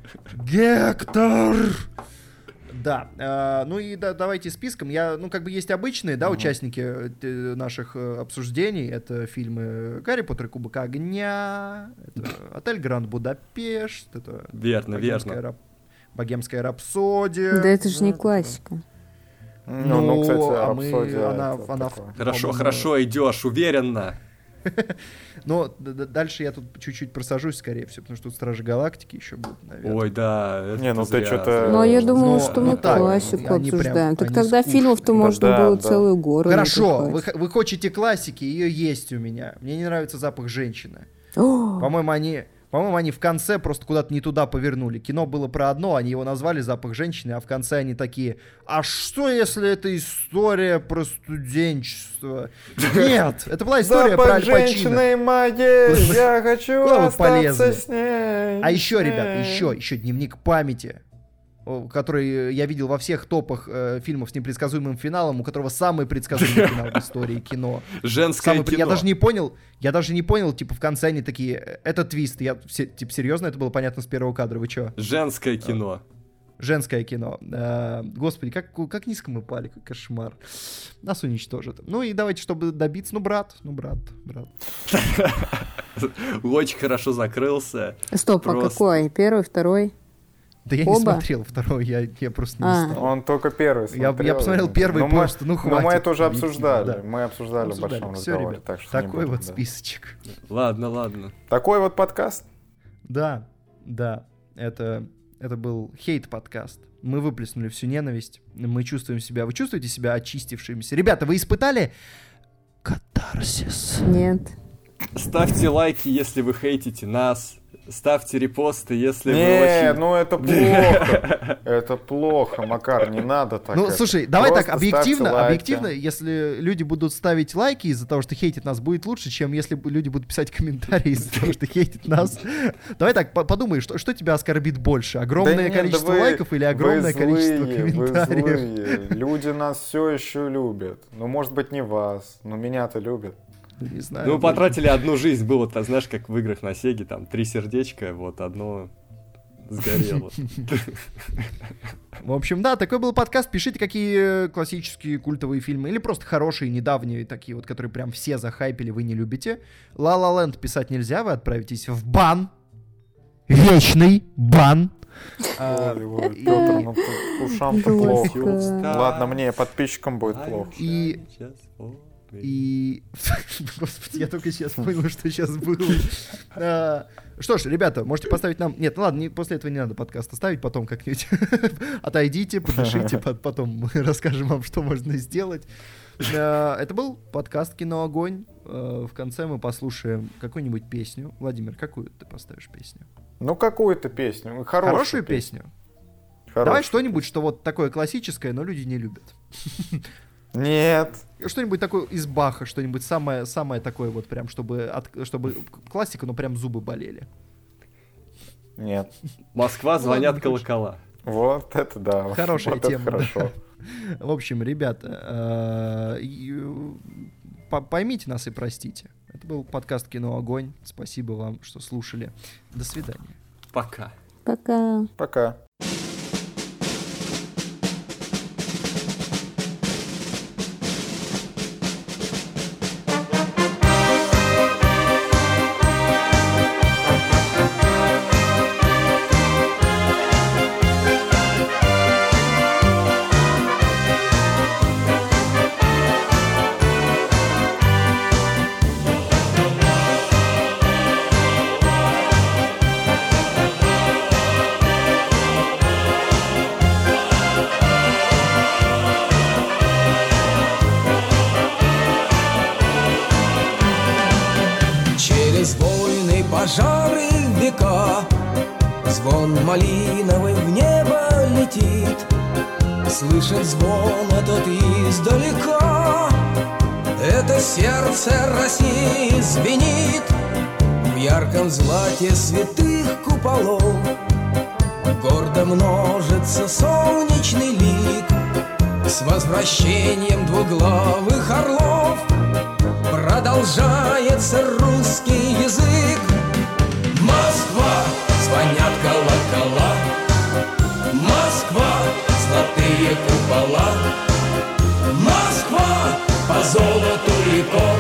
Гектор! Да, ну и давайте списком. Есть обычные, да, участники наших обсуждений. Это фильмы «Гарри Поттер и Кубок огня», это «Отель Гранд Будапешт», это верно. «Богемская рапсодия». Да это же не классика. Ну, кстати, она Хорошо идешь, уверенно. Но дальше я тут чуть-чуть просажусь, скорее всего, потому что тут «Стражи Галактики» еще будут, наверное. Ой, да. Не, ну ты что-то... Ну, я думала, что мы классику обсуждаем. Так тогда фильмов-то можно было целую гору. Хорошо, вы хотите классики, ее есть у меня. Мне не нравится запах женщины. По-моему, они в конце просто куда-то не туда повернули. Кино было про одно, они его назвали «Запах женщины», а в конце они такие: а что, если это история про студенчество? Нет, это была история про Аль Пачино. Запах женщины моей, я хочу остаться с ней. А еще, ребят, еще «Дневник памяти», который я видел во всех топах фильмов с непредсказуемым финалом, у которого самый предсказуемый финал в истории кино. Женское кино. Я даже не понял, типа, в конце они такие: это твист. Типа, серьезно, это было понятно с первого кадра, вы чё? Женское кино. Женское кино. Господи, как низко мы пали, какой кошмар. Нас уничтожат. Ну и давайте, чтобы добиться... брат. Очень хорошо закрылся. Стоп, а какой? Первый, второй? Да я не смотрел второй, я просто не стал. Он только первый смотрел. Я посмотрел первый просто, хватит. Но мы это уже обсуждали. Да. Мы обсуждали в большом разговоре. Ребят, так что такой вот списочек. Ладно. Такой вот подкаст? Да. Это был хейт-подкаст. Мы выплеснули всю ненависть. Мы чувствуем себя... Вы чувствуете себя очистившимися? Ребята, вы испытали катарсис? Нет. Ставьте лайки, если вы хейтите нас. Ставьте репосты, если вы очень... ну это плохо. Это плохо, Макар, не надо так. Ну, слушай, давай так, объективно, если люди будут ставить лайки из-за того, что хейтят нас, будет лучше, чем если люди будут писать комментарии из-за того, что хейтят нас. Давай так, подумай, что тебя оскорбит больше? Огромное количество лайков или огромное количество комментариев? Люди нас все еще любят. Ну, может быть, не вас, но меня-то любят. Не знаю. Ну, потратили одну жизнь, было, знаешь, как в играх на Сеге, там 3 сердечка, вот одно сгорело. В общем, да, такой был подкаст. Пишите, какие классические культовые фильмы, или просто хорошие, недавние, такие вот, которые прям все захайпили, вы не любите. La La Land писать нельзя, вы отправитесь в бан. Вечный бан. Петр, ну ушам-то плохо. Ладно, мне подписчикам будет плохо. И... Господи, я только сейчас понял, что сейчас было. Что ж, ребята, можете поставить нам... Нет, ну ладно, после этого не надо подкаста ставить, потом как-нибудь отойдите, подышите, потом мы расскажем вам, что можно сделать. Это был подкаст «Кино Огонь». В конце мы послушаем какую-нибудь песню. Владимир, какую ты поставишь песню? Ну, какую-то песню. Хорошую песню? Давай что-нибудь, что вот такое классическое, но люди не любят. Нет. Что-нибудь такое из Баха, что-нибудь самое такое вот прям, чтобы классика, но прям зубы болели. Нет. Москва, звонят колокола. Вот это да. Хорошая вот тема. Хорошо. В общем, ребята, поймите нас и простите. Это был подкаст «Кино Огонь». Спасибо вам, что слушали. До свидания. Пока. Пока. Звон малиновый в небо летит, слышит звон этот издалека. Это сердце России звенит в ярком злате святых куполов. Гордо множится солнечный лик с возвращением двуглавых орлов. Продолжается русский язык. Москва, звонят колокола. Москва, золотые купола. Москва, по золоту икон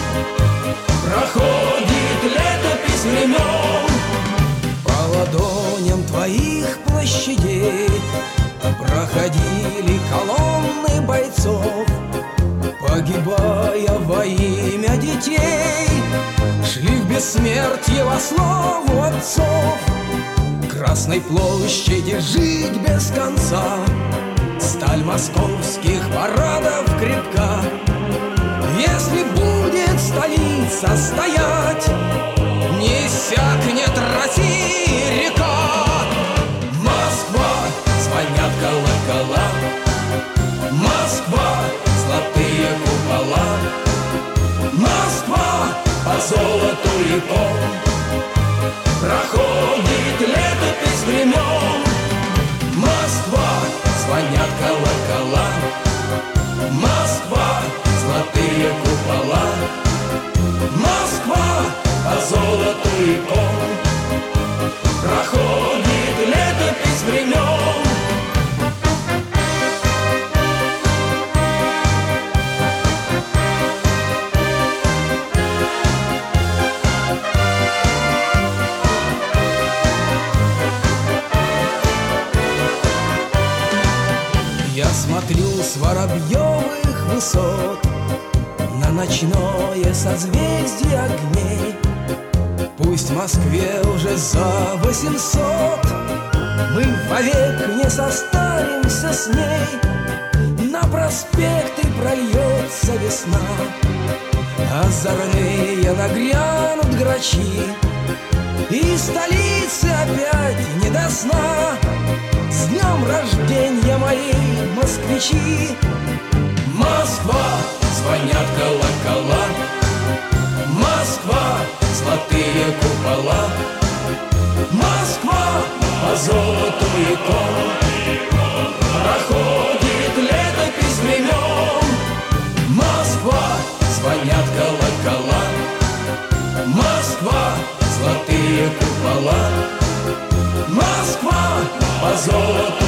проходит летопись времен. По ладоням твоих площадей проходили колонны бойцов, погибая во имя детей, шли в бессмертие во славу отцов. Красной площади жить без конца, сталь московских парадов крепка. Если будет столица стоять, не иссякнет России река. Москва, звонят колокола. Москва, золотые купола. Москва, по золоту икон проходит летопись времен. Москва, звонят колокола. Москва, золотые купола. Москва, по золоту икон проходит летопись времен. Я смотрю с Воробьевых высот на ночное созвездие огней. Пусть в Москве уже за 800, мы вовек не состаримся с ней. На проспекты прольется весна, озорные нагрянут грачи, и столицы опять не до сна. С днем рождения моей, москвичи! Москва, звонят колокола. Москва, золотые купола. Москва, по золоту икон проходит летопись времен. Москва, звонят колокола. Москва, золотые купола. Москва, по золоту